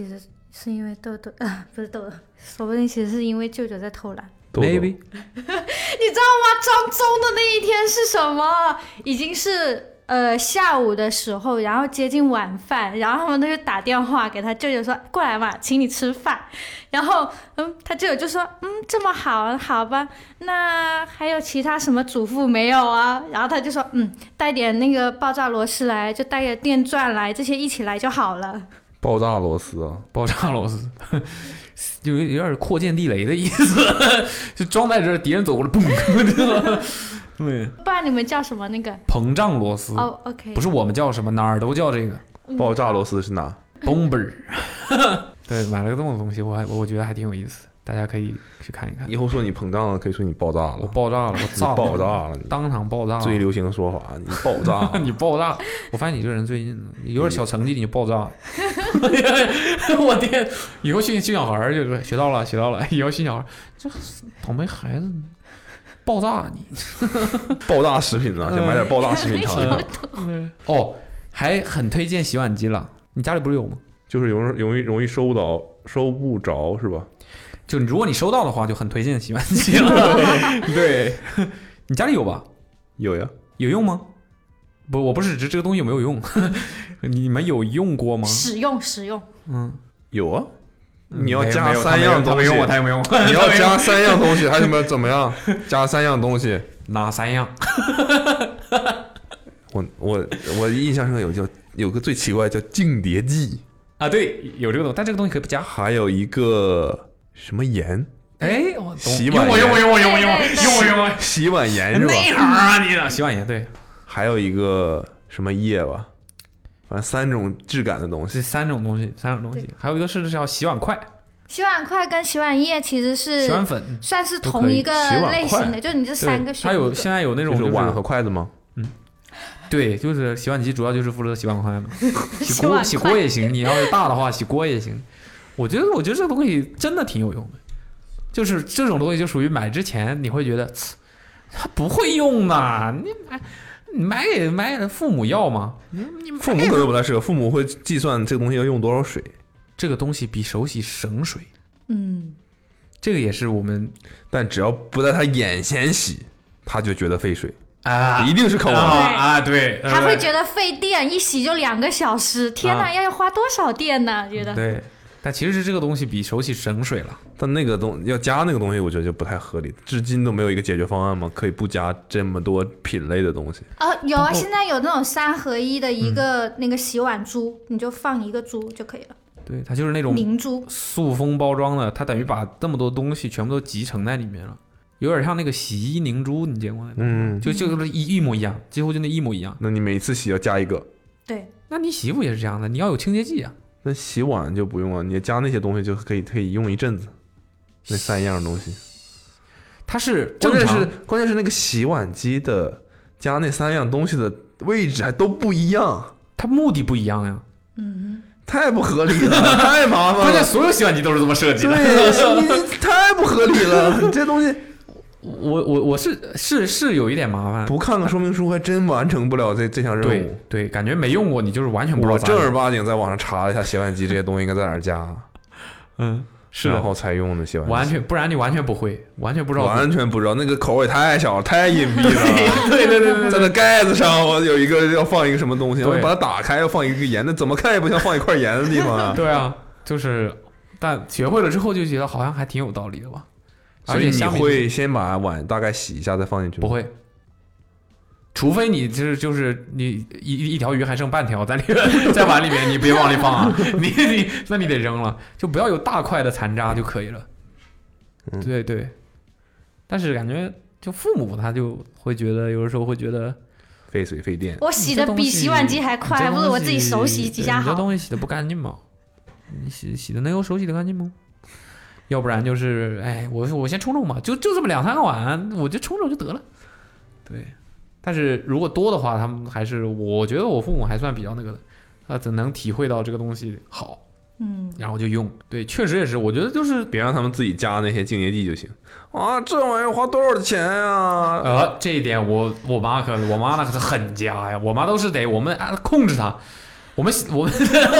是因为豆豆啊，不是豆豆，说不定其实是因为舅舅在偷懒。 豆豆 maybe 你知道吗？张中的那一天是什么？已经是呃下午的时候，然后接近晚饭，然后他们都就打电话给他舅舅说过来嘛，请你吃饭。然后嗯，他舅舅就说嗯这么好，好吧，那还有其他什么嘱咐没有啊？然后他就说嗯带点那个爆炸螺丝来，就带个电钻来，这些一起来就好了。 爆炸螺丝啊， 爆炸螺丝，就有有点扩建地雷的意思，就装在这儿，敌人走过来，嘣，对， 不然你们叫什么那个？ 膨胀螺丝。 哦、oh, ，OK， 不是我们叫什么，哪儿都叫这个。 爆炸螺丝是哪 bomber 对，买了个这种东西，我还我觉得还挺有意思，大家可以去看一看。 以后说你膨胀了，可以说你爆炸了。 我爆炸了，我炸了， 爆炸了， 当场爆炸了。 最流行的说法，你爆炸了， 你爆炸。我发现你这人最近有点小成绩，你就爆炸了。我天！以后训训小孩就是学到了，学到了。以后训小孩，这倒霉孩子，爆炸你！ 爆炸食品啊，想买点爆炸食品尝一尝。 哦，还很推荐洗碗机了。你家里不是有吗？ 就是容容易容易收到收不着是吧？ 就如果你收到的话，就很推荐洗碗机了。对，你家里有吧？ 有呀。 有用吗？不，我不是指这个东西有没有用，你们有用过吗？ 使用使用。 嗯， 有啊。你要加三样东西， 他没用过，他也没用过。 你要加三样东西，还怎么怎么样？加三样东西， 哪三样？ 我我我印象中有叫有个最奇怪叫净碟剂啊，对，有这个东西，但这个东西可以不加。 还有一个什么盐？ 哎，我洗碗用我用我用我用我用我用我用我洗碗盐是吧？ 内行啊你的洗碗盐对。 还有一个什么液吧，反正三种质感的东西。 这三种东西，三种东西，还有一个是叫洗碗筷。 洗碗筷跟洗碗液其实是洗碗粉， 算是同一个类型的，就你这三个选。 它有现在有那种就是碗和筷子吗？ 嗯，对，就是洗碗机主要就是负责洗碗筷嘛，洗锅洗锅也行，你要是大的话洗锅也行。我觉得我觉得这个东西真的挺有用的，就是这种东西就属于买之前你会觉得它不会用的，你买。你买给买给父母要吗？你你父母可能不太适合，父母会计算这个东西要用多少水。 这个东西比手洗省水， 嗯， 这个也是我们， 但只要不在他眼前洗，他就觉得费水啊， 一定是靠我啊，对， 他会觉得费电，一洗就两个小时，天哪，要花多少电呢？觉得对。但其实是这个东西比手洗省水了， 但那个东要加那个东西，我觉得就不太合理。至今都没有一个解决方案吗？可以不加这么多品类的东西？ 哦，有啊，现在有那种三合一的一个那个洗碗珠，你就放一个珠就可以了。 对，它就是那种明珠塑封包装的，它等于把这么多东西全部都集成在里面了，有点像那个洗衣凝珠，你见过那种？嗯，就就是一一模一样，几乎就那一模一样。 那你每次洗要加一个？ 对， 那你洗衣服也是这样的，你要有清洁剂啊。 那洗碗就不用了，你加那些东西就可以可以用一阵子。那三样东西， 它是关键是关键是那个洗碗机的加那三样东西的位置还都不一样， 它目的不一样呀。 嗯， 太不合理了，太麻烦了。 关键所有洗碗机都是这么设计的， 对，你太不合理了，你这东西。 我我我是是是有一点麻烦， 不看看说明书还真完成不了这这项任务。 对对，感觉没用过，你就是完全不知道。 我正儿八经在网上查了一下洗碗机这些东西应该在哪儿加， 嗯，是然后才用的洗碗机。 完全不然你完全不会，完全不知道， 完全不知道，那个口味太小了，太隐蔽了。 对对对对， 在那盖子上我有一个要放一个什么东西，我把它打开要放一个盐，那怎么看也不像放一块盐的地方啊。 对啊，就是，但学会了之后就觉得好像还挺有道理的吧。 所以你会先把碗大概洗一下再放进去吗？ 不会，除非你就是就是你一一条鱼还剩半条在里面在碗里面，你别往里放啊，你你那你得扔了，就不要有大块的残渣就可以了。嗯、对对，但是感觉就父母他就会觉得有的时候会觉得费水费电， 我洗的比洗碗机还快，还不如我自己手洗几下好。 你这东西洗的不干净吗？你洗洗的能有手洗的干净吗？要不然就是，哎，我我先冲冲嘛，就就这么两三个碗，我就冲冲就得了。对，但是如果多的话，他们还是，我觉得我父母还算比较那个的，他只能体会到这个东西好， 嗯， 然后就用。对，确实也是，我觉得就是别让他们自己加那些净洁剂就行。啊，这玩意儿花多少钱呀？ 呃，这一点我我妈可我妈那可是狠加呀，我妈都是得我们啊控制她。我们我们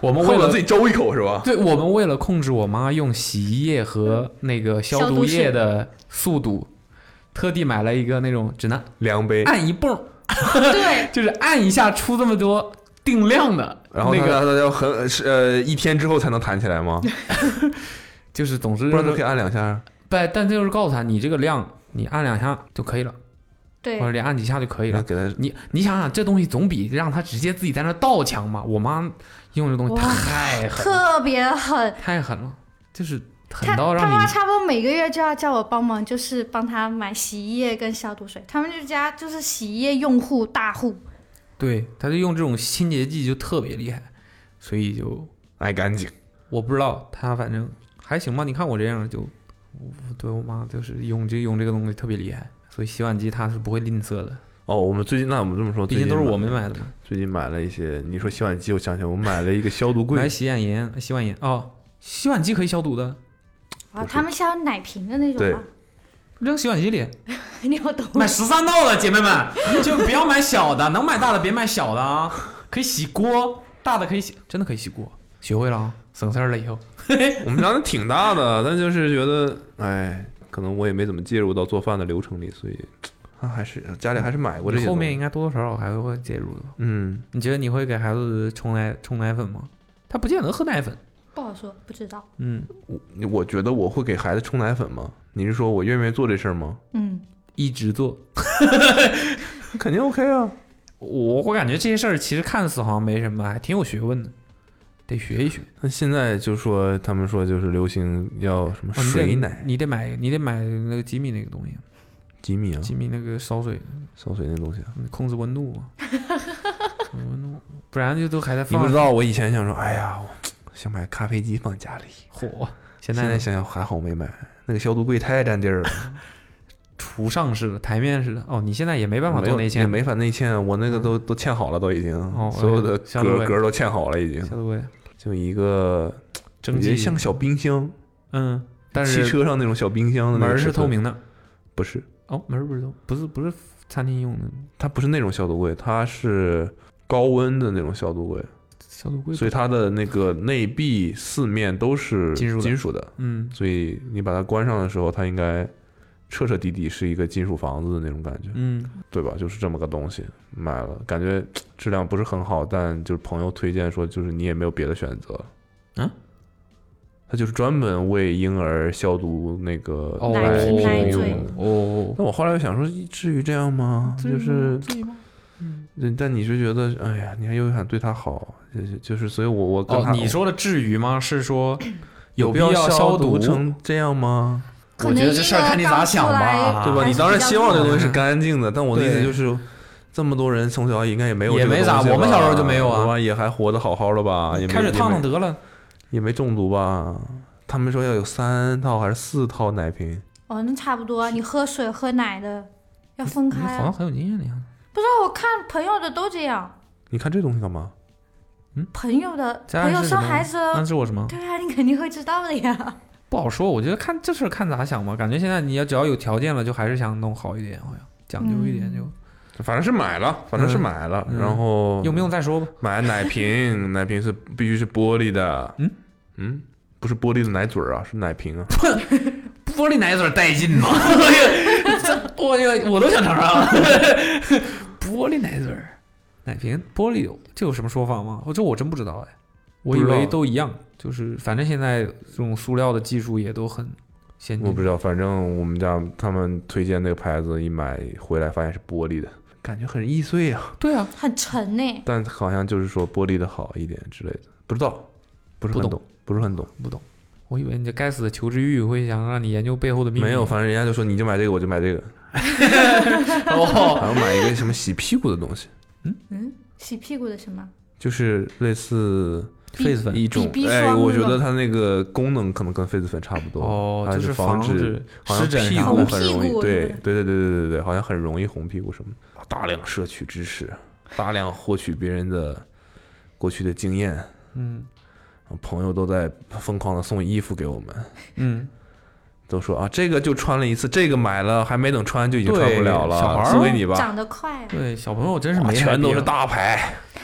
我们为了恨不得自己周一口是吧？ 对，我们为了控制我妈用洗衣液和那个消毒液的速度，特地买了一个那种只能量杯， 按一泵， 对， 就是按一下出这么多定量的， 然后那个它它要很是呃一天之后才能弹起来吗？ 就是总之不然都可以按两下。 不，但这就是告诉他，你这个量你按两下就可以了， 对或者连按几下就可以了。 给他你你想想，这东西总比让他直接自己在那倒强嘛。我妈用这东西哇太狠了， 特别狠。 太狠了，就是狠他他到让你妈差不多每个月就要叫我帮忙，就是帮他买洗衣液跟消毒水。他们这家就是洗衣液用户大户， 对，他就用这种清洁剂就特别厉害，所以就爱干净。 我不知道他反正还行吧。你看我这样就，我对我妈就是用这用这个东西特别厉害，所以洗碗机它是不会吝啬的。 哦，我们最近那我们这么说， 毕竟都是我们买的嘛。 最近买了一些，你说洗碗机，我想起来，我买了一个消毒柜， 买洗碗盐，洗碗盐哦，洗碗机可以消毒的， 啊，他们是要奶瓶的那种对吗？ 扔洗碗机里。 你有懂？ 买十三道的姐妹们，就不要买小的，能买大的别买小的啊。可以洗锅，大的可以洗，真的可以洗锅，学会了啊，省事儿了以后。 我们家的挺大的，但就是觉得，哎，可能我也没怎么介入到做饭的流程里，所以啊，还是家里还是买过这些。 后面应该多多少少还会介入的。 嗯， 你觉得你会给孩子冲奶冲奶粉吗？他不见得喝奶粉。 不好说，不知道。 嗯， 我我觉得我会给孩子冲奶粉吗？你是说我愿不愿意做这事儿吗？ 嗯， 一直做， 肯定 OK 啊。 我我感觉这些事儿其实看似好像没什么，还挺有学问的，得学一学。 那现在就说他们说就是流行要什么哦水奶， 你得买你得买那个吉米那个东西， 几米啊？ 吉米那个烧水烧水那东西啊？ 控制温度嘛，控制温度，不然就都还在放。 你不知道，我以前想说，哎呀，我想买咖啡机放家里， 火。 现在想想还好没买，那个消毒柜太占地儿了。 厨上式的、台面式的。哦，你现在也没办法做内嵌， 也没法内嵌，我那个都、嗯、都嵌好了，都已经， 哦、 所有的格格都嵌好了，已经。 消毒柜就一个， 蒸汽像小冰箱， 嗯，但是汽车上那种小冰箱的那门是透明的， 不是？ 哦，门不是透，不是不是餐厅用的， 它不是那种消毒柜，它是高温的那种消毒柜。 消毒柜， 所以它的那个内壁四面都是金属的， 金属的， 嗯， 所以你把它关上的时候，它应该彻彻底底是一个金属房子的那种感觉， 嗯， 对吧？就是这么个东西，买了，感觉质量不是很好，但就是朋友推荐说，就是你也没有别的选择， 嗯， 它就是专门为婴儿消毒那个奶瓶奶嘴哦。那我后来又想说，至于这样吗？就是至于吗？ 嗯，但你是觉得，哎呀，你还又想对他好，就是就是，所以我我跟他、 哦，你说的至于吗？是说有必要消毒成这样吗？ 我觉得这事儿看你咋想吧， 对吧？你当然希望这东西是干净的，但我的意思就是，这么多人从小应该也没有， 也没咋，我们小时候就没有啊， 也还活得好好的吧，也没开始烫烫得了， 也没中毒吧？他们说要有三套还是四套奶瓶？ 哦，那差不多，你喝水喝奶的要分开、啊。 好像很有经验的样子。 不知道，我看朋友的都这样。 你看这东西干嘛？ 嗯， 朋友的朋友生孩子， 暗示我什么？ 对啊，你肯定会知道的呀。 不好说，我觉得看这事看咋想吧。感觉现在你要只要有条件了，就还是想弄好一点，好像讲究一点就。 嗯、反正是买了，反正是买了，嗯、然后用不用再说吧。 买奶瓶，奶瓶是必须是玻璃的。嗯嗯，不是玻璃的奶嘴啊，是奶瓶啊。 玻璃奶嘴带劲吗？我我都想尝尝。玻璃奶嘴奶瓶玻璃这有什么说法吗？这我真不知道哎，我以为都一样，就是反正现在这种塑料的技术也都很先进。 我不知道，反正我们家他们推荐那个牌子，一买回来发现是玻璃的，感觉很易碎啊。 对啊， 很沉呢。 但好像就是说玻璃的好一点之类的，不知道，不是很懂，不是很懂， 不懂。我以为你这该死的求知欲会想让你研究背后的秘密。 没有，反正人家就说你就买这个，我就买这个。哦，还要买一个什么洗屁股的东西。 嗯嗯，洗屁股的什么？ 就是类似痱子粉一种，哎，我觉得它那个功能可能跟痱子粉差不多。 哦， 它就是防止好像屁股很容易，对对对对对对对，好像很容易红屁股什么的。大量摄取知识，大量获取别人的过去的经验。 嗯。 朋友都在疯狂的送衣服给我们， 嗯， 都说啊，这个就穿了一次，这个买了还没等穿就已经穿不了了， 小孩送给你吧， 长得快、啊， 对，小朋友真是没全都是大牌，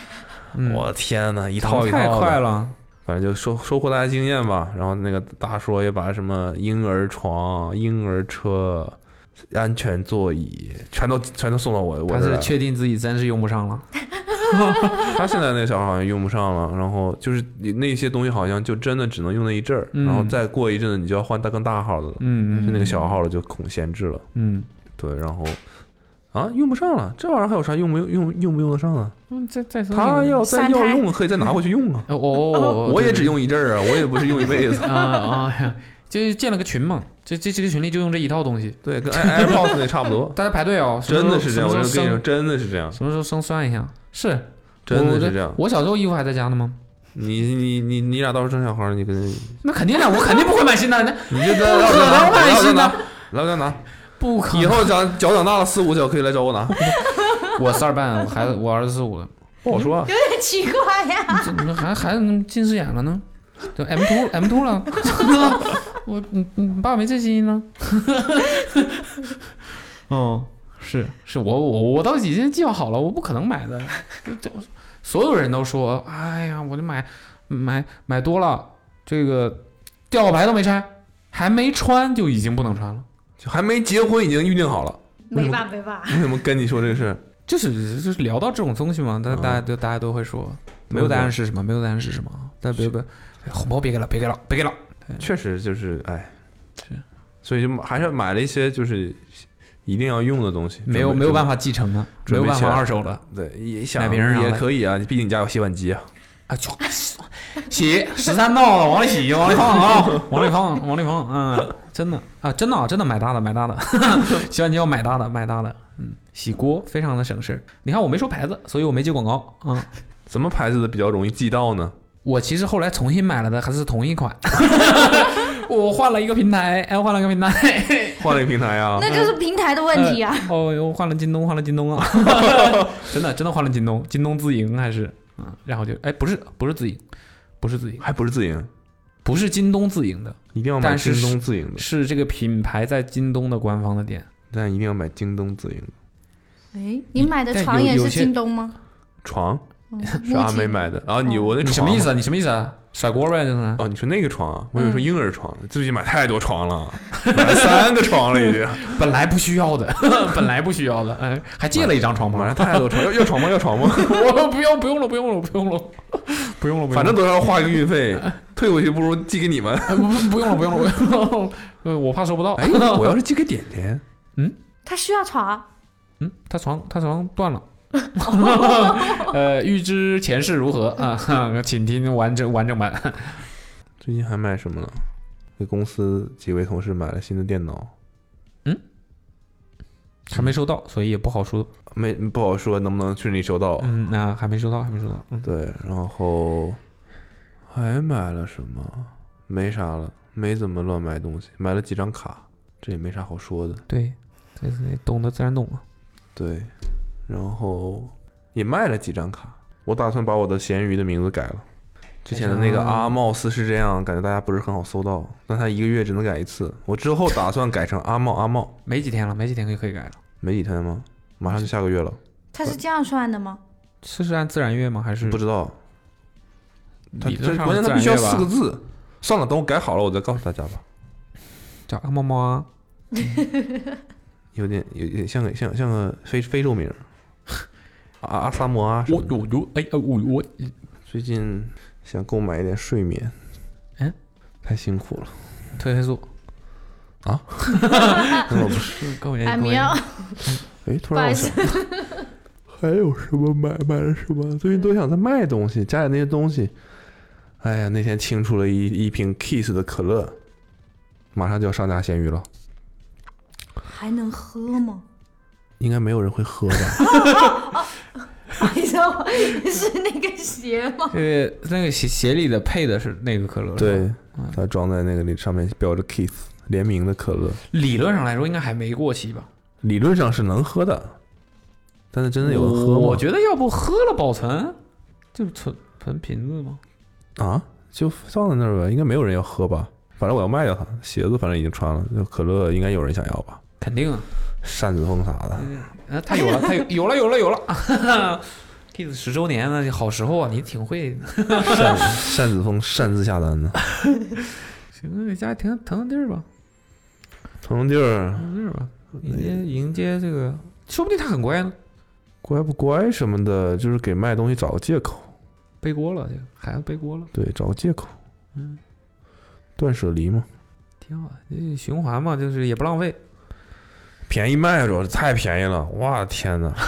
嗯我天哪，一一太套一套的快了。 反正就收收获大家经验吧。然后那个大叔也把什么婴儿床、婴儿车、安全座椅全都全都送到我我他是这儿来。 确定自己真是用不上了。 他现在那个小孩好像用不上了，然后就是你那些东西好像就真的只能用那一阵儿， 嗯然后再过一阵子你就要换大更大号的了。 嗯嗯， 就那个小号的就恐闲置了。 嗯， 对，然后啊用不上了，这玩意儿还有啥用不用用用不用得上啊？ 嗯，再再说他要再三胎要用可以再拿回去用啊。 哦哦， 我也只用一阵儿啊，我也不是用一辈子。 啊啊呀，就建了个群嘛，这这这个群里就用这一套东西， 对，跟 AirPods 那差不多。 大家排队哦， 真的是这样，我什么时候就跟你说，真的是这样， 什么时候生算一下？是， 真的是这样。 我小时候衣服还在家呢吗？ 你你你你俩到时候生小孩，你跟那肯定的，我肯定不会买新的， 你就在不可能买新的， 来我家拿。 不可能。 以后长脚长大了四五脚可以来找我拿。 我四二半，我孩子我儿子四五的， 不好说啊。 有点奇怪呀。 这你还孩子近视眼了呢，就 M two M two 了。我你你爸没这基因呢？哦，是是我我我都已经计划好了，我不可能买的。这所有人都说，哎呀，我就买买买多了，这个吊挂牌都没拆，还没穿就已经不能穿了， 就还没结婚已经预定好了。 没吧没吧， 为什么跟你说这个事？ 就是就是聊到这种东西嘛，大大家都大家都会说，没有答案是什么？没有答案是什么？但别别红包别给了，别给了，别给了。 确实就是哎，是，所以就还是买了一些就是一定要用的东西， 没有没有办法继承啊，没有办法二手的。 对，也想买别人也可以啊，毕竟你家有洗碗机啊。 啊，就洗十三道的往里洗，往里放啊，往里放，往里放，嗯，真的啊，真的啊，真的买大的，买大的，洗碗机要买大的，买大的，嗯，洗锅非常的省事。你看我没说牌子，所以我没接广告啊。嗯， 什么牌子的比较容易寄到呢？ 我其实后来重新买了的还是同一款，我换了一个平台，哎，换了一个平台， 换了一个平台啊？ 那就是平台的问题啊。 哦，我换了京东，换了京东啊，真的真的换了京东，京东自营还是。嗯，然后就哎，不是不是自营，不是自营， 还不是自营， 不是京东自营的， 一定要买京东自营的， 是这个品牌在京东的官方的店， 但一定要买京东自营的。 哎，你买的床也是京东吗？ 床是阿梅买的，然后你我那你什么意思啊？你什么意思啊？甩锅呗，真的。 哦，你说那个床啊？我以为说婴儿床，最近买太多床了，买了三个床了已经。 本来不需要的，本来不需要的，哎，还借了一张床吗？ 买了太多床，要要床吗？要床吗？ 我不用，不用了，不用了，不用了，不用了， 反正都要花一个运费，退回去不如寄给你们。 不不用了，不用了，不用了，呃，我怕收不到。 哎，我要是寄给点点， 嗯， 他需要床， 嗯，他床他床断了。呃，预知前世如何啊？请听完整完整版。 最近还买什么呢？给公司几位同事买了新的电脑， 嗯，还没收到，所以也不好说， 没不好说能不能顺利收到。 嗯，那还没收到，还没收到。嗯， 对，然后还买了什么？没啥了，没怎么乱买东西，买了几张卡，这也没啥好说的。 对，这是懂得自然懂了。 对。然后也卖了几张卡，我打算把我的闲鱼的名字改了。之前的那个阿茂斯是这样，感觉大家不是很好搜到，但他一个月只能改一次。我之后打算改成阿茂阿茂。 没几天了，没几天可以可以改了。 没几天吗？马上就下个月了。 他是这样算的吗？ 这是按自然月吗？还是不知道？他这理论上关键他必须要自然月吧四个字。算了，等我改好了，我再告诉大家吧。 叫阿猫猫啊， 有点有点像个像像个非非洲名。阿阿萨摩啊， 我我我哎我我最近想购买一点睡眠， 嗯， 太辛苦了， 褪黑素啊，那我不是各位安眠药， 哎，突然我想，还有什么买买了什么？最近都想在卖东西，家里那些东西，哎呀，那天清出了一一瓶 Kiss 的可乐，马上就要上架闲鱼了， 还能喝吗？ 应该没有人会喝吧？ 你知道是那个鞋吗？ 呃，那个鞋鞋里的配的是那个可乐， 对，它装在那个里，上面标着 Kiss 联名的可乐。 理论上来说应该还没过期吧？ 理论上是能喝的，但是真的有人喝吗？ 我觉得要不喝了保存，就存存瓶子吗？ 啊，就放在那儿吧，应该没有人要喝吧？反正我要卖掉它，鞋子反正已经穿了，就可乐应该有人想要吧？ 肯定啊， 扇子风啥的， 呃，他有了，他有有了有了有了， Kiss 十周年那好时候啊，你挺会。 单单子峰擅自下单的。 行，给家里腾腾腾地儿吧， 腾腾地儿， 腾腾地儿吧，迎接迎接这个，说不定他很乖呢。 乖不乖什么的，就是给卖东西找个借口。 背锅了，这个孩子背锅了。 对，找个借口。嗯，断舍离嘛， 挺好，这循环嘛，就是也不浪费。 便宜卖主要是太便宜了，哇天哪！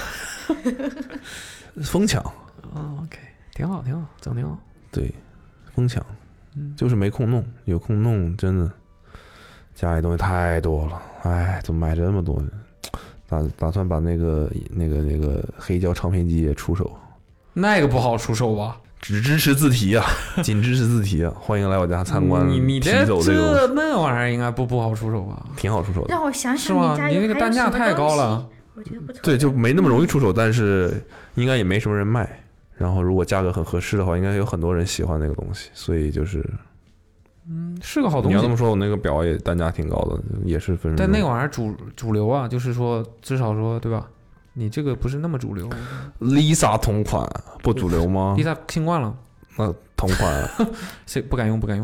疯抢啊 ，OK， 挺好，挺好，整挺好。 对，疯抢， 嗯， 就是没空弄，有空弄真的，家里东西太多了，哎，怎么买这么多呢？打打算把那个那个那个黑胶唱片机也出手， 那个不好出手吧？ 只支持字体啊，仅支持字体啊！欢迎来我家参观。 你你这这个那玩意儿应该不不好出手吧？ 挺好出手的。 让我想是吗？ 想家里你那个单价太高了。 我觉得不错。 对，就没那么容易出手，但是应该也没什么人卖。然后如果价格很合适的话，应该有很多人喜欢那个东西，所以就是， 嗯，是个好东西。 你要这么说，我那个表也单价挺高的，也是分。 但那个玩意儿主主流啊，就是说至少说对吧？你这个不是那么主流。 Lisa 同款不主流吗 ？Lisa 新冠了。 那同款， 谁不敢用不敢用。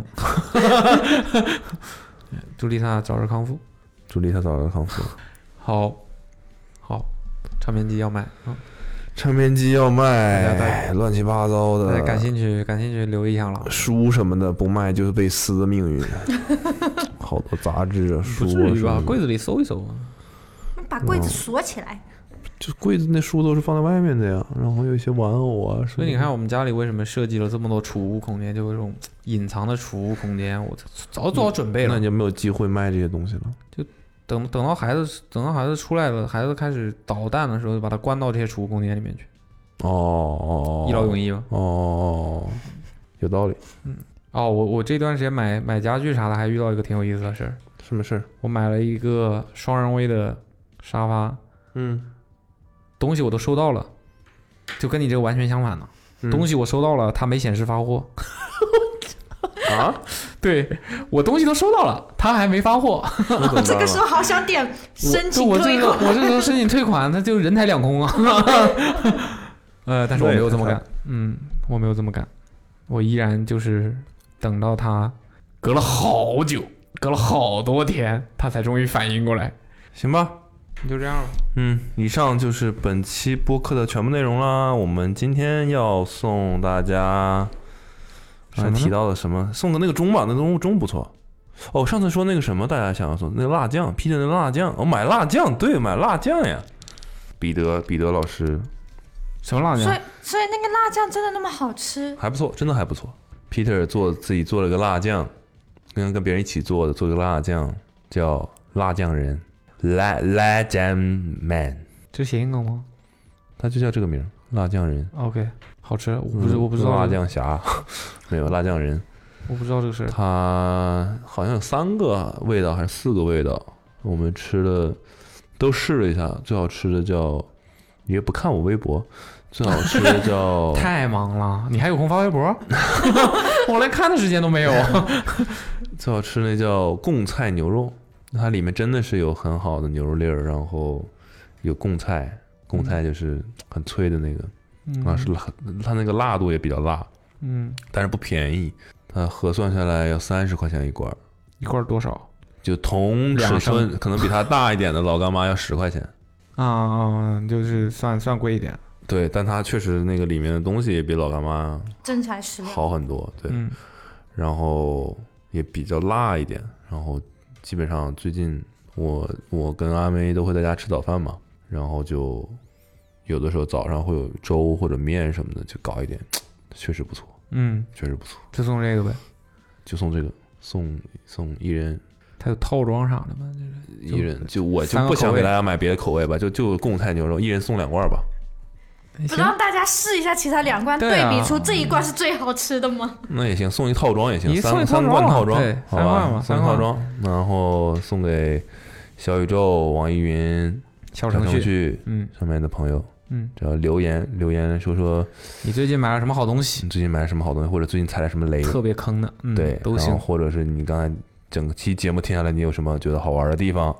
祝丽莎早日康复， 祝丽莎早日康复。 好，好，唱片机要卖，嗯， 唱片机要卖，乱七八糟的。 感兴趣，感兴趣留意下了。 书什么的不卖就是被撕的命运。好多杂志啊，书啊， 不至于吧？柜子里搜一搜啊。 把柜子锁起来。 就柜子那书都是放在外面的呀，然后有一些玩偶啊， 所以你看我们家里为什么设计了这么多储物空间，就有这种隐藏的储物空间，我早做好准备了。 那你就没有机会卖这些东西了。 就等等到孩子等到孩子出来了，孩子开始捣蛋的时候，就把它关到这些储物空间里面去。 哦哦， 一劳永逸吧。 哦，有道理。 嗯，哦，我我这段时间买买家具啥的，还遇到一个挺有意思的事儿。 什么事儿？ 我买了一个双人位的沙发。 嗯。 东西我都收到了，就跟你这个完全相反了。嗯、东西我收到了，它没显示发货。 啊？ 对，我东西都收到了，他还没发货。 这个时候好想点申请退款。 我这时候申请退款，他就人财两空啊。呃，但是我没有这么干。嗯，我没有这么干，我依然就是等到他隔了好久，隔了好多天，他才终于反应过来。 行吧。 就这样了。 嗯，以上就是本期播客的全部内容啦。我们今天要送大家刚才提到的什么？送个那个钟吧，那个钟不错。哦，上次说那个什么，大家想要送那个辣酱，披的那个辣酱，我、哦、买辣酱，对，买辣酱呀。彼得，彼得老师， 什么辣酱？ 所以，所以那个辣酱真的那么好吃？ 还不错，真的还不错。Peter 做自己做了个辣酱，跟跟别人一起做的，做个辣酱，叫辣酱人。辣辣酱 man， 这谐音梗吗？ 他就叫这个名，辣酱人。 OK， 好吃。我不是、嗯、我不知道、 这个、辣酱侠，没有辣酱人。 我不知道这个事。 他好像有三个味道还是四个味道，我们吃的都试了一下，最好吃的叫，你也不看我微博，最好吃的叫。 太忙了，你还有空发微博？我连看的时间都没有。 最好吃的叫贡菜牛肉。它里面真的是有很好的牛肉粒儿，然后有贡菜，贡菜就是很脆的那个，嗯、啊是它那个辣度也比较辣， 嗯， 但是不便宜，它核算下来要三十块钱一罐， 一罐多少？ 就同尺寸可能比它大一点的老干妈要十块钱， 啊啊，就是算算贵一点， 对，但它确实那个里面的东西也比老干妈真材实料好很多，对， 嗯、 然后也比较辣一点，然后。基本上最近我我跟阿妹都会在家吃早饭嘛，然后就有的时候早上会有粥或者面什么的，就搞一点，确实不错， 嗯， 确实不错， 就送这个呗， 就送这个，送送一人， 它有套装啥的吗？ 就是一人就我就不想给大家买别的口味吧，就就贡菜牛肉，一人送两罐吧。 不让大家试一下其他两罐，对比出这一罐是最好吃的吗？ 那也行，送一套装也行，三三罐套装， 好吧， 三套装，然后送给小宇宙、网易云、 小程序， 嗯， 上面的朋友， 嗯， 只要留言留言说说你最近买了什么好东西， 你最近买了什么好东西，或者最近踩了什么雷， 特别坑的，嗯、 对， 都行， 或者是你刚才整期节目听下来，你有什么觉得好玩的地方，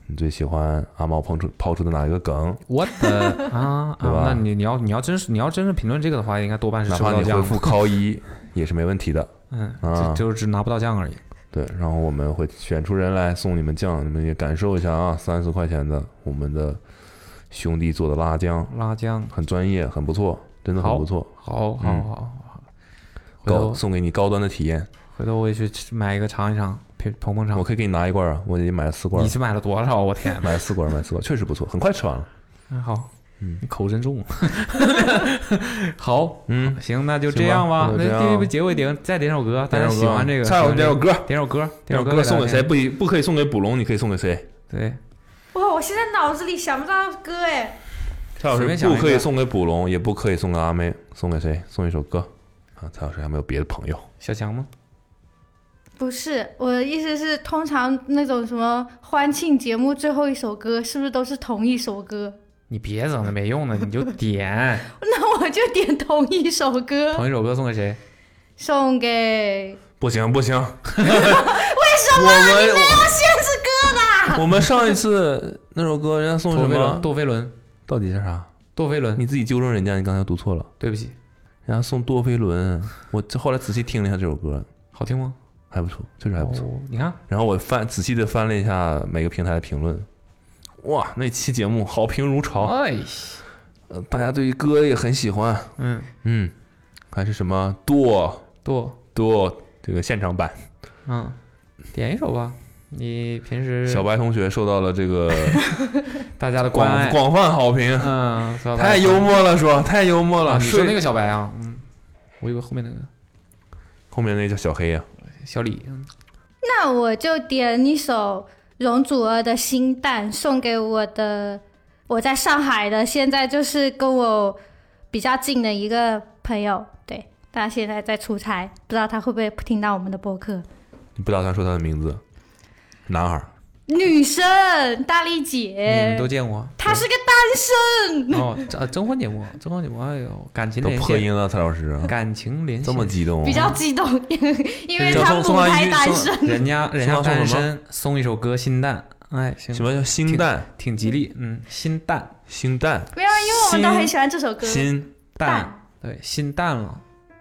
你最喜欢阿猫抛出抛出的哪一个梗？ 我的啊， 对吧啊那你你要你要真是你要真是评论这个的话，应该多半是哪吃不到酱怕你回复高一也是没问题的。 嗯， 啊就就只拿不到酱而已。 对，然后我们会选出人来送你们酱，你们也感受一下啊，三十块钱的我们的兄弟做的辣酱， 辣酱很专业，很不错，真的很不错。 好，好， 嗯好，好，好。回高头送给你高端的体验。 回头我也去吃买一个尝一尝，捧捧捧场。 我可以给你拿一罐啊，我已经买了四罐。 你是买了多少？我天， 买了四罐，买了四罐，确实不错，很快吃完了。 嗯，好， 嗯， 你口真重。好， 嗯， 行，那就这样吧。 行吧那第一个结尾点再点首歌，大家喜欢这个， 再点首歌， 点首歌， 点首歌歌送给谁？不不可以送给卜龙，你可以送给谁？ 对， 哇，我现在脑子里想不到歌哎。 蔡老师不可以送给卜龙，也不可以送给阿妹，送给谁？送一首歌啊！蔡老师还没有别的朋友？ 小强吗？ 不是，我的意思是，通常那种什么欢庆节目最后一首歌，是不是都是同一首歌？ 你别整那没用的，你就点。 那我就点同一首歌。 同一首歌送给谁？ 送给…… 不行不行， 为什么你没有限制歌的？ 我们上一次那首歌人家送什么？ 多飞轮， 到底是啥？ 多飞轮， 你自己纠正人家，你刚才读错了， 对不起。 人家送多飞轮，我这后来仔细听了一下这首歌， 好听吗？ 还不错，确实还不错。 哦、你看， 然后我翻仔细的翻了一下每个平台的评论，哇，那期节目好评如潮， 哎， 呃，大家对于歌也很喜欢， 嗯嗯，还是什么多多多这个现场版， 嗯，点一首吧。你平时小白同学受到了这个大家的关爱， 广泛好评， 嗯， 太幽默了，说太幽默了。 啊、你说那个小白啊，嗯，我以为后面那个， 后面那个叫小黑呀、 啊，小李。嗯， 那我就点一首容祖儿的《心淡》，送给我的我在上海的，现在就是跟我比较近的一个朋友，对，他现在在出差，不知道他会不会听到我们的播客。 你不打算说他的名字？男孩， 女生，大力姐， 你们都见过？ 她是个单身。 哦，呃，征婚节目，征婚节目，哎呦，感情连线， 都破音了，蔡老师， 感情连线， 这么激动， 比较激动，因为他母胎单身， 人家人家单身，送一首歌《心淡》，哎，行， 什么叫心淡？ 挺吉利，嗯，心淡， 心淡， 没有，因为我们都很喜欢这首歌， 心淡，对，心淡了。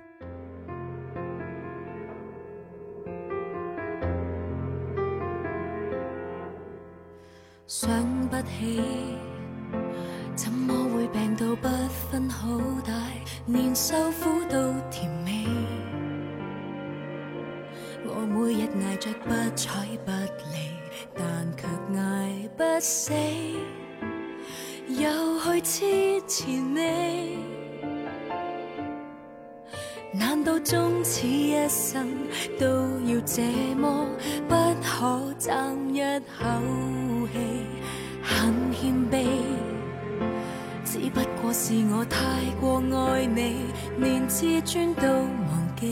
想不起，怎麼會病到不分好大，連受苦都甜美。我每日捱着不睬不理，但卻捱不死，又去痴纏你。難道終此一生都要這麼不可爭一口氣？很謙卑，只不過是我太過愛你，連自尊都忘記。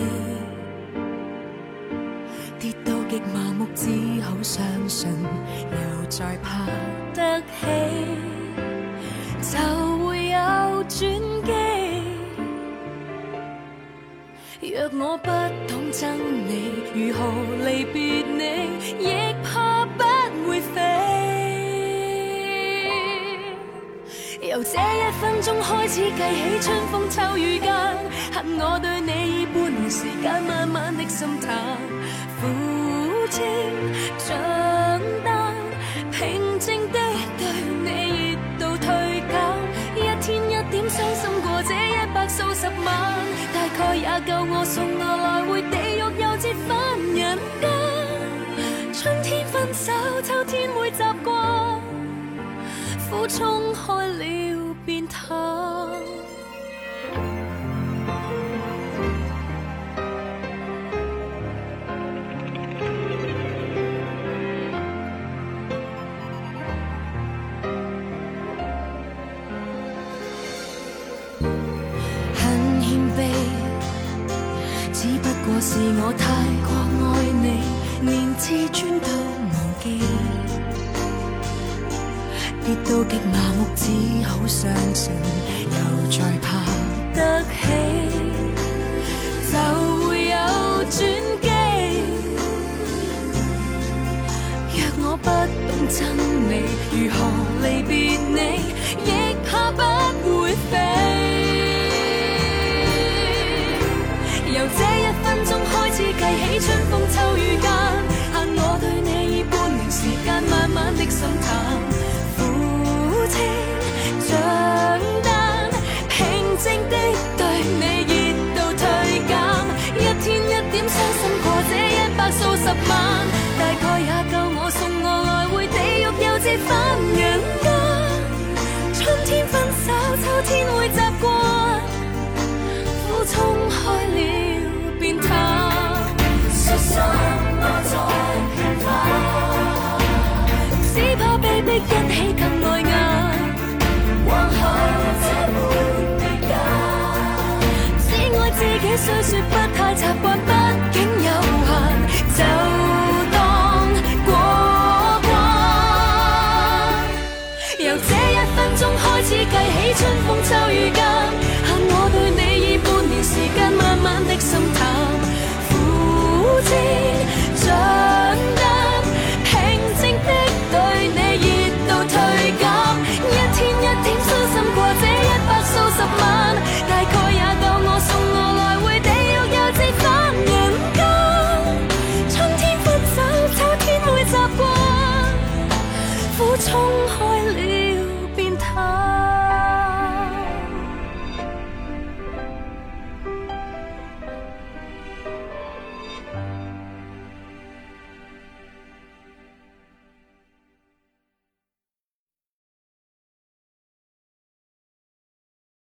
跌到極麻木，只好相信又再爬得起，就會有轉機。若我不懂憎你，如何離別你，亦怕不會飛。由這一分鐘開始計起，春風秋雨間，恨我對你以半年時間，慢慢的心淡，苦清長大，平靜的對你熱度退減，一天一點傷心過這一百數十晚，大概也夠我送我來回地獄又折返人間。春天分手，秋天會習慣，苦衝開了變淡。很謙卑，只不過是我太過愛你，連自尊都忘記。跌到極麻木，只好相信又再爬得起，就會有轉機。若我不懂憎你， 期，如何離別你，亦怕不會飛。由這一分鐘開始計起，春風秋雨間，限我對你以半年時間，慢慢的心淡，苦清像丹，平靜的對你熱度退減，一天一點傷心過這一百數十萬，大概也夠我送我來回地獄又折返人間。春天分手，秋天會習慣，苦衝開了變淡。說什麼再平凡，只怕被逼一起更礙眼。往後這沒別間，只愛自己雖說不太習慣，畢竟有限，就當過關。由這一分鐘開始計起，春風秋雨間，限我對你以半年時間，慢慢的心淡，苦知